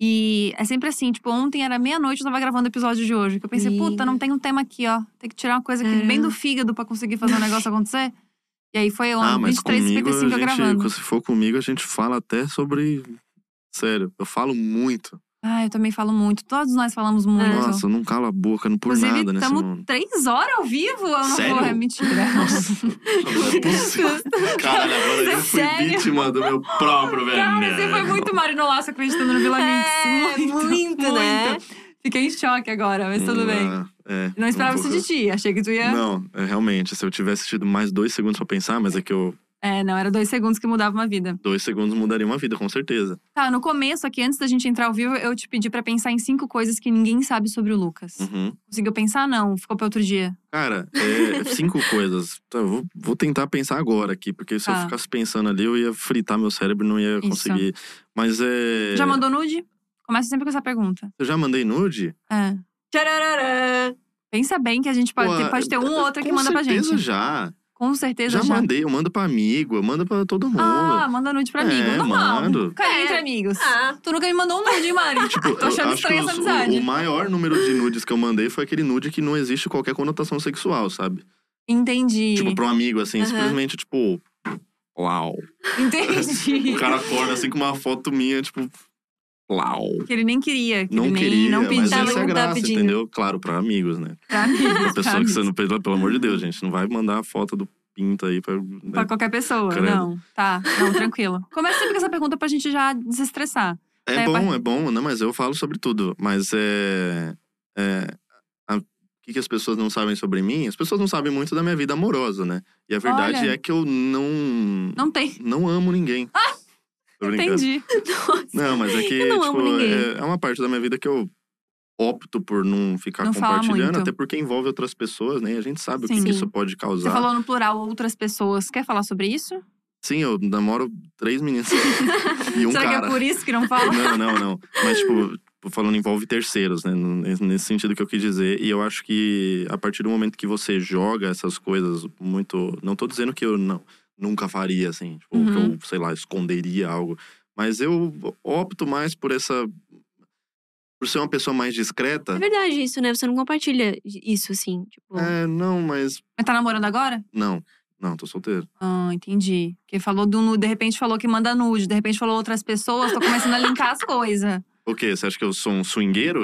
Speaker 1: E é sempre assim, tipo, ontem era meia-noite, eu tava gravando o episódio de hoje. Que eu pensei, puta, não tem um tema aqui, ó. Tem que tirar uma coisa aqui bem
Speaker 2: Caramba.
Speaker 1: do fígado pra conseguir fazer o negócio acontecer. E aí foi
Speaker 3: ah, mas
Speaker 1: vinte e três e
Speaker 3: comigo,
Speaker 1: cinquenta e cinco
Speaker 3: a
Speaker 1: eu
Speaker 3: gente,
Speaker 1: gravando.
Speaker 3: se for comigo, a gente fala até sobre… Sério, eu falo muito.
Speaker 1: Ah, eu também falo muito. Todos nós falamos muito.
Speaker 3: Nossa, eu não calo a boca, não por
Speaker 1: Inclusive,
Speaker 3: nada nesse
Speaker 1: estamos
Speaker 3: mundo.
Speaker 1: três horas ao vivo. Eu não
Speaker 3: Sério?
Speaker 1: vou, é mentira.
Speaker 3: Nossa, não é possível. Caralho, agora eu fui
Speaker 1: Sério?
Speaker 3: vítima do meu próprio veneno.
Speaker 1: Cara, você foi muito marinolaço acreditando no Vila Mix.
Speaker 2: É,
Speaker 1: muito,
Speaker 2: muito, né?
Speaker 1: Fiquei em choque agora, mas tudo bem.
Speaker 3: Ah, é,
Speaker 1: Não esperava
Speaker 3: um
Speaker 1: isso
Speaker 3: pouco-
Speaker 1: de ti. Achei que tu ia…
Speaker 3: Não, é, realmente, se eu tivesse tido mais dois segundos pra pensar, mas é que eu…
Speaker 1: É, não, era dois segundos que mudava uma vida.
Speaker 3: Dois segundos mudaria uma vida, com certeza.
Speaker 1: Tá, no começo aqui, antes da gente entrar ao vivo, eu te pedi pra pensar em cinco coisas que ninguém sabe sobre o Lucas.
Speaker 3: Uhum.
Speaker 1: Conseguiu pensar? Não, ficou pra outro dia.
Speaker 3: Cara, é, cinco coisas. Tá, eu vou, vou tentar pensar agora aqui, porque se
Speaker 1: Tá.
Speaker 3: eu ficasse pensando ali, eu ia fritar meu cérebro e não ia
Speaker 1: Isso.
Speaker 3: conseguir. Mas é…
Speaker 1: Já mandou nude? Começa sempre com essa pergunta.
Speaker 3: Eu já mandei nude?
Speaker 1: É.
Speaker 2: Tchararará.
Speaker 1: Pensa bem que a gente pode,
Speaker 3: Pô,
Speaker 1: ter, pode ter um ou outro que
Speaker 3: com
Speaker 1: manda pra
Speaker 3: certeza
Speaker 1: gente.
Speaker 3: já.
Speaker 1: Com certeza
Speaker 3: Já
Speaker 1: já.
Speaker 3: mandei, eu mando pra amigo, eu mando pra todo mundo.
Speaker 1: Ah, manda nude pra amigo.
Speaker 3: É,
Speaker 1: Normal.
Speaker 3: mando.
Speaker 1: Carinho
Speaker 2: É.
Speaker 1: entre amigos.
Speaker 2: Ah.
Speaker 1: Tu nunca me mandou um nude, hein, Mari?
Speaker 3: Tipo,
Speaker 1: Tô achando
Speaker 3: eu acho
Speaker 1: estranha
Speaker 3: que
Speaker 1: essa
Speaker 3: os-
Speaker 1: amizade.
Speaker 3: o, o maior número de nudes que eu mandei foi aquele nude que não existe qualquer conotação sexual, sabe?
Speaker 1: Entendi.
Speaker 3: Tipo, pra um amigo, assim,
Speaker 2: Aham.
Speaker 3: simplesmente, tipo… Uau.
Speaker 1: Entendi.
Speaker 3: O cara acorda assim com uma foto minha, tipo… Uau.
Speaker 1: Que ele nem queria. Que
Speaker 3: Não
Speaker 1: ele nem,
Speaker 3: queria,
Speaker 1: não
Speaker 3: mas
Speaker 1: pediu.
Speaker 2: Tava-
Speaker 3: essa é a
Speaker 2: não tava
Speaker 3: graça,
Speaker 2: pedindo.
Speaker 3: entendeu? Claro, pra amigos, né?
Speaker 1: Pra amigos,
Speaker 3: Pra
Speaker 1: pra
Speaker 3: pessoa que
Speaker 1: amigos.
Speaker 3: você não… Pelo, pelo amor de Deus, gente, não vai mandar a foto do pinto aí pra…
Speaker 1: Pra qualquer pessoa,
Speaker 3: Credo.
Speaker 1: não. Tá, não, tranquilo. Começa sempre com essa pergunta pra gente já desestressar.
Speaker 3: É
Speaker 1: É,
Speaker 3: bom,
Speaker 1: pa-
Speaker 3: é bom, né? Mas eu falo sobre tudo. Mas é… é a- o que, que as pessoas não sabem sobre mim? As pessoas não sabem muito da minha vida amorosa, né? E a verdade
Speaker 1: Olha.
Speaker 3: é que eu não…
Speaker 1: Não tem.
Speaker 3: Não amo ninguém. Tô brincando.
Speaker 1: Entendi.
Speaker 3: Não, mas é que,
Speaker 2: Eu não
Speaker 3: tipo,
Speaker 2: amo ninguém.
Speaker 3: é, é uma parte da minha vida que eu opto por não ficar
Speaker 1: Não falar
Speaker 3: compartilhando,
Speaker 1: muito.
Speaker 3: até porque envolve outras pessoas, né? E a gente sabe o que,
Speaker 1: Sim.
Speaker 3: que isso pode causar.
Speaker 1: Você falou no plural outras pessoas. Quer falar sobre isso?
Speaker 3: Sim, eu namoro três meninas e um
Speaker 1: Será
Speaker 3: cara.
Speaker 1: que é por isso que não fala?
Speaker 3: Não, não, não. Mas, tipo, falando envolve terceiros, né? Nesse sentido que eu quis dizer. E eu acho que a partir do momento que você joga essas coisas muito… Não tô dizendo que eu não, nunca faria, assim. Tipo,
Speaker 1: Uhum.
Speaker 3: que eu, sei lá, esconderia algo. Mas eu opto mais por essa… Por ser uma pessoa mais discreta.
Speaker 2: É verdade isso, né? Você não compartilha isso, assim. Tipo,
Speaker 3: É, não, mas…
Speaker 1: Mas tá namorando agora?
Speaker 3: Não, não, tô solteiro.
Speaker 1: Ah, entendi. Porque falou do nude, de repente falou que manda nude, de repente falou outras pessoas, tô começando a linkar as coisas.
Speaker 3: O quê? Você acha que eu sou um swingueiro?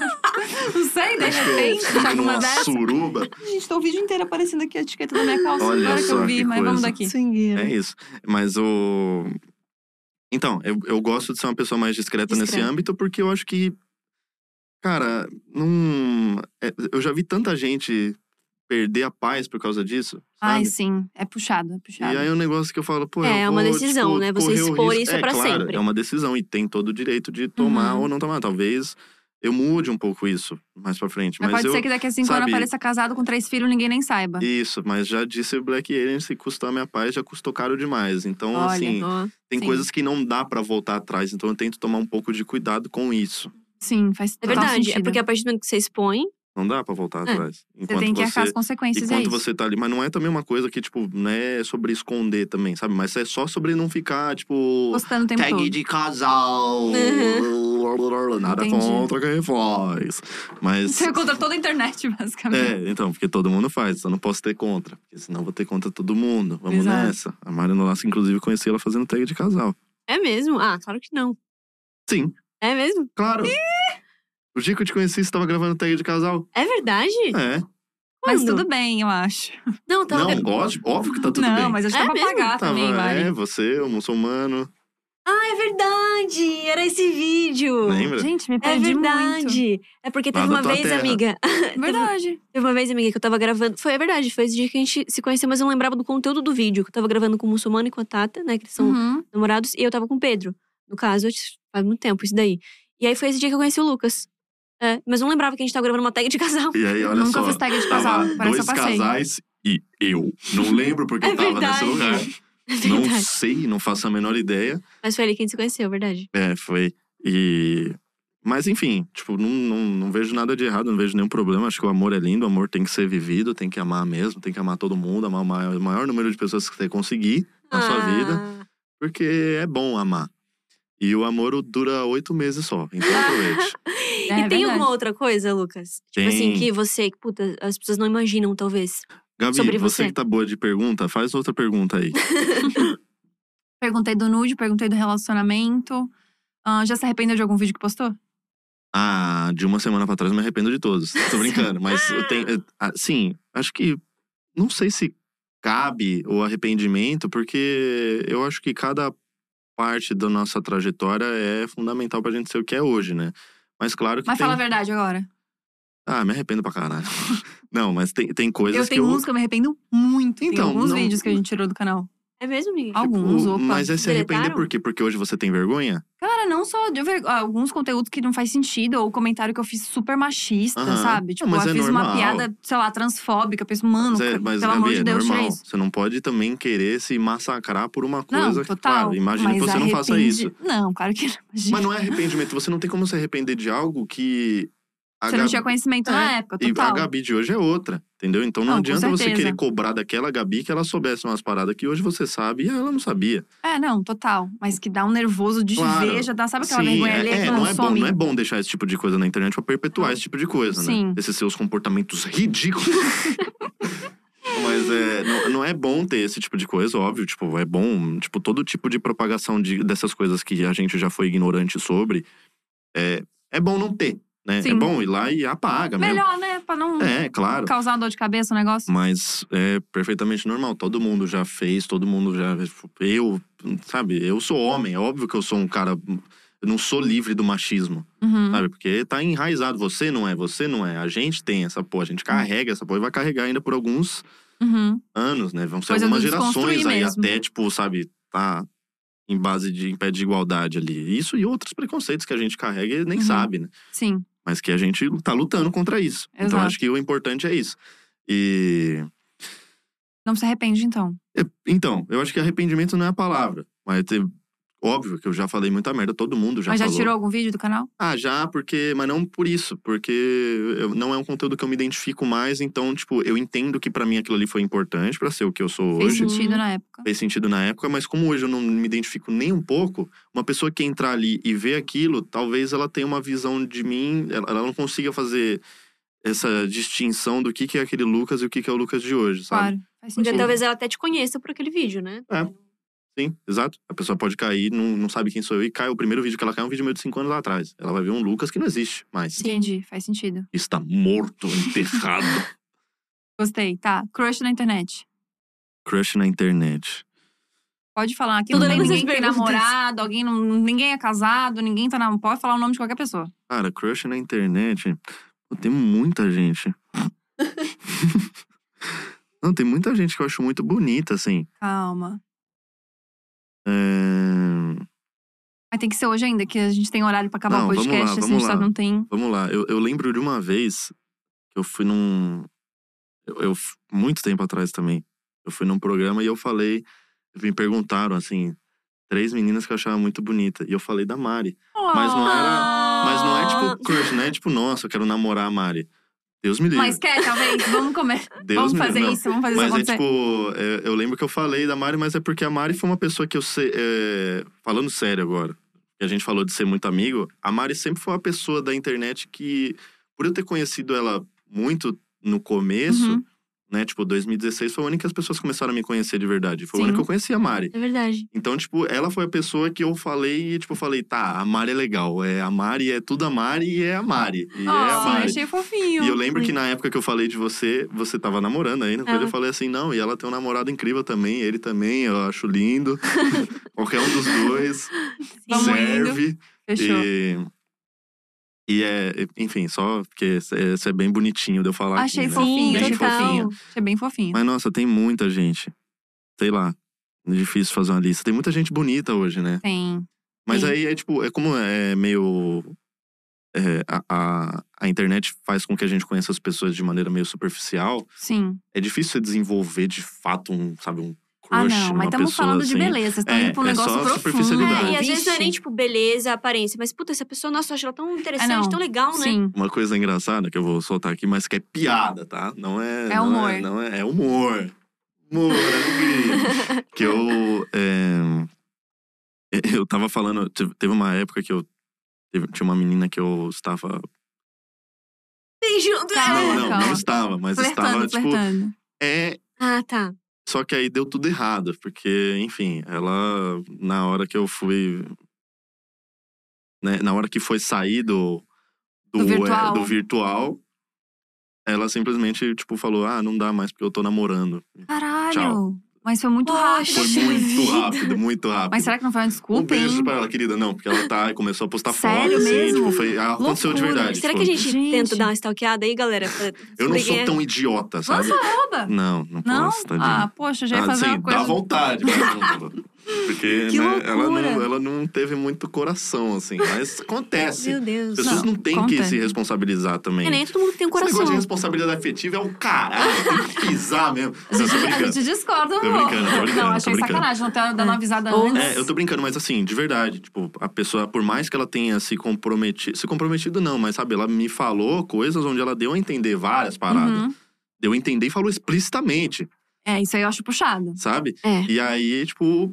Speaker 1: Não sei, de
Speaker 3: Acho que eu
Speaker 1: repente,
Speaker 3: fico
Speaker 1: tá numa
Speaker 3: numa
Speaker 1: dessa.
Speaker 3: suruba?
Speaker 1: Gente, tá o vídeo inteiro aparecendo aqui a etiqueta da minha calça.
Speaker 3: Olha
Speaker 1: Agora que
Speaker 3: só
Speaker 1: eu vi,
Speaker 3: que
Speaker 1: mas vamos
Speaker 3: coisa.
Speaker 1: daqui.
Speaker 2: swingueira.
Speaker 3: É isso. Mas o… Então, eu, eu gosto de ser uma pessoa mais discreta, nesse
Speaker 2: Discreta.
Speaker 3: âmbito, porque eu acho que… Cara, não. é, eu já vi tanta gente perder a paz por causa disso,
Speaker 1: Ai,
Speaker 3: sabe?
Speaker 1: sim. É puxado, é puxado.
Speaker 3: E aí é um negócio que eu falo, pô,
Speaker 2: É,
Speaker 3: eu
Speaker 2: é uma
Speaker 3: vou,
Speaker 2: decisão,
Speaker 3: tipo,
Speaker 2: né? Você
Speaker 3: correr o
Speaker 2: expor
Speaker 3: risco.
Speaker 2: isso
Speaker 3: é,
Speaker 2: pra
Speaker 3: claro,
Speaker 2: sempre.
Speaker 3: é uma decisão e tem todo o direito de tomar
Speaker 1: Uhum.
Speaker 3: ou não tomar. Talvez eu mude um pouco isso mais pra frente.
Speaker 1: Mas,
Speaker 3: Mas
Speaker 1: pode
Speaker 3: eu,
Speaker 1: ser que daqui a cinco
Speaker 3: sabe,
Speaker 1: anos apareça casado com três filhos e ninguém nem saiba.
Speaker 3: Isso, mas já disse o Black Alien, se custar a minha paz, já custou caro demais. Então,
Speaker 1: Olha,
Speaker 3: assim,
Speaker 2: Ó,
Speaker 3: tem
Speaker 1: sim.
Speaker 3: coisas que não dá pra voltar atrás. Então eu tento tomar um pouco de cuidado com isso.
Speaker 1: Sim, faz
Speaker 2: É
Speaker 1: total
Speaker 2: verdade,
Speaker 1: sentido.
Speaker 2: é porque a partir do momento que você expõe…
Speaker 3: Não dá pra voltar
Speaker 2: É.
Speaker 3: atrás.
Speaker 1: Você
Speaker 3: Enquanto
Speaker 1: tem que arcar
Speaker 3: você
Speaker 1: as consequências, é
Speaker 3: Enquanto
Speaker 1: isso.
Speaker 3: você tá ali. Mas não é também uma coisa que, tipo, não é sobre esconder também, sabe? Mas é só sobre não ficar, tipo.
Speaker 1: Postando o tempo
Speaker 3: Tag
Speaker 1: todo.
Speaker 3: de casal. Nada
Speaker 1: Entendi.
Speaker 3: contra quem faz. Mas.
Speaker 1: Você é contra toda a internet, basicamente.
Speaker 3: É, então, porque todo mundo faz, só não posso ter contra. Porque senão eu vou ter contra todo mundo. Vamos
Speaker 1: Exato.
Speaker 3: nessa. A Mari Nolasco, inclusive, conheci ela fazendo tag de casal.
Speaker 2: É mesmo? Ah, claro que não.
Speaker 3: Sim,
Speaker 2: É mesmo?
Speaker 3: claro. O dia que eu te conheci, você tava gravando tag de casal?
Speaker 2: É verdade?
Speaker 3: É.
Speaker 1: Mas
Speaker 2: Quando?
Speaker 1: tudo bem, eu acho.
Speaker 2: Não, tava…
Speaker 3: Não, óbvio, óbvio que tá tudo
Speaker 1: não,
Speaker 3: bem.
Speaker 1: mas acho que
Speaker 2: É
Speaker 1: dá pra
Speaker 2: mesmo?
Speaker 1: pagar
Speaker 3: Tava,
Speaker 1: também, Mari.
Speaker 3: é, você, o muçulmano.
Speaker 2: Ah, é verdade! Era esse vídeo!
Speaker 3: Lembra?
Speaker 1: Gente, me
Speaker 2: É
Speaker 1: perdi muito.
Speaker 2: verdade! É porque teve
Speaker 3: Lá da
Speaker 2: uma
Speaker 3: tua
Speaker 2: vez,
Speaker 3: terra.
Speaker 2: amiga…
Speaker 1: Verdade.
Speaker 2: Teve uma vez, amiga, que eu tava gravando… Foi, é verdade, foi esse dia que a gente se conheceu, mas eu não lembrava do conteúdo do vídeo. Que eu tava gravando com o muçulmano e com a Tata, né? Que eles são
Speaker 1: Uhum.
Speaker 2: namorados. E eu tava com o Pedro. No caso, faz muito tempo isso daí. E aí foi esse dia que eu conheci o Lucas. É, mas eu não lembrava que a gente tava gravando uma tag de casal.
Speaker 3: E aí, olha
Speaker 1: Nunca
Speaker 3: só.
Speaker 1: fiz tag de
Speaker 3: tava
Speaker 1: casal, parece
Speaker 3: dois
Speaker 1: eu passei.
Speaker 3: casais e eu. Não lembro porque
Speaker 2: É
Speaker 3: eu tava
Speaker 2: verdade.
Speaker 3: nesse lugar.
Speaker 2: É
Speaker 3: Não
Speaker 2: verdade.
Speaker 3: sei, não faço a menor ideia.
Speaker 2: Mas foi ali que a gente se conheceu, verdade.
Speaker 3: É, foi. E. Mas enfim, tipo, não, não, não vejo nada de errado, não vejo nenhum problema. Acho que o amor é lindo, o amor tem que ser vivido, tem que amar mesmo, tem que amar todo mundo, amar o maior, o maior número de pessoas que você conseguir na sua vida.
Speaker 2: Ah,
Speaker 3: Porque é bom amar. E o amor dura oito meses só, então aproveite.
Speaker 1: É
Speaker 2: e tem
Speaker 1: verdade.
Speaker 2: alguma outra coisa, Lucas? Tipo
Speaker 3: Tem.
Speaker 2: assim, que você… Puta, as pessoas não imaginam, talvez.
Speaker 3: Gabi,
Speaker 2: Sobre
Speaker 3: você
Speaker 2: você.
Speaker 3: que tá boa de pergunta, faz outra pergunta aí.
Speaker 1: Perguntei do nude, perguntei do relacionamento. Ah, já se arrependeu de algum vídeo que postou?
Speaker 3: Ah, de uma semana pra trás eu me arrependo de todos. Tô brincando, mas eu tenho. eu- ah, Sim, acho que. Não sei se cabe o arrependimento, porque eu acho que cada parte da nossa trajetória é fundamental pra gente ser o que é hoje, né? Mas claro que
Speaker 1: Mas
Speaker 3: tem.
Speaker 1: fala a verdade agora.
Speaker 3: Ah, me arrependo pra caralho. Não, mas tem, tem coisas
Speaker 1: Eu tenho
Speaker 3: que eu.
Speaker 1: uns que eu me arrependo muito. Tem
Speaker 3: Então,
Speaker 1: alguns
Speaker 3: não-
Speaker 1: vídeos que a gente tirou do canal.
Speaker 2: É mesmo, amiga?
Speaker 1: Alguns,
Speaker 3: Tipo,
Speaker 1: opa.
Speaker 3: Mas é se arrepender
Speaker 2: Deletaram?
Speaker 3: por quê? Porque hoje você tem vergonha?
Speaker 1: Cara, não só de ver- alguns conteúdos que não faz sentido, ou comentário que eu fiz super machista,
Speaker 3: Aham.
Speaker 1: sabe?
Speaker 3: Não,
Speaker 1: Tipo,
Speaker 3: mas
Speaker 1: eu
Speaker 3: é
Speaker 1: fiz uma
Speaker 3: normal.
Speaker 1: piada, sei lá, transfóbica. Eu penso, mano,
Speaker 3: Mas, é, mas
Speaker 1: pelo
Speaker 3: Gabi,
Speaker 1: amor de
Speaker 3: é
Speaker 1: Deus, tira
Speaker 3: normal.
Speaker 1: isso.
Speaker 3: Você não pode também querer se massacrar por uma
Speaker 1: Não,
Speaker 3: coisa. que,
Speaker 1: total.
Speaker 3: Claro, imagina que
Speaker 1: mas
Speaker 3: você não faça
Speaker 1: arrepende-
Speaker 3: isso.
Speaker 1: Não, claro que não. Imagina.
Speaker 3: Mas não é arrependimento. Você não tem como se arrepender de algo que. A
Speaker 1: Você não
Speaker 3: Gabi-
Speaker 1: tinha conhecimento na
Speaker 3: É,
Speaker 1: época,
Speaker 3: E
Speaker 1: total.
Speaker 3: a Gabi de hoje é outra, entendeu? Então não,
Speaker 1: Não, com
Speaker 3: adianta você
Speaker 1: certeza.
Speaker 3: querer cobrar daquela Gabi que ela soubesse umas paradas que hoje você sabe e ela não sabia.
Speaker 1: É, não, total. Mas que dá um nervoso de
Speaker 3: Claro.
Speaker 1: ver, já dá, sabe aquela
Speaker 3: Sim,
Speaker 1: vergonha
Speaker 3: é,
Speaker 1: ali
Speaker 3: é,
Speaker 1: que
Speaker 3: não,
Speaker 1: não
Speaker 3: é bom,
Speaker 1: some?
Speaker 3: não é bom deixar esse tipo de coisa na internet pra perpetuar esse tipo de coisa,
Speaker 1: Sim.
Speaker 3: né? Esses seus comportamentos ridículos. Mas é, não, não é bom ter esse tipo de coisa, óbvio. Tipo, é bom, tipo, todo tipo de propagação de, dessas coisas que a gente já foi ignorante sobre. É, é bom não ter, né?
Speaker 1: Sim.
Speaker 3: É bom ir lá e apaga mesmo.
Speaker 1: Melhor, né? Pra não
Speaker 3: É, claro.
Speaker 1: causar dor de cabeça o negócio.
Speaker 3: Mas é perfeitamente normal. Todo mundo já fez, todo mundo já. Eu, sabe, eu sou homem. É óbvio que eu sou um cara. Eu não sou livre do machismo,
Speaker 1: Uhum.
Speaker 3: sabe? Porque tá enraizado. Você não é, você não é. A gente tem essa porra, a gente carrega essa porra e vai carregar ainda por alguns
Speaker 1: Uhum.
Speaker 3: anos, né? Vão ser
Speaker 1: Coisa
Speaker 3: algumas
Speaker 1: do desconstruir
Speaker 3: gerações aí
Speaker 1: mesmo.
Speaker 3: até, tipo, sabe, tá em base de em pé de igualdade ali. Isso e outros preconceitos que a gente carrega e nem
Speaker 1: Uhum.
Speaker 3: sabe, né?
Speaker 1: Sim.
Speaker 3: Mas que a gente tá lutando contra isso. Então
Speaker 1: Exato.
Speaker 3: acho que o importante é isso. E.
Speaker 1: Não se arrepende, então.
Speaker 3: É, Então, eu acho que arrependimento não é a palavra. Mas tem- óbvio que eu já falei muita merda, todo mundo já
Speaker 1: Mas já
Speaker 3: falou.
Speaker 1: tirou algum vídeo do canal?
Speaker 3: Ah, já, porque. Mas não por isso. Porque eu- não é um conteúdo que eu me identifico mais. Então, tipo, eu entendo que pra mim aquilo ali foi importante pra ser o que eu sou
Speaker 1: Fez
Speaker 3: hoje.
Speaker 1: sentido na época.
Speaker 3: Fez sentido na época, mas como hoje eu não me identifico nem um pouco, uma pessoa que entrar ali e ver aquilo, talvez ela tenha uma visão de mim, ela ela não consiga fazer essa distinção do que que é aquele Lucas e o que que é o Lucas de hoje, sabe?
Speaker 1: Claro. Faz
Speaker 2: Porque
Speaker 1: sentido.
Speaker 2: talvez ela até te conheça por aquele vídeo, né?
Speaker 3: Sim, exato. A pessoa pode cair, não, não sabe quem sou eu, e cai. O primeiro vídeo que ela cai é um vídeo meu de cinco anos lá atrás. Ela vai ver um Lucas que não existe mais.
Speaker 1: Entendi, faz sentido.
Speaker 3: Está morto, enterrado.
Speaker 1: Gostei. Tá. Crush na internet.
Speaker 3: Crush na internet.
Speaker 1: Pode falar. Aqui
Speaker 2: Tô
Speaker 1: não tem
Speaker 2: dando
Speaker 1: ninguém
Speaker 2: essas
Speaker 1: que tem
Speaker 2: perguntas.
Speaker 1: namorado, alguém não, ninguém é casado, ninguém tá na… Pode falar o nome de qualquer pessoa.
Speaker 3: Cara, crush na internet… Pô, tem muita gente. Não, tem muita gente que eu acho muito bonita, assim.
Speaker 1: Calma.
Speaker 3: É…
Speaker 1: Mas tem que ser hoje ainda, que a gente tem horário pra acabar
Speaker 3: Não,
Speaker 1: o
Speaker 3: vamos
Speaker 1: podcast.
Speaker 3: lá,
Speaker 1: assim, a gente
Speaker 3: vamos
Speaker 1: só
Speaker 3: lá.
Speaker 1: não tem…
Speaker 3: Vamos lá, eu, eu lembro de uma vez que eu fui num… Eu, eu, muito tempo atrás também. Eu fui num programa e eu falei… Me perguntaram, assim… Três meninas que eu achava muito bonita. E eu falei da Mari. Mas não era… Mas não é tipo crush, não é tipo… Nossa, eu quero namorar a Mari. Deus me livre.
Speaker 1: Mas quer, talvez? Vamos comer.
Speaker 3: Deus
Speaker 1: Vamos
Speaker 3: me
Speaker 1: fazer
Speaker 3: livre. Não,
Speaker 1: isso, vamos fazer
Speaker 3: mas
Speaker 1: isso
Speaker 3: é
Speaker 1: acontecer.
Speaker 3: tipo… é, eu lembro que eu falei da Mari, mas é porque a Mari foi uma pessoa que eu sei… É, falando sério agora. Que a gente falou de ser muito amigo. A Mari sempre foi uma pessoa da internet que… Por eu ter conhecido ela muito no começo…
Speaker 1: Uhum.
Speaker 3: Né, tipo, dois mil e dezesseis foi o ano que as pessoas começaram a me conhecer de verdade. Foi
Speaker 1: Sim.
Speaker 3: o ano que eu conheci a Mari.
Speaker 2: É verdade.
Speaker 3: Então, tipo, ela foi a pessoa que eu falei e, tipo, falei, tá, a Mari é legal. É, a Mari é tudo a Mari e é a Mari. E é a
Speaker 1: Oh,
Speaker 3: Mari.
Speaker 1: achei fofinho.
Speaker 3: E eu lembro que na época que eu falei de você, você tava namorando ainda.
Speaker 2: Ah.
Speaker 3: Eu falei assim, não, e ela tem um namorado incrível também, ele também, eu acho lindo. Qualquer um dos dois
Speaker 1: Vamos
Speaker 3: serve.
Speaker 1: Fechou.
Speaker 3: E, e é, enfim, só porque isso é bem bonitinho de eu falar
Speaker 1: Achei
Speaker 3: aqui, né?
Speaker 1: fofinho,
Speaker 3: Bem
Speaker 1: achei
Speaker 2: total.
Speaker 1: fofinho. Achei bem fofinho.
Speaker 3: Mas, nossa, tem muita gente. Sei lá, é difícil fazer uma lista. Tem muita gente bonita hoje, né?
Speaker 1: Tem.
Speaker 3: Mas
Speaker 2: Sim.
Speaker 3: aí é tipo, é como é meio… é, a, a, a internet faz com que a gente conheça as pessoas de maneira meio superficial.
Speaker 1: Sim.
Speaker 3: É difícil você desenvolver de fato um, sabe, um crush
Speaker 1: Ah, não.
Speaker 3: numa
Speaker 1: Mas estamos
Speaker 3: pessoa
Speaker 1: falando
Speaker 3: assim.
Speaker 1: de beleza. Vocês estão
Speaker 3: É,
Speaker 1: indo pra um
Speaker 3: é
Speaker 1: negócio
Speaker 3: só
Speaker 1: profundo.
Speaker 3: superficialidade.
Speaker 2: É, e às vezes não é nem,
Speaker 1: Vixe.
Speaker 2: tipo, beleza, aparência. Mas, puta, essa pessoa, nossa, eu acho ela tão interessante,
Speaker 1: Ah, não.
Speaker 2: tão legal, né?
Speaker 1: Sim.
Speaker 3: Uma coisa engraçada que eu vou soltar aqui, mas que é piada, tá? Não é…
Speaker 1: É
Speaker 3: não
Speaker 1: humor.
Speaker 3: É, não é, é humor. Humor, alegria. Que eu… É, eu tava falando… Teve uma época que eu… Teve, tinha uma menina que eu estava…
Speaker 2: Beijo. É.
Speaker 1: Calma,
Speaker 3: Não, não,
Speaker 1: calma.
Speaker 3: não estava, mas
Speaker 1: Flertando,
Speaker 3: estava, tipo…
Speaker 1: flertando.
Speaker 3: É…
Speaker 2: Ah, tá.
Speaker 3: Só que aí deu tudo errado, porque, enfim, ela… Na hora que eu fui… Né, na hora que foi sair do…
Speaker 1: Do virtual.
Speaker 3: é, do virtual, ela simplesmente, tipo, falou… Ah, não dá mais porque eu tô namorando.
Speaker 1: Caralho.
Speaker 3: Tchau.
Speaker 1: Mas foi muito
Speaker 2: Poxa.
Speaker 1: rápido.
Speaker 3: Foi
Speaker 2: Achei.
Speaker 3: muito rápido, muito rápido.
Speaker 1: Mas será que não foi uma
Speaker 3: Um
Speaker 1: desculpa,
Speaker 3: beijo
Speaker 1: hein?
Speaker 3: pra ela, querida. Não, porque ela tá… Começou a postar
Speaker 1: Sério
Speaker 3: foto, assim.
Speaker 1: mesmo?
Speaker 3: Tipo, foi… ah, aconteceu de
Speaker 1: Loucura.
Speaker 3: verdade.
Speaker 2: Será
Speaker 3: tipo,
Speaker 2: que a gente,
Speaker 1: Gente.
Speaker 2: tenta dar uma stalkeada aí, galera? Pra
Speaker 3: Eu não
Speaker 2: descobrir
Speaker 3: sou
Speaker 2: quem é?
Speaker 3: tão idiota, sabe?
Speaker 1: Lança arroba.
Speaker 3: Não, não
Speaker 1: Não?
Speaker 3: posso, tadinho.
Speaker 1: Ah, poxa, já ia
Speaker 3: Ah,
Speaker 1: fazer
Speaker 3: sim,
Speaker 1: uma coisa…
Speaker 3: dá vontade, mas não. Porque,
Speaker 1: Que
Speaker 3: né, ela
Speaker 1: loucura.
Speaker 3: não, ela não teve muito coração, assim. Mas acontece.
Speaker 2: Meu
Speaker 3: As
Speaker 2: Deus.
Speaker 3: pessoas não,
Speaker 1: Não,
Speaker 3: têm que
Speaker 1: acontece.
Speaker 3: se responsabilizar também.
Speaker 2: É, nem todo mundo tem um
Speaker 3: Esse negócio de
Speaker 2: coração.
Speaker 3: responsabilidade afetiva é o caralho. Tem que pisar mesmo.
Speaker 1: A
Speaker 3: Não,
Speaker 1: gente,
Speaker 3: tô
Speaker 1: a
Speaker 3: brincando.
Speaker 1: gente discorda,
Speaker 3: Tô
Speaker 1: amor.
Speaker 3: brincando, tô brincando,
Speaker 1: Não,
Speaker 3: tô
Speaker 1: achei
Speaker 3: brincando.
Speaker 1: sacanagem não ter dado uma avisada
Speaker 2: Ou-
Speaker 1: antes.
Speaker 3: É, eu tô brincando, mas assim, de verdade. Tipo, a pessoa, por mais que ela tenha se comprometido… Se comprometido não, mas sabe, ela me falou coisas onde ela deu a entender várias paradas.
Speaker 1: Uhum.
Speaker 3: Deu a entender e falou explicitamente,
Speaker 1: É, isso aí eu acho puxado.
Speaker 3: sabe?
Speaker 2: É.
Speaker 3: E aí, tipo…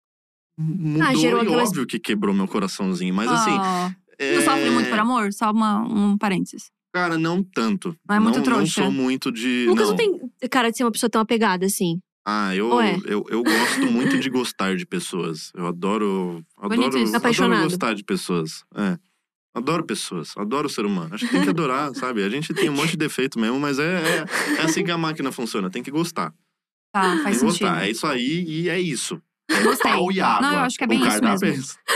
Speaker 3: Mudou
Speaker 2: Ah, gerou
Speaker 3: e
Speaker 2: aquelas-
Speaker 3: óbvio que quebrou meu coração,zinho. Mas assim…
Speaker 1: Oh.
Speaker 3: é...
Speaker 1: Não sofre muito por amor? Só uma, um parênteses.
Speaker 3: Cara, não tanto.
Speaker 1: Não é muito
Speaker 3: não,
Speaker 1: trouxa?
Speaker 3: Não sou muito de…
Speaker 2: Lucas
Speaker 3: não.
Speaker 2: não tem cara de ser uma pessoa tão apegada assim.
Speaker 3: Ah, eu,
Speaker 2: Ou é?
Speaker 3: eu, eu gosto muito de gostar de pessoas. Eu adoro…
Speaker 1: Bonito
Speaker 3: Adoro,
Speaker 1: isso.
Speaker 2: Apaixonado.
Speaker 3: adoro gostar de pessoas. É. Adoro pessoas. Adoro o ser humano. Acho que tem que adorar, sabe? A gente tem um monte de defeito mesmo, mas é, é, é assim que a máquina funciona. Tem que gostar.
Speaker 1: Tá,
Speaker 3: Tem
Speaker 1: faz
Speaker 3: que
Speaker 1: sentido.
Speaker 3: gostar. É isso aí e é isso. É
Speaker 1: Gostei.
Speaker 3: pau e água.
Speaker 1: Não, eu acho que é bem
Speaker 3: O
Speaker 1: isso
Speaker 3: cardápio
Speaker 1: mesmo.
Speaker 3: é esse.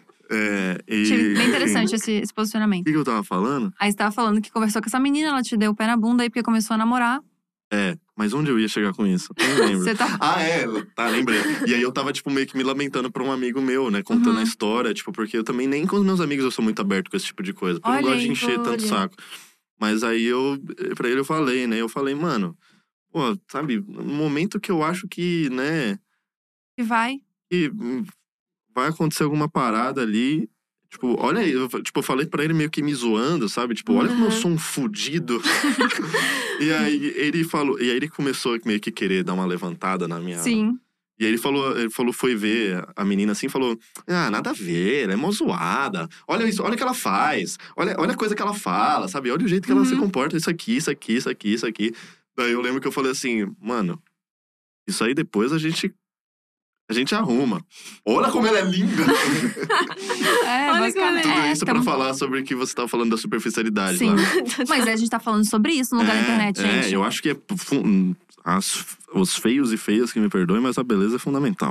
Speaker 3: É, e,
Speaker 1: Achei bem
Speaker 3: enfim.
Speaker 1: interessante esse, esse
Speaker 3: O
Speaker 1: posicionamento.
Speaker 3: que, que eu tava falando?
Speaker 1: Aí você tava falando que conversou com essa menina, ela te deu o pé na bunda aí porque começou a namorar.
Speaker 3: É, mas onde eu ia chegar com isso? Eu não lembro.
Speaker 1: Você tá…
Speaker 3: Ah, é, tá, lembrei. E aí eu tava, tipo, meio que me lamentando pra um amigo meu, né? Contando
Speaker 1: Uhum.
Speaker 3: a história, tipo, porque eu também nem com os meus amigos eu sou muito aberto com esse tipo de coisa. Porque eu não
Speaker 1: Olha
Speaker 3: gosto de
Speaker 1: aí,
Speaker 3: encher tanto
Speaker 2: olha.
Speaker 3: saco. Mas aí eu, pra ele eu falei, né? Eu falei, mano, pô, sabe, no momento que eu acho que, né,
Speaker 1: Que vai.
Speaker 3: que hum, vai acontecer alguma parada ali. Tipo, olha aí, eu, tipo, eu falei pra ele meio que me zoando, sabe? Tipo, olha como eu
Speaker 2: Uhum.
Speaker 3: sou um fudido. E aí ele falou, e aí ele começou a meio que querer dar uma levantada na minha…
Speaker 1: Sim.
Speaker 3: E aí ele falou, ele falou, foi ver a menina assim, falou: ah, nada a ver, ela é mó zoada. Olha isso, olha o que ela faz. Olha, olha a coisa que ela fala, sabe? Olha o jeito que ela
Speaker 1: Uhum.
Speaker 3: se comporta, isso aqui, isso aqui, isso aqui, isso aqui. Daí eu lembro que eu falei assim, mano, isso aí depois a gente… A gente arruma. Olha como ela é linda!
Speaker 1: É,
Speaker 2: Olha
Speaker 1: basicamente.
Speaker 2: como
Speaker 3: Tudo
Speaker 1: É,
Speaker 3: isso
Speaker 1: tamo-
Speaker 3: pra falar sobre que você tava falando da superficialidade
Speaker 1: Sim.
Speaker 3: lá.
Speaker 1: Mas a gente tá falando sobre isso no lugar da internet,
Speaker 3: é,
Speaker 1: gente.
Speaker 3: eu acho que é… fu- As, os feios e feias que me perdoem, mas a beleza é fundamental.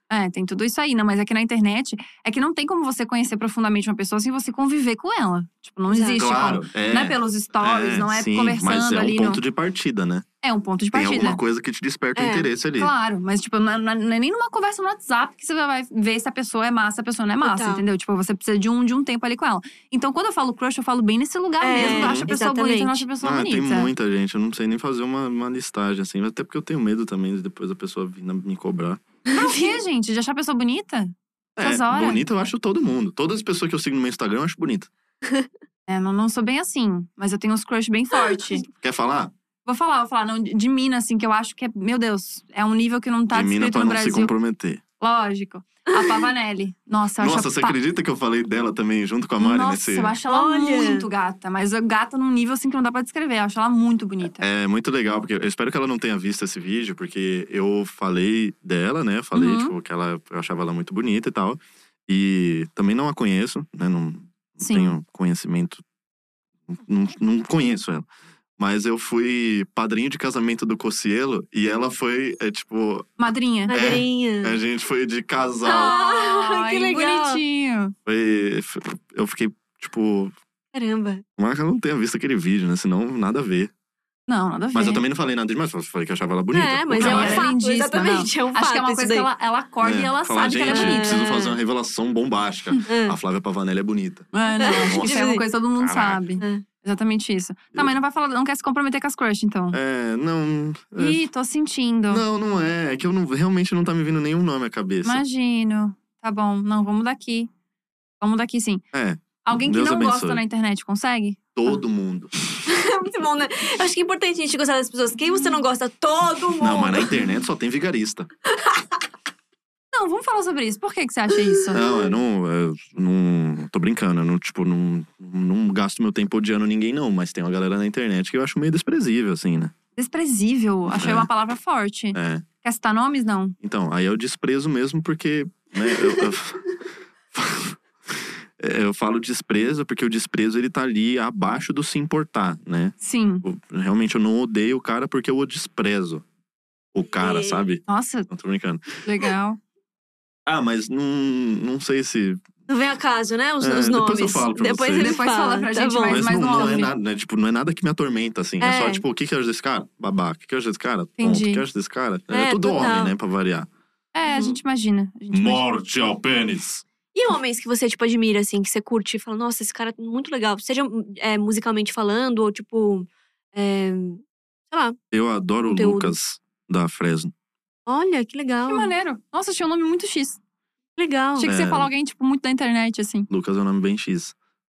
Speaker 1: É, tem tudo isso aí. Não, mas aqui na internet, é que não tem como você conhecer profundamente uma pessoa sem você conviver com ela. Tipo, não
Speaker 2: Exato.
Speaker 1: existe
Speaker 3: Claro,
Speaker 1: como.
Speaker 3: é.
Speaker 1: Não é pelos stories,
Speaker 3: É,
Speaker 1: não é
Speaker 3: sim,
Speaker 1: conversando
Speaker 3: mas é um
Speaker 1: ali.
Speaker 3: ponto
Speaker 1: no...
Speaker 3: de partida, né?
Speaker 1: É um ponto de
Speaker 3: Tem
Speaker 1: partida.
Speaker 3: alguma coisa que te desperta o
Speaker 2: É,
Speaker 3: interesse ali.
Speaker 1: Claro, mas tipo, não é, não é nem numa conversa no WhatsApp que você vai ver se a pessoa é massa, se a pessoa não é massa,
Speaker 2: Total.
Speaker 1: entendeu? Tipo, você precisa de um, de um tempo ali com ela. Então, quando eu falo crush, eu falo bem nesse lugar
Speaker 2: É,
Speaker 1: mesmo. Eu acho a pessoa
Speaker 2: exatamente.
Speaker 1: bonita, eu não acho a pessoa
Speaker 3: Ah,
Speaker 1: bonita.
Speaker 3: tem muita gente. Eu não sei nem fazer uma, uma listagem, assim. Até porque eu tenho medo também de depois a pessoa vir na- me cobrar.
Speaker 1: Por quê, gente? De achar a pessoa bonita? Essas
Speaker 3: É,
Speaker 1: horas?
Speaker 3: bonita eu acho todo mundo. Todas as pessoas que eu sigo no meu Instagram eu acho bonita.
Speaker 1: É, não, não sou bem assim, mas eu tenho uns crush bem forte.
Speaker 3: Quer falar?
Speaker 1: Vou falar, vou falar, não, de, de mina, assim, que eu acho que é, meu Deus, é um nível que não tá
Speaker 3: de mina
Speaker 1: descrito
Speaker 3: pra
Speaker 1: no
Speaker 3: não se
Speaker 1: Brasil.
Speaker 3: comprometer.
Speaker 1: Lógico. A Pavanelli. Nossa, eu acho
Speaker 3: Nossa,
Speaker 1: a
Speaker 3: você
Speaker 1: Pa-
Speaker 3: acredita que eu falei dela também, junto com a Mari?
Speaker 1: Nossa,
Speaker 3: nesse...
Speaker 1: eu acho ela
Speaker 2: Olha.
Speaker 1: muito gata. Mas gata num nível assim que não dá pra descrever. Eu acho ela muito bonita.
Speaker 3: É muito legal, porque eu espero que ela não tenha visto esse vídeo, porque eu falei dela, né? Eu falei,
Speaker 1: Uhum.
Speaker 3: tipo, que ela, eu achava ela muito bonita e tal. E também não a conheço, né? Não, não
Speaker 1: Sim.
Speaker 3: tenho conhecimento. Não, não conheço ela. Mas eu fui padrinho de casamento do Cossielo e ela foi, é, tipo,
Speaker 1: Madrinha.
Speaker 2: Madrinha.
Speaker 3: a gente foi de casal.
Speaker 2: Ah,
Speaker 1: Ai,
Speaker 2: que legal.
Speaker 1: bonitinho.
Speaker 3: Foi, eu fiquei, tipo,
Speaker 2: Caramba.
Speaker 3: mas que ela não tenha visto aquele vídeo, né? Senão, nada a ver.
Speaker 1: não, nada a ver.
Speaker 3: Mas eu também não falei nada demais, eu falei que eu achava ela bonita.
Speaker 2: É, mas
Speaker 3: Pô,
Speaker 2: é
Speaker 1: Não,
Speaker 2: um
Speaker 1: ela é
Speaker 2: fato,
Speaker 1: lindíssima,
Speaker 2: exatamente. É um fato
Speaker 1: Acho que é uma
Speaker 2: isso
Speaker 1: coisa
Speaker 2: daí.
Speaker 1: que ela, ela acorda e ela
Speaker 3: falar,
Speaker 1: sabe que ela é
Speaker 3: gente,
Speaker 1: bonita.
Speaker 3: preciso fazer uma revelação bombástica.
Speaker 2: É.
Speaker 3: A Flávia Pavanelli é bonita.
Speaker 1: É, não, acho que
Speaker 3: Nossa.
Speaker 1: isso é uma coisa que todo mundo
Speaker 3: Caraca.
Speaker 1: sabe.
Speaker 2: É.
Speaker 1: Exatamente isso. Tá,
Speaker 3: Eu-
Speaker 1: mas não vai falar, não quer se comprometer com as crush, então.
Speaker 3: É, não. é-
Speaker 1: Ih, tô sentindo.
Speaker 3: Não, não é. É que eu não, realmente não tá me vindo nenhum nome à cabeça.
Speaker 1: Imagino. Tá bom, não, vamos daqui. Vamos daqui, sim.
Speaker 3: É,
Speaker 1: Alguém que
Speaker 3: Deus
Speaker 1: não
Speaker 3: abençoe.
Speaker 1: gosta na internet, consegue?
Speaker 3: todo mundo.
Speaker 2: É muito bom, né? Eu acho que é importante a gente gostar das pessoas. Quem você não gosta? Todo mundo.
Speaker 3: Não, mas na internet só tem vigarista.
Speaker 1: Não, vamos falar sobre isso. Por que, que você acha isso?
Speaker 3: Não, eu não. Eu não tô brincando. Eu não, tipo, não, não gasto meu tempo odiando ninguém, não. Mas tem uma galera na internet que eu acho meio desprezível, assim, né?
Speaker 1: Desprezível. Achei
Speaker 3: É.
Speaker 1: uma palavra forte.
Speaker 3: É.
Speaker 1: Quer citar nomes? Não.
Speaker 3: Então, aí eu desprezo mesmo porque, né, eu, eu, É, eu falo desprezo porque o desprezo ele tá ali abaixo do se importar, né?
Speaker 1: Sim.
Speaker 3: Eu- realmente eu não odeio o cara porque eu o desprezo. O cara,
Speaker 2: E-
Speaker 3: sabe?
Speaker 1: Nossa,
Speaker 3: Não tô brincando.
Speaker 1: legal.
Speaker 3: Ah, mas não, não sei se…
Speaker 2: Não vem a caso, né? Os,
Speaker 3: É,
Speaker 2: os
Speaker 3: depois
Speaker 2: nomes.
Speaker 3: eu falo pra
Speaker 2: Depois
Speaker 3: vocês.
Speaker 2: ele
Speaker 1: Depois
Speaker 2: fala.
Speaker 1: fala pra
Speaker 2: Tá
Speaker 1: gente
Speaker 2: bom.
Speaker 1: mais-
Speaker 3: Mas
Speaker 1: mais
Speaker 3: não,
Speaker 1: no
Speaker 3: não é
Speaker 1: off.
Speaker 3: nada, né? Tipo, não é nada que me atormenta, assim. É,
Speaker 2: É.
Speaker 3: só, tipo, o que que eu acho desse cara? Babaca. O que que eu acho desse cara? Ponto.
Speaker 1: Entendi.
Speaker 3: O que que eu acho desse cara? É,
Speaker 2: É,
Speaker 3: tudo
Speaker 2: total.
Speaker 3: homem, né? Pra variar.
Speaker 1: É, a
Speaker 2: Uhum.
Speaker 1: gente imagina. A gente imagina.
Speaker 3: Morte ao pênis.
Speaker 2: E homens que você, tipo, admira, assim, que você curte e fala, nossa, esse cara é muito legal. Seja é, musicalmente falando, ou tipo. É, sei lá.
Speaker 3: Eu adoro
Speaker 2: Conteúdo.
Speaker 3: o Lucas da Fresno.
Speaker 2: Olha, que legal.
Speaker 1: Que maneiro. Nossa, tinha um nome muito X.
Speaker 2: Que legal.
Speaker 1: Achei que você
Speaker 3: É.
Speaker 1: ia falar alguém, tipo, muito da internet, assim.
Speaker 3: Lucas é um nome bem X.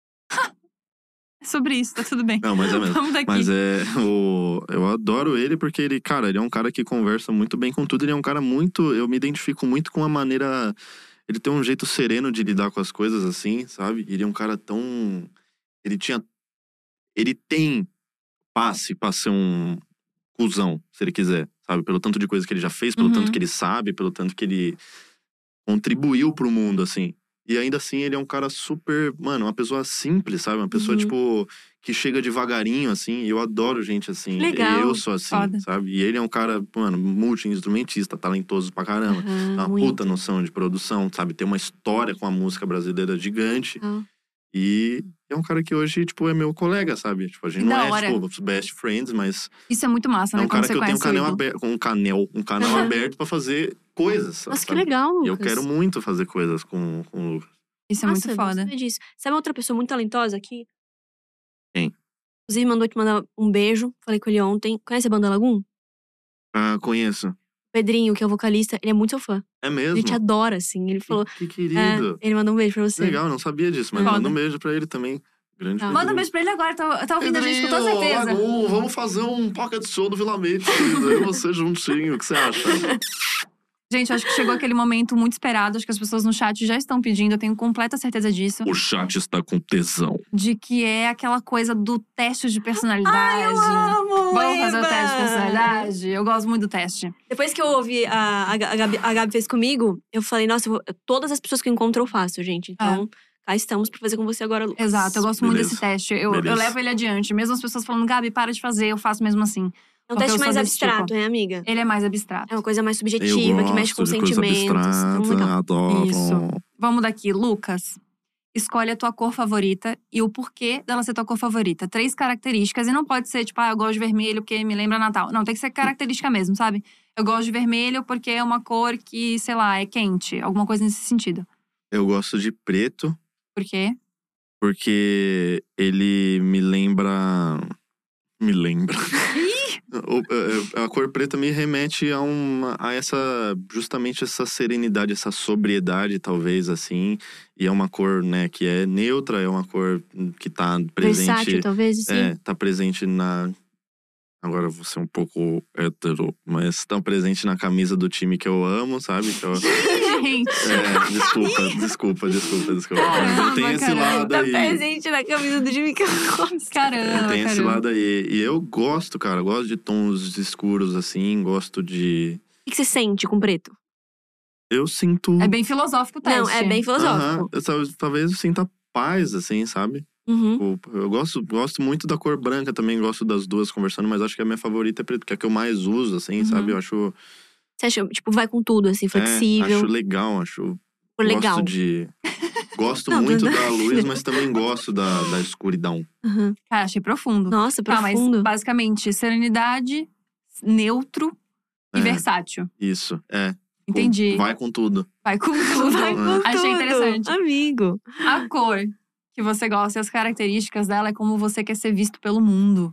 Speaker 1: É sobre isso, tá tudo bem.
Speaker 3: Não, mas é mesmo.
Speaker 1: Vamos daqui.
Speaker 3: Mas é. O, eu adoro ele porque ele, cara, ele é um cara que conversa muito bem com tudo. Ele é um cara muito. Eu me identifico muito com a maneira. Ele tem um jeito sereno de lidar com as coisas, assim, sabe? Ele é um cara tão. Ele tinha. Ele tem passe pra ser um cuzão, se ele quiser, sabe? Pelo tanto de coisa que ele já fez, pelo
Speaker 1: Uhum.
Speaker 3: tanto que ele sabe, pelo tanto que ele contribuiu pro mundo, assim. E ainda assim, ele é um cara super, mano, uma pessoa simples, sabe? Uma pessoa,
Speaker 2: Uhum.
Speaker 3: tipo, que chega devagarinho, assim. E eu adoro gente assim.
Speaker 2: Legal.
Speaker 3: Eu sou assim,
Speaker 1: Foda.
Speaker 3: sabe? E ele é um cara, mano, multi-instrumentista, talentoso pra caramba.
Speaker 2: Aham,
Speaker 3: Uma
Speaker 2: muito.
Speaker 3: puta noção de produção, sabe? Tem uma história com a música brasileira gigante.
Speaker 2: Legal.
Speaker 3: E é um cara que hoje, tipo, é meu colega, sabe? Tipo, a gente
Speaker 1: Que
Speaker 3: não
Speaker 1: da
Speaker 3: é,
Speaker 1: hora.
Speaker 3: tipo, os best friends, mas
Speaker 1: Isso é muito massa,
Speaker 3: é
Speaker 1: né?
Speaker 3: um
Speaker 1: Quando
Speaker 3: cara
Speaker 1: você
Speaker 3: que eu tenho um
Speaker 1: conhece o
Speaker 3: canal
Speaker 1: ídolo.
Speaker 3: aberto, um canal, um canal
Speaker 2: Aham.
Speaker 3: aberto pra fazer coisas.
Speaker 2: Nossa, que
Speaker 3: sabe?
Speaker 2: legal, Lucas.
Speaker 3: E eu quero muito fazer coisas com, com o Lucas.
Speaker 1: Isso é
Speaker 2: Nossa,
Speaker 1: muito
Speaker 2: não
Speaker 1: foda.
Speaker 2: sabia disso. Sabe outra pessoa muito talentosa aqui?
Speaker 3: Quem?
Speaker 2: Inclusive, mandou te mandar um beijo. Falei com ele ontem. Conhece a banda Lagoon?
Speaker 3: Ah, conheço.
Speaker 2: Pedrinho, que é o vocalista, ele é muito seu fã.
Speaker 3: É
Speaker 2: A
Speaker 3: mesmo?
Speaker 2: gente adora, assim. Ele falou.
Speaker 3: Que, que
Speaker 2: É,
Speaker 3: querido.
Speaker 2: ele mandou um beijo pra você.
Speaker 3: Legal, não sabia disso, mas
Speaker 1: Foda.
Speaker 3: manda um beijo pra ele também. Grande
Speaker 2: Ah.
Speaker 3: Pedrinho.
Speaker 1: Manda um beijo pra ele agora, tá, tá ouvindo a gente com toda
Speaker 3: Pedrinho,
Speaker 1: certeza.
Speaker 3: Lagoon, vamos fazer um pocket show do Vila Mate, querido. Eu e você juntinho, o que você acha?
Speaker 1: Gente, acho que chegou aquele momento muito esperado. Acho que as pessoas no chat já estão pedindo, eu tenho completa certeza disso.
Speaker 3: O chat está com tesão.
Speaker 1: De que é aquela coisa do teste de personalidade.
Speaker 2: Ai, eu amo!
Speaker 1: Vamos fazer o
Speaker 2: Eba!
Speaker 1: teste de personalidade? Eu gosto muito do teste.
Speaker 2: Depois que eu ouvi a, a, a, Gabi, a Gabi fez comigo, eu falei, nossa, eu vou- todas as pessoas que eu encontro eu faço, gente. Então, cá estamos pra fazer com você agora, Lucas.
Speaker 1: Exato, eu gosto muito
Speaker 3: Beleza.
Speaker 1: desse teste. Eu, eu
Speaker 3: Beleza.
Speaker 1: levo ele adiante. Mesmo as pessoas falando, Gabi, para de fazer, eu faço mesmo assim.
Speaker 2: É um
Speaker 1: Porque
Speaker 2: teste
Speaker 1: eu sou
Speaker 2: mais
Speaker 1: desse
Speaker 2: abstrato,
Speaker 1: tipo.
Speaker 2: né, amiga?
Speaker 1: Ele é mais abstrato.
Speaker 2: É uma coisa mais
Speaker 3: Eu
Speaker 2: subjetiva, que mexe com
Speaker 3: gosto de coisa
Speaker 2: sentimentos. Então,
Speaker 3: abstrata,
Speaker 2: legal.
Speaker 3: adoro.
Speaker 1: Isso. Vamos daqui, Lucas. Escolhe a tua cor favorita e o porquê dela ser tua cor favorita. Três características. E não pode ser, tipo, ah, eu gosto de vermelho porque me lembra Natal. Não, tem que ser característica mesmo, sabe? Eu gosto de vermelho porque é uma cor que, sei lá, é quente. Alguma coisa nesse sentido.
Speaker 3: Eu gosto de preto
Speaker 1: Por quê?
Speaker 3: porque ele me lembra… Me lembra. O- é, a cor preta me remete a uma a essa justamente essa serenidade, essa sobriedade, talvez assim. E é uma cor, né, que é neutra, é uma cor que tá presente.
Speaker 2: Versátil, talvez, assim.
Speaker 3: É, tá presente na… Agora eu vou ser um pouco hétero, mas tá presente na camisa do time que eu amo, sabe? Que eu…
Speaker 1: Gente.
Speaker 3: É, desculpa, desculpa, desculpa, desculpa. Mas eu
Speaker 1: Caramba,
Speaker 3: tenho esse
Speaker 1: caramba.
Speaker 3: lado
Speaker 2: Tá
Speaker 3: aí.
Speaker 2: presente na camisa do time que eu gosto.
Speaker 1: Caramba,
Speaker 3: Tem esse
Speaker 1: caramba.
Speaker 3: lado aí. E eu gosto, cara. Gosto de tons escuros, assim. Gosto de…
Speaker 2: O que você sente com preto?
Speaker 3: Eu sinto…
Speaker 1: É bem filosófico o teste.
Speaker 2: Não, é bem
Speaker 3: Aham,
Speaker 2: filosófico.
Speaker 3: eu, tal- talvez eu sinta paz, assim, sabe?
Speaker 2: Uhum.
Speaker 3: Tipo, eu gosto, gosto muito da cor branca também. Gosto das duas conversando. Mas acho que a minha favorita é preto. Que é a que eu mais uso, assim,
Speaker 1: Uhum.
Speaker 3: sabe? Eu acho…
Speaker 2: Você acha, tipo, vai com tudo, assim,
Speaker 3: É,
Speaker 2: flexível.
Speaker 3: acho legal, acho…
Speaker 2: legal.
Speaker 3: Gosto de… Gosto
Speaker 2: Não,
Speaker 3: muito
Speaker 2: tudo-
Speaker 3: da luz, mas também gosto da, da escuridão.
Speaker 2: Uhum.
Speaker 1: Cara, achei profundo.
Speaker 2: Nossa,
Speaker 1: Tá, mas
Speaker 2: profundo.
Speaker 1: basicamente, serenidade, neutro e
Speaker 3: É.
Speaker 1: versátil.
Speaker 3: Isso, é.
Speaker 1: Entendi.
Speaker 3: Vai com tudo.
Speaker 1: Vai com tudo.
Speaker 2: Vai com
Speaker 1: Achei
Speaker 2: tudo.
Speaker 1: interessante.
Speaker 2: Amigo.
Speaker 1: A cor que você gosta e as características dela é como você quer ser visto pelo mundo.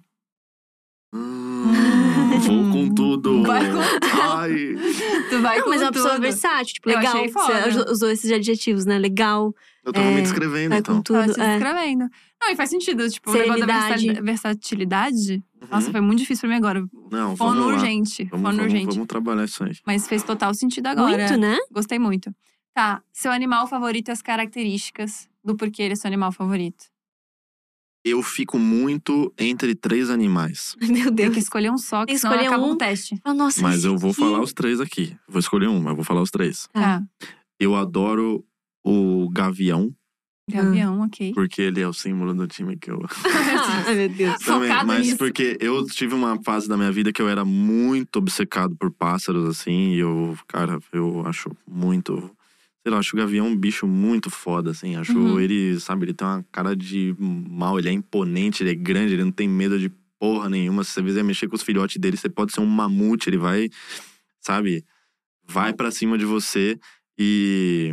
Speaker 3: Hum, vou com tudo.
Speaker 1: Vai com
Speaker 3: Ai.
Speaker 1: Tu vai
Speaker 2: Não,
Speaker 1: com
Speaker 2: mas é uma pessoa
Speaker 1: tudo.
Speaker 2: versátil, tipo,
Speaker 1: Eu
Speaker 2: legal.
Speaker 1: achei foda.
Speaker 2: Você usou esses adjetivos, né? Legal,
Speaker 3: Eu tava
Speaker 2: É,
Speaker 3: me descrevendo,
Speaker 2: vai
Speaker 3: então.
Speaker 2: com
Speaker 1: Tava
Speaker 2: tudo.
Speaker 1: te
Speaker 2: É.
Speaker 1: descrevendo. Não, e faz sentido. Tipo, o negócio da
Speaker 2: Serenidade.
Speaker 1: versali- versatilidade.
Speaker 3: Uhum.
Speaker 1: Nossa, foi muito difícil pra mim agora.
Speaker 3: Não,
Speaker 1: Fono
Speaker 3: vamos lá.
Speaker 1: urgente.
Speaker 3: Vamos,
Speaker 1: Fono
Speaker 3: vamos,
Speaker 1: urgente.
Speaker 3: vamos trabalhar isso aí.
Speaker 1: Mas fez total sentido agora.
Speaker 2: Muito, né?
Speaker 1: Gostei muito. Tá, seu animal favorito e as características do porquê ele é seu animal favorito.
Speaker 3: Eu fico muito entre três animais.
Speaker 2: Meu
Speaker 1: Tem
Speaker 2: Deus.
Speaker 1: que escolher um só, que
Speaker 2: Tem que
Speaker 1: senão
Speaker 2: escolher
Speaker 1: acaba
Speaker 2: um.
Speaker 1: o teste.
Speaker 2: Ah, nossa,
Speaker 3: Mas
Speaker 2: esse
Speaker 3: eu vou
Speaker 2: aqui-
Speaker 3: falar os três aqui. Vou escolher um, mas vou falar os três.
Speaker 1: Tá.
Speaker 3: Eu adoro o Gavião,
Speaker 1: Gavião, ok.
Speaker 3: porque ele é o símbolo do time que eu…
Speaker 2: Ai, meu Deus.
Speaker 3: Também,
Speaker 1: Focado
Speaker 3: mas
Speaker 1: nisso.
Speaker 3: porque eu tive uma fase da minha vida que eu era muito obcecado por pássaros, assim. E eu, cara, eu acho muito… Sei lá, acho o Gavião um bicho muito foda, assim. Acho
Speaker 1: Uhum.
Speaker 3: ele, sabe, ele tem uma cara de mal. Ele é imponente, ele é grande, ele não tem medo de porra nenhuma. Se você quiser mexer com os filhotes dele, você pode ser um mamute. Ele vai, sabe, vai pra cima de você. E…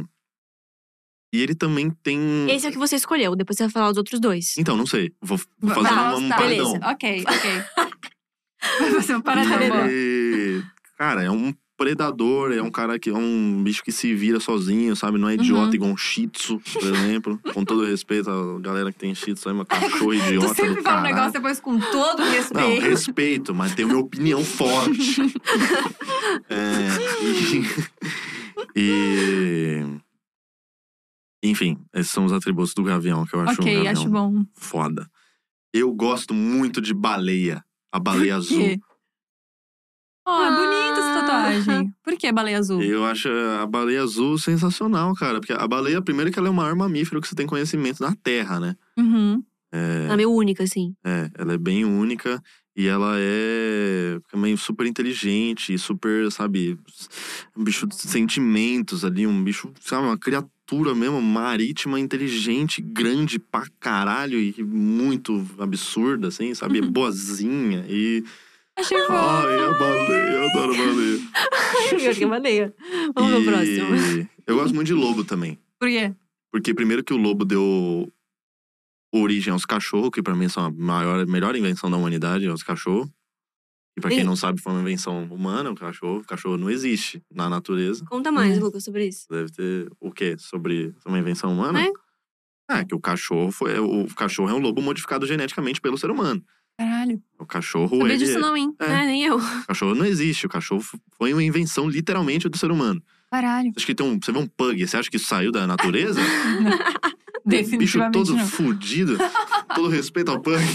Speaker 3: E ele também tem…
Speaker 2: Esse é o que você escolheu, depois você vai falar os outros dois.
Speaker 3: Então, não sei. Vou, vou
Speaker 1: Vai
Speaker 3: fazer
Speaker 1: falar
Speaker 3: um,
Speaker 1: os-
Speaker 3: um
Speaker 1: tá,
Speaker 3: paredão.
Speaker 1: beleza. Ok, ok. Vai fazer um paredão, boa.
Speaker 3: Ele, cara, é um predador, é um cara que é um bicho que se vira sozinho, sabe? Não é idiota
Speaker 1: Uhum.
Speaker 3: igual um shih tzu, por exemplo. Com todo respeito à galera que tem shih tzu, é uma cachorro
Speaker 1: Tu
Speaker 3: idiota
Speaker 1: sempre
Speaker 3: do
Speaker 1: fala um
Speaker 3: caralho.
Speaker 1: negócio depois com todo
Speaker 3: Não,
Speaker 1: respeito.
Speaker 3: respeito, mas tenho minha opinião forte. É, e, e… Enfim, esses são os atributos do Gavião, que eu acho um
Speaker 1: Ok,
Speaker 3: Gavião
Speaker 1: acho bom.
Speaker 3: foda. Eu gosto muito de baleia. A baleia
Speaker 1: Por quê?
Speaker 3: azul.
Speaker 1: Ó, é bonita essa tatuagem. Por que baleia azul?
Speaker 3: Eu acho a baleia azul sensacional, cara. Porque a baleia, primeiro que ela é o maior mamífero que você tem conhecimento na Terra, né?
Speaker 1: Uhum.
Speaker 2: Ela é meio única, assim.
Speaker 3: É, ela é bem única. E ela é também super inteligente, super, sabe, um bicho de sentimentos ali, um bicho, sabe, uma criatura mesmo, marítima, inteligente, grande pra caralho e muito absurda, assim, sabe?
Speaker 1: Uhum.
Speaker 3: Boazinha e…
Speaker 1: Achei fofo.
Speaker 3: Ai, a baleia, eu adoro baleia.
Speaker 2: Eu acho que é baleia. Vamos
Speaker 3: E
Speaker 2: pro próximo.
Speaker 3: Eu gosto muito de lobo também.
Speaker 1: Por quê?
Speaker 3: Porque primeiro que o lobo deu origem aos cachorros, que pra mim são a maior, melhor invenção da humanidade, é os cachorros. E pra quem
Speaker 2: E-
Speaker 3: não sabe, foi uma invenção humana, o cachorro. O cachorro não existe na natureza.
Speaker 2: Conta mais,
Speaker 1: Hum.
Speaker 2: Lucas, sobre isso.
Speaker 3: Deve ter o quê? Sobre uma invenção humana?
Speaker 2: É.
Speaker 3: É, que o cachorro foi… O cachorro é um lobo modificado geneticamente pelo ser humano.
Speaker 1: Caralho.
Speaker 3: O cachorro,
Speaker 1: Sabia
Speaker 3: ele…
Speaker 1: disso não, hein?
Speaker 3: É.
Speaker 2: É, nem eu.
Speaker 3: O cachorro não existe. O cachorro foi uma invenção literalmente do ser humano.
Speaker 1: Caralho.
Speaker 3: Acho que tem um… Você vê um pug, você acha que isso saiu da natureza? Bicho
Speaker 1: Definitivamente
Speaker 3: todo
Speaker 1: não.
Speaker 3: fudido. Todo respeito ao punk.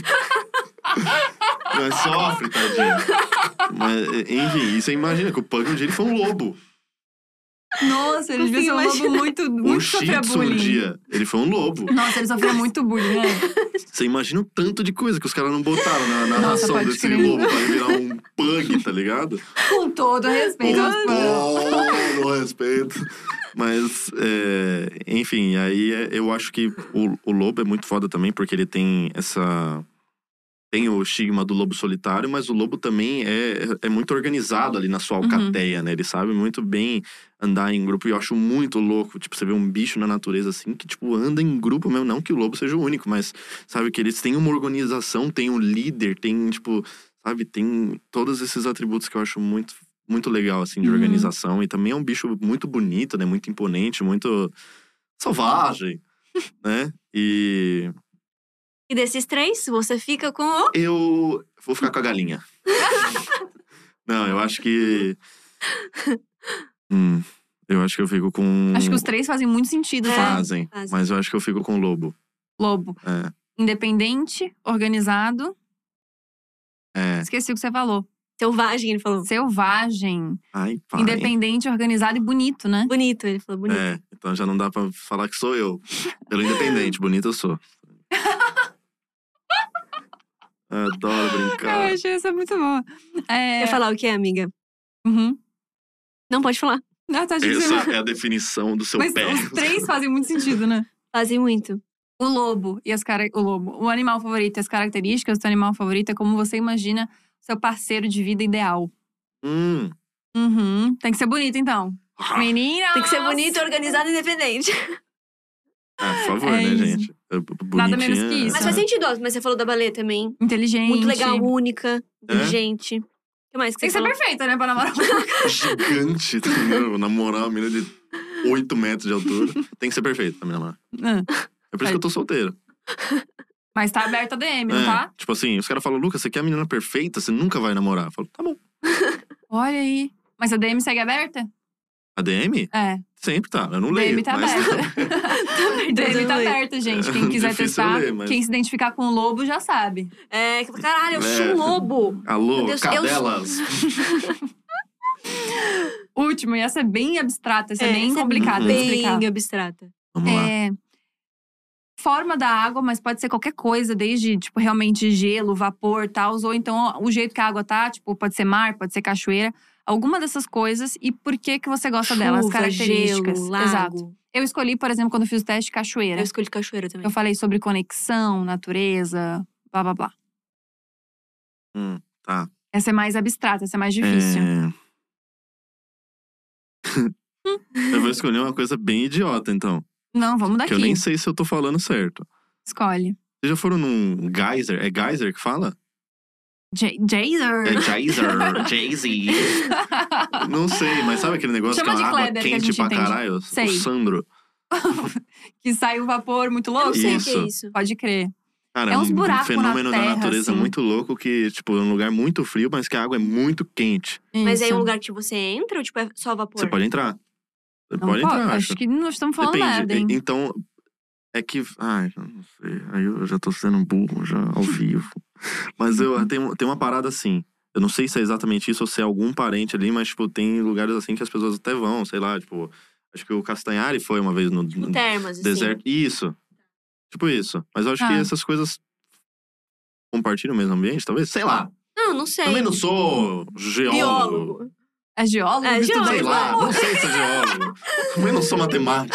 Speaker 3: Mas sofre, tadinho. Mas, enfim, e você imagina que o punk um dia ele foi um lobo.
Speaker 1: Nossa, ele devia ser um
Speaker 2: Consigo
Speaker 1: lobo muito,
Speaker 3: O
Speaker 1: muito
Speaker 3: Shih
Speaker 1: sofria
Speaker 3: Tzu um
Speaker 1: bullying.
Speaker 3: dia, ele foi um lobo.
Speaker 1: Nossa, ele sofria muito bullying, né?
Speaker 3: Você imagina o tanto de coisa que os caras não botaram na, na
Speaker 1: Nossa,
Speaker 3: ração
Speaker 1: pode
Speaker 3: desse
Speaker 1: crer.
Speaker 3: lobo pra ele virar um pug, tá ligado?
Speaker 1: Com todo respeito aos fãs.
Speaker 3: Com todo respeito. Mas, é, enfim, aí é- eu acho que o, o lobo é muito foda também, porque ele tem essa. Tem o estigma do lobo solitário, mas o lobo também é, é muito organizado ali na sua alcateia, né? Ele sabe muito bem andar em grupo. E eu acho muito louco, tipo, você vê um bicho na natureza assim, que, tipo, anda em grupo mesmo. Não que o lobo seja o único, mas, sabe, que eles têm uma organização, tem um líder, tem, tipo, sabe, tem todos esses atributos que eu acho muito, muito legal, assim, de
Speaker 1: Uhum.
Speaker 3: organização. E também é um bicho muito bonito, né? Muito imponente, muito selvagem, né? E
Speaker 2: E desses três, você fica com o…
Speaker 3: eu vou ficar com a galinha. Não, eu acho que. Hum, eu acho que eu fico com.
Speaker 1: Acho que os três fazem muito sentido,
Speaker 2: É.
Speaker 1: tá?
Speaker 3: Fazem,
Speaker 2: Fazem.
Speaker 3: mas eu acho que eu fico com o lobo.
Speaker 1: Lobo.
Speaker 3: É.
Speaker 1: Independente, organizado.
Speaker 3: É.
Speaker 1: Esqueci o que você falou.
Speaker 2: Selvagem, ele falou.
Speaker 1: Selvagem.
Speaker 3: Ai, pai.
Speaker 1: Independente, organizado e bonito, né?
Speaker 2: Bonito, ele falou bonito.
Speaker 3: É, então já não dá pra falar que sou eu. Pelo independente, bonito eu sou. Adoro
Speaker 1: Eu
Speaker 3: brincar.
Speaker 1: achei essa muito boa. É…
Speaker 2: Quer falar o que, amiga?
Speaker 1: Uhum.
Speaker 2: Não pode falar.
Speaker 1: Ah, tá, achei que você…
Speaker 3: Essa é a definição do seu
Speaker 1: Mas
Speaker 3: pé.
Speaker 1: os três fazem muito sentido, né?
Speaker 2: Fazem muito.
Speaker 1: O lobo e as cara... o lobo, o animal favorito e as características do animal favorito é como você imagina seu parceiro de vida ideal.
Speaker 3: Hum.
Speaker 1: Uhum. Tem que ser bonito, então. Menina!
Speaker 2: Tem que ser bonito, organizado e independente.
Speaker 3: Ah, por favor,
Speaker 1: É
Speaker 3: né,
Speaker 1: isso.
Speaker 3: gente? Eu-
Speaker 1: Nada menos
Speaker 3: bonitinha,
Speaker 1: que isso.
Speaker 2: Mas
Speaker 3: é.
Speaker 2: faz sentido, ó, mas você falou da baleia também.
Speaker 1: Inteligente.
Speaker 2: Muito legal, única, inteligente. O que mais que
Speaker 1: Tem que
Speaker 2: você
Speaker 1: ser
Speaker 2: falou?
Speaker 1: perfeita, né, pra namorar.
Speaker 3: Gigante, tá ligado? Namorar uma menina de oito metros de altura. Tem que ser perfeito pra me namorar.
Speaker 1: Ah,
Speaker 3: É por isso que eu tô solteiro.
Speaker 1: Mas tá aberta a D M, não
Speaker 3: É,
Speaker 1: tá?
Speaker 3: Tipo assim, os caras falam, Lucas, você quer a menina perfeita? Você nunca vai namorar. Eu falo, tá bom.
Speaker 1: Olha aí. Mas a D M segue aberta?
Speaker 3: A D M?
Speaker 1: É.
Speaker 3: Sempre tá, eu não
Speaker 1: D M
Speaker 3: leio.
Speaker 1: tá
Speaker 3: mas...
Speaker 1: aberta. D M tá aberta, gente. Quem quiser
Speaker 3: Difícil
Speaker 1: testar,
Speaker 3: ler, mas-
Speaker 1: quem se identificar com o lobo já sabe.
Speaker 2: É, que- caralho, eu
Speaker 3: É.
Speaker 2: sou um lobo.
Speaker 3: Alô,
Speaker 2: Meu Deus, eu-
Speaker 3: cadelas.
Speaker 1: Último, e essa é bem abstrata, essa é, bem
Speaker 2: essa
Speaker 1: complicada de explicar.
Speaker 2: Bem abstrata.
Speaker 3: Vamos lá.
Speaker 1: É, forma da água, mas pode ser qualquer coisa, desde, tipo, realmente gelo, vapor, tal, ou então ó, o jeito que a água tá, tipo, pode ser mar, pode ser cachoeira, alguma dessas coisas e por que que você gosta delas, as
Speaker 2: Chuva,
Speaker 1: características.
Speaker 2: gelo, lago.
Speaker 1: Exato. Eu escolhi, por exemplo, quando eu fiz o teste cachoeira.
Speaker 2: Eu escolhi cachoeira também.
Speaker 1: Eu falei sobre conexão, natureza, blá blá blá.
Speaker 3: Hum, tá.
Speaker 1: Essa é mais abstrata, essa é mais difícil.
Speaker 3: É... eu vou escolher uma coisa bem idiota, então.
Speaker 1: Não, vamos daqui.
Speaker 3: Que eu nem sei se eu tô falando certo.
Speaker 1: Escolhe.
Speaker 3: Vocês já foram num geyser? É geyser que fala?
Speaker 1: J- Jazer.
Speaker 3: É geyser, Jay-Z. Não sei, mas sabe aquele negócio
Speaker 1: Chama
Speaker 3: que é
Speaker 1: de
Speaker 3: uma água
Speaker 1: Kleber, que a
Speaker 3: quente
Speaker 1: gente
Speaker 3: pra
Speaker 1: entende.
Speaker 3: caralho?
Speaker 1: Sei.
Speaker 3: O Sandro.
Speaker 1: Que sai o vapor muito
Speaker 2: Eu
Speaker 1: louco?
Speaker 2: não sei o que
Speaker 3: Isso.
Speaker 2: é isso.
Speaker 1: Pode crer.
Speaker 3: Cara,
Speaker 1: É
Speaker 3: é
Speaker 1: uns
Speaker 3: um
Speaker 1: buracos
Speaker 3: fenômeno
Speaker 1: na
Speaker 3: da
Speaker 1: terra,
Speaker 3: natureza
Speaker 1: assim.
Speaker 3: muito louco que, tipo, é um lugar muito frio, mas que a água é muito quente.
Speaker 2: Mas aí é
Speaker 1: Isso.
Speaker 2: um lugar que você entra ou tipo é só vapor?
Speaker 3: Você pode entrar. Você
Speaker 1: Não
Speaker 3: pode
Speaker 1: pode,
Speaker 3: entrar,
Speaker 1: acho
Speaker 3: acho.
Speaker 1: que não estamos falando
Speaker 3: Depende.
Speaker 1: nada, hein?
Speaker 3: Então, é que. Ai, eu não sei. Aí eu já tô sendo burro, já ao vivo. Mas eu tem, tem uma parada assim. Eu não sei se é exatamente isso ou se é algum parente ali, mas, tipo, tem lugares assim que as pessoas até vão, sei lá, tipo. Acho que o Castanhari foi uma vez no,
Speaker 2: Tipo
Speaker 3: no
Speaker 2: termas, assim.
Speaker 3: deserto. Isso. Tipo isso. Mas eu acho que
Speaker 1: Ah.
Speaker 3: essas coisas compartilham o mesmo ambiente, talvez? Sei lá.
Speaker 2: Não, não sei.
Speaker 3: Também não sou geólogo.
Speaker 2: Biólogo.
Speaker 1: É geólogo?
Speaker 2: É,
Speaker 1: Estudante
Speaker 3: Sei
Speaker 2: geólogo.
Speaker 3: lá,
Speaker 1: lá?
Speaker 3: não sei se é geólogo. Também não sou matemático.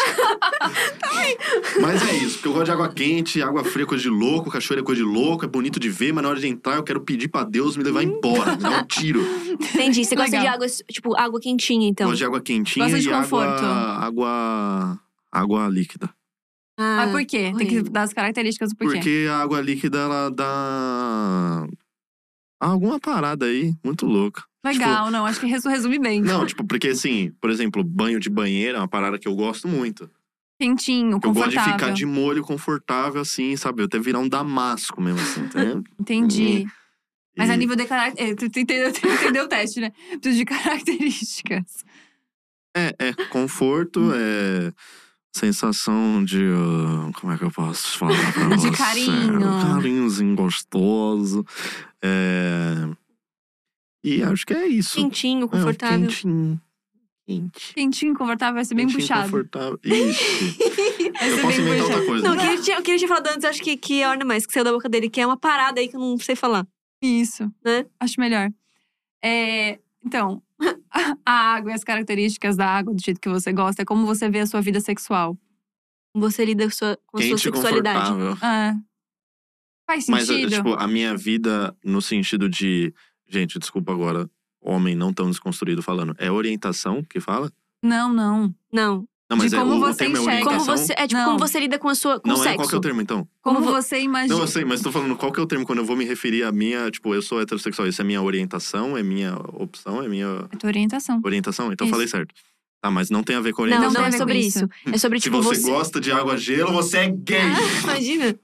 Speaker 3: Mas é isso, porque eu gosto de água quente, água fria é coisa de louco, cachoeira é coisa de louco, é bonito de ver, mas na hora de entrar eu quero pedir pra Deus me levar embora, me dar um tiro.
Speaker 2: Entendi. Você gosta
Speaker 1: Legal.
Speaker 2: de água, tipo, água quentinha, então.
Speaker 3: Gosto de água quentinha
Speaker 1: Gosta de
Speaker 3: e
Speaker 1: conforto.
Speaker 3: água, água. água líquida.
Speaker 2: Ah,
Speaker 1: Mas por quê? Tem que
Speaker 2: horrível.
Speaker 1: dar as características do porquê.
Speaker 3: Porque a água líquida, ela dá. alguma parada aí, muito louca.
Speaker 1: Legal, não, acho que isso resume bem.
Speaker 3: Não, tipo, porque assim, por exemplo, banho de banheira é uma parada que eu gosto muito.
Speaker 1: Quentinho,
Speaker 3: Eu gosto
Speaker 1: confortável.
Speaker 3: de ficar de molho confortável, assim, sabe? Eu até virar um damasco mesmo, assim, entendeu?
Speaker 1: Entendi. Mas
Speaker 3: E-
Speaker 1: a nível de características. Tu tu entendeu, tu entendeu o teste, né? Preciso de características.
Speaker 3: É, é conforto, é sensação de. uh, como é que eu posso falar pra
Speaker 1: De
Speaker 3: você?
Speaker 1: carinho.
Speaker 3: Um carinhozinho gostoso. É... E acho que é isso.
Speaker 2: Quentinho,
Speaker 3: É,
Speaker 2: confortável.
Speaker 3: quentinho. Quente.
Speaker 1: Quentinho, confortável, vai ser bem
Speaker 3: Quentinho,
Speaker 1: puxado.
Speaker 3: confortável. Ixi.
Speaker 1: Vai
Speaker 3: Eu
Speaker 1: ser
Speaker 3: posso
Speaker 1: bem
Speaker 3: inventar
Speaker 1: puxado.
Speaker 3: outra coisa.
Speaker 2: Não, o que ele tinha, o que ele tinha falado antes, acho que, que orna mais, que saiu da boca dele, que é uma parada aí que eu não sei falar.
Speaker 1: Isso,
Speaker 2: Né?
Speaker 1: acho melhor. É, então, a água e as características da água, do jeito que você gosta, é como você vê a sua vida sexual.
Speaker 2: Você lida com, sua, com a sua
Speaker 3: Quente e
Speaker 2: sexualidade.
Speaker 3: confortável.
Speaker 1: Ah, faz
Speaker 3: Mas,
Speaker 1: sentido?
Speaker 3: tipo, a minha vida no sentido de… Gente, desculpa agora, homem não tão desconstruído falando. É orientação que fala?
Speaker 1: Não, não.
Speaker 2: Não.
Speaker 3: Não, mas
Speaker 1: De
Speaker 3: é,
Speaker 1: como
Speaker 3: o, o
Speaker 1: você
Speaker 3: termo é
Speaker 1: enxerga.
Speaker 2: Como
Speaker 3: orientação.
Speaker 2: você, é tipo
Speaker 1: Não.
Speaker 2: como você lida com a sua com
Speaker 3: Não
Speaker 2: o
Speaker 3: é,
Speaker 2: sexo.
Speaker 3: qual que é o termo, então?
Speaker 1: Como,
Speaker 2: Como vo-
Speaker 1: você imagina.
Speaker 3: Não, eu sei, mas tô falando qual que é o termo quando eu vou me referir à minha… Tipo, eu sou heterossexual. Isso é minha orientação? É minha opção? É minha
Speaker 1: É tua orientação.
Speaker 3: orientação? Então eu
Speaker 1: Isso.
Speaker 3: falei certo. Tá, mas não tem a ver com
Speaker 2: Não,
Speaker 3: orientação.
Speaker 2: não é
Speaker 1: tem a ver
Speaker 2: sobre
Speaker 1: com
Speaker 2: isso.
Speaker 1: isso.
Speaker 2: É sobre,
Speaker 3: Se
Speaker 2: tipo,
Speaker 3: você,
Speaker 2: você…
Speaker 3: gosta de água gelo, você é gay!
Speaker 2: Ah, imagina.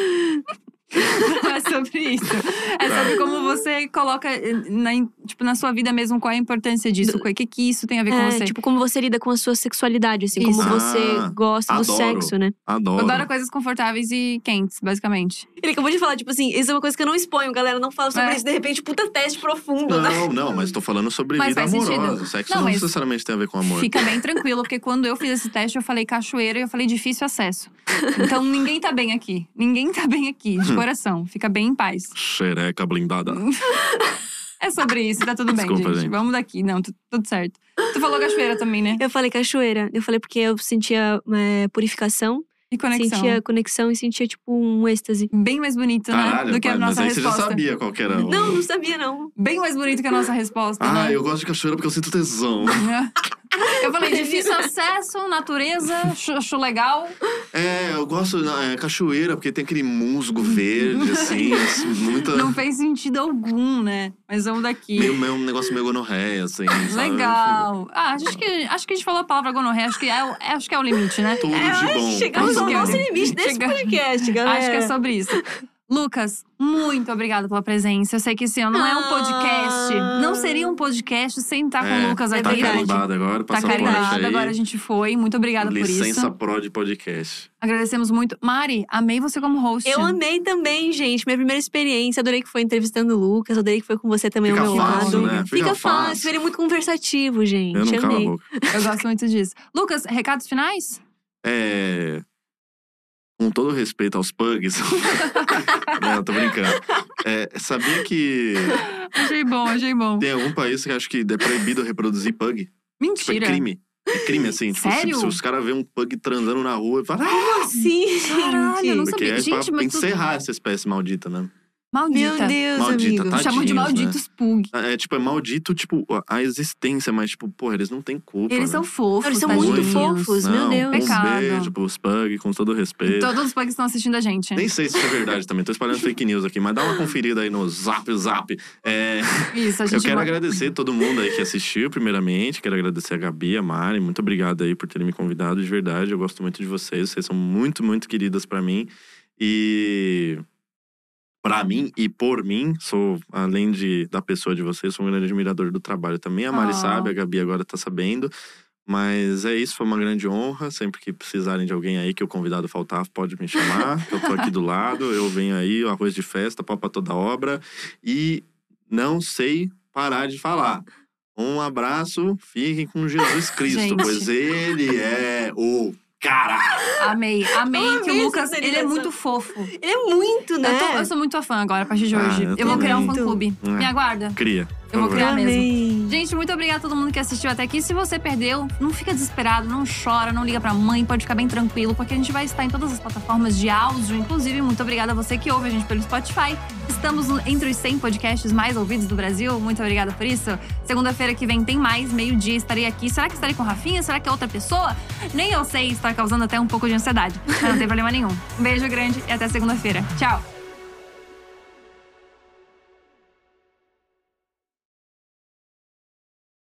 Speaker 1: É sobre isso. É
Speaker 3: Tá.
Speaker 1: sobre como você coloca na, tipo, na sua vida mesmo, qual é a importância disso. O que que isso tem a ver com
Speaker 2: É,
Speaker 1: você.
Speaker 2: tipo, como você lida com a sua sexualidade, assim.
Speaker 1: Isso.
Speaker 2: Como você
Speaker 3: Ah,
Speaker 2: gosta do
Speaker 3: adoro.
Speaker 2: sexo, né?
Speaker 3: Adoro.
Speaker 1: Eu adoro coisas confortáveis e quentes, basicamente.
Speaker 2: Ele acabou de falar, tipo assim, isso é uma coisa que eu não exponho, galera. Não fala sobre
Speaker 1: É.
Speaker 2: isso. De repente, puta teste profundo, né?
Speaker 3: Não, não, mas tô falando sobre
Speaker 1: Mas
Speaker 3: vida
Speaker 1: faz sentido.
Speaker 3: amorosa. Sexo
Speaker 1: Não,
Speaker 3: não,
Speaker 1: mas
Speaker 3: necessariamente tem a ver com amor.
Speaker 1: Fica bem tranquilo, porque quando eu fiz esse teste, eu falei cachoeira e eu falei difícil acesso. Então ninguém tá bem aqui. Ninguém tá bem aqui, de coração. Fica bem em paz.
Speaker 3: Xereca blindada.
Speaker 1: É sobre isso, tá tudo bem,
Speaker 3: Desculpa,
Speaker 1: gente.
Speaker 3: gente.
Speaker 1: Vamos daqui. Não, tu- tudo certo. Tu falou cachoeira também, né?
Speaker 2: Eu falei cachoeira. Eu falei porque eu sentia é, purificação,
Speaker 1: E conexão.
Speaker 2: sentia conexão e sentia, tipo, um êxtase.
Speaker 1: Bem mais bonito, né?
Speaker 3: Caralho,
Speaker 1: Do que a
Speaker 3: pai, mas
Speaker 1: nossa
Speaker 3: aí você já
Speaker 1: resposta.
Speaker 3: sabia qual que era. o-
Speaker 2: Não, não sabia, não.
Speaker 1: Bem mais bonito que a nossa resposta,
Speaker 3: Ah,
Speaker 1: né?
Speaker 3: eu gosto de cachoeira porque eu sinto tesão.
Speaker 1: Eu falei difícil acesso, natureza, acho, acho legal.
Speaker 3: É, eu gosto de é, cachoeira porque tem aquele musgo verde, assim, assim, muita…
Speaker 1: Não fez sentido algum, né? Mas vamos daqui.
Speaker 3: Meio, meio um negócio meio gonorreia, assim, sabe?
Speaker 1: Legal. Ah, acho que, acho que a gente falou a palavra gonorreia. Acho que é, o- é- acho que é o limite, né?
Speaker 3: Tudo de bom.
Speaker 2: Chegamos
Speaker 1: Acho
Speaker 2: ao
Speaker 1: que é.
Speaker 2: nosso limite desse
Speaker 1: Chega-
Speaker 2: podcast, galera.
Speaker 1: Acho que é sobre isso. Lucas, muito obrigada pela presença. Eu sei que esse ano não é um
Speaker 2: Ah.
Speaker 1: podcast. Não seria um podcast sem estar com
Speaker 3: É,
Speaker 1: o Lucas
Speaker 2: é
Speaker 1: aqui.
Speaker 3: Tá
Speaker 2: verdade.
Speaker 3: carimbado agora,
Speaker 1: Tá
Speaker 3: passaporte
Speaker 1: carimbado,
Speaker 3: aí.
Speaker 1: agora a gente foi. Muito obrigada por
Speaker 3: Licença
Speaker 1: isso.
Speaker 3: Pro de podcast.
Speaker 1: Agradecemos muito. Mari, amei você como host.
Speaker 2: Eu amei também, gente. Minha primeira experiência. Adorei que foi entrevistando o Lucas. Adorei que foi com você também
Speaker 3: Fica
Speaker 2: ao meu
Speaker 3: fácil,
Speaker 2: lado.
Speaker 3: né?
Speaker 2: Fica,
Speaker 3: Fica
Speaker 2: fácil.
Speaker 3: fácil.
Speaker 2: Ele é muito conversativo, gente.
Speaker 3: Eu não calo a
Speaker 2: Amei.
Speaker 3: boca.
Speaker 1: Eu gosto muito disso. Lucas, recados finais?
Speaker 3: É… Com todo respeito aos pugs… Não, tô brincando. É, sabia que
Speaker 1: Achei bom, achei bom.
Speaker 3: tem algum país que acha que é proibido reproduzir pug? Tipo, é
Speaker 1: Mentira.
Speaker 3: crime. É crime, assim. Tipo, se,
Speaker 1: Sério?
Speaker 3: se os caras verem um pug transando na rua, fala… Ah!
Speaker 2: Como assim, gente?
Speaker 1: Caralho, eu não
Speaker 3: Porque
Speaker 1: sabia.
Speaker 3: é
Speaker 1: Gente,
Speaker 3: pra
Speaker 1: mas tu-
Speaker 3: encerrar essa espécie maldita, né?
Speaker 1: Maldita.
Speaker 2: Meu Deus,
Speaker 3: Maldita,
Speaker 2: amigo.
Speaker 3: tá?
Speaker 1: Chamam de
Speaker 3: Tadinhos,
Speaker 1: malditos pug.
Speaker 3: É tipo, é maldito, tipo, a- a existência, mas, tipo, porra, eles não têm culpa.
Speaker 1: Eles são
Speaker 3: velho.
Speaker 1: fofos,
Speaker 2: Eles são muito
Speaker 1: tadinhos.
Speaker 2: fofos, meu
Speaker 3: Não,
Speaker 2: Deus.
Speaker 1: Pecado.
Speaker 3: Um beijo pros pug, com todo respeito.
Speaker 1: Todos os pugs estão assistindo a gente.
Speaker 3: Nem sei se isso é verdade também, tô espalhando fake news aqui, mas dá uma conferida aí no Zap Zap. É,
Speaker 1: Isso, a
Speaker 3: eu
Speaker 1: gente
Speaker 3: quero
Speaker 1: vai-
Speaker 3: agradecer todo mundo aí que assistiu, primeiramente. Quero agradecer a Gabi, a Mari. Muito obrigado aí por terem me convidado, de verdade. Eu gosto muito de vocês. Vocês são muito, muito queridas pra mim. E… Pra mim e por mim, sou, além de, da pessoa de vocês, sou um grande admirador do trabalho também. A Mari
Speaker 1: Oh.
Speaker 3: sabe, a Gabi agora tá sabendo. Mas é isso, foi uma grande honra. Sempre que precisarem de alguém aí que o convidado faltar, pode me chamar. Eu tô aqui do lado, eu venho aí, o arroz de festa, pau pra toda obra. E não sei parar de falar. Um abraço, fiquem com Jesus Cristo,
Speaker 1: Gente.
Speaker 3: pois ele é o cara.
Speaker 1: Amei, amei
Speaker 2: Eu
Speaker 1: que
Speaker 2: amei
Speaker 1: o Lucas,
Speaker 2: essa
Speaker 1: ele é
Speaker 2: ligação.
Speaker 1: muito fofo.
Speaker 2: Ele é muito, né?
Speaker 1: Eu, tô- eu sou muito tua fã agora, a partir de
Speaker 3: Ah,
Speaker 1: hoje.
Speaker 3: eu
Speaker 1: eu vou criar um
Speaker 2: também.
Speaker 1: fã-clube.
Speaker 3: É.
Speaker 1: Me aguarda.
Speaker 3: Cria.
Speaker 1: Eu vou
Speaker 3: por
Speaker 1: criar
Speaker 3: favor.
Speaker 1: mesmo.
Speaker 2: Amei.
Speaker 1: Gente, muito obrigada a todo mundo que assistiu até aqui. Se você perdeu, não fica desesperado, não chora, não liga pra mãe, pode ficar bem tranquilo, porque a gente vai estar em todas as plataformas de áudio. Inclusive, muito obrigada a você que ouve a gente pelo Spotify. Estamos no- entre os cem podcasts mais ouvidos do Brasil. Muito obrigada por isso. Segunda-feira que vem tem mais, meio-dia estarei aqui. Será que estarei com o Rafinha? Será que é outra pessoa? Nem eu sei, está causando até um pouco de ansiedade. Mas não tem problema nenhum. Um beijo grande e até segunda-feira. Tchau!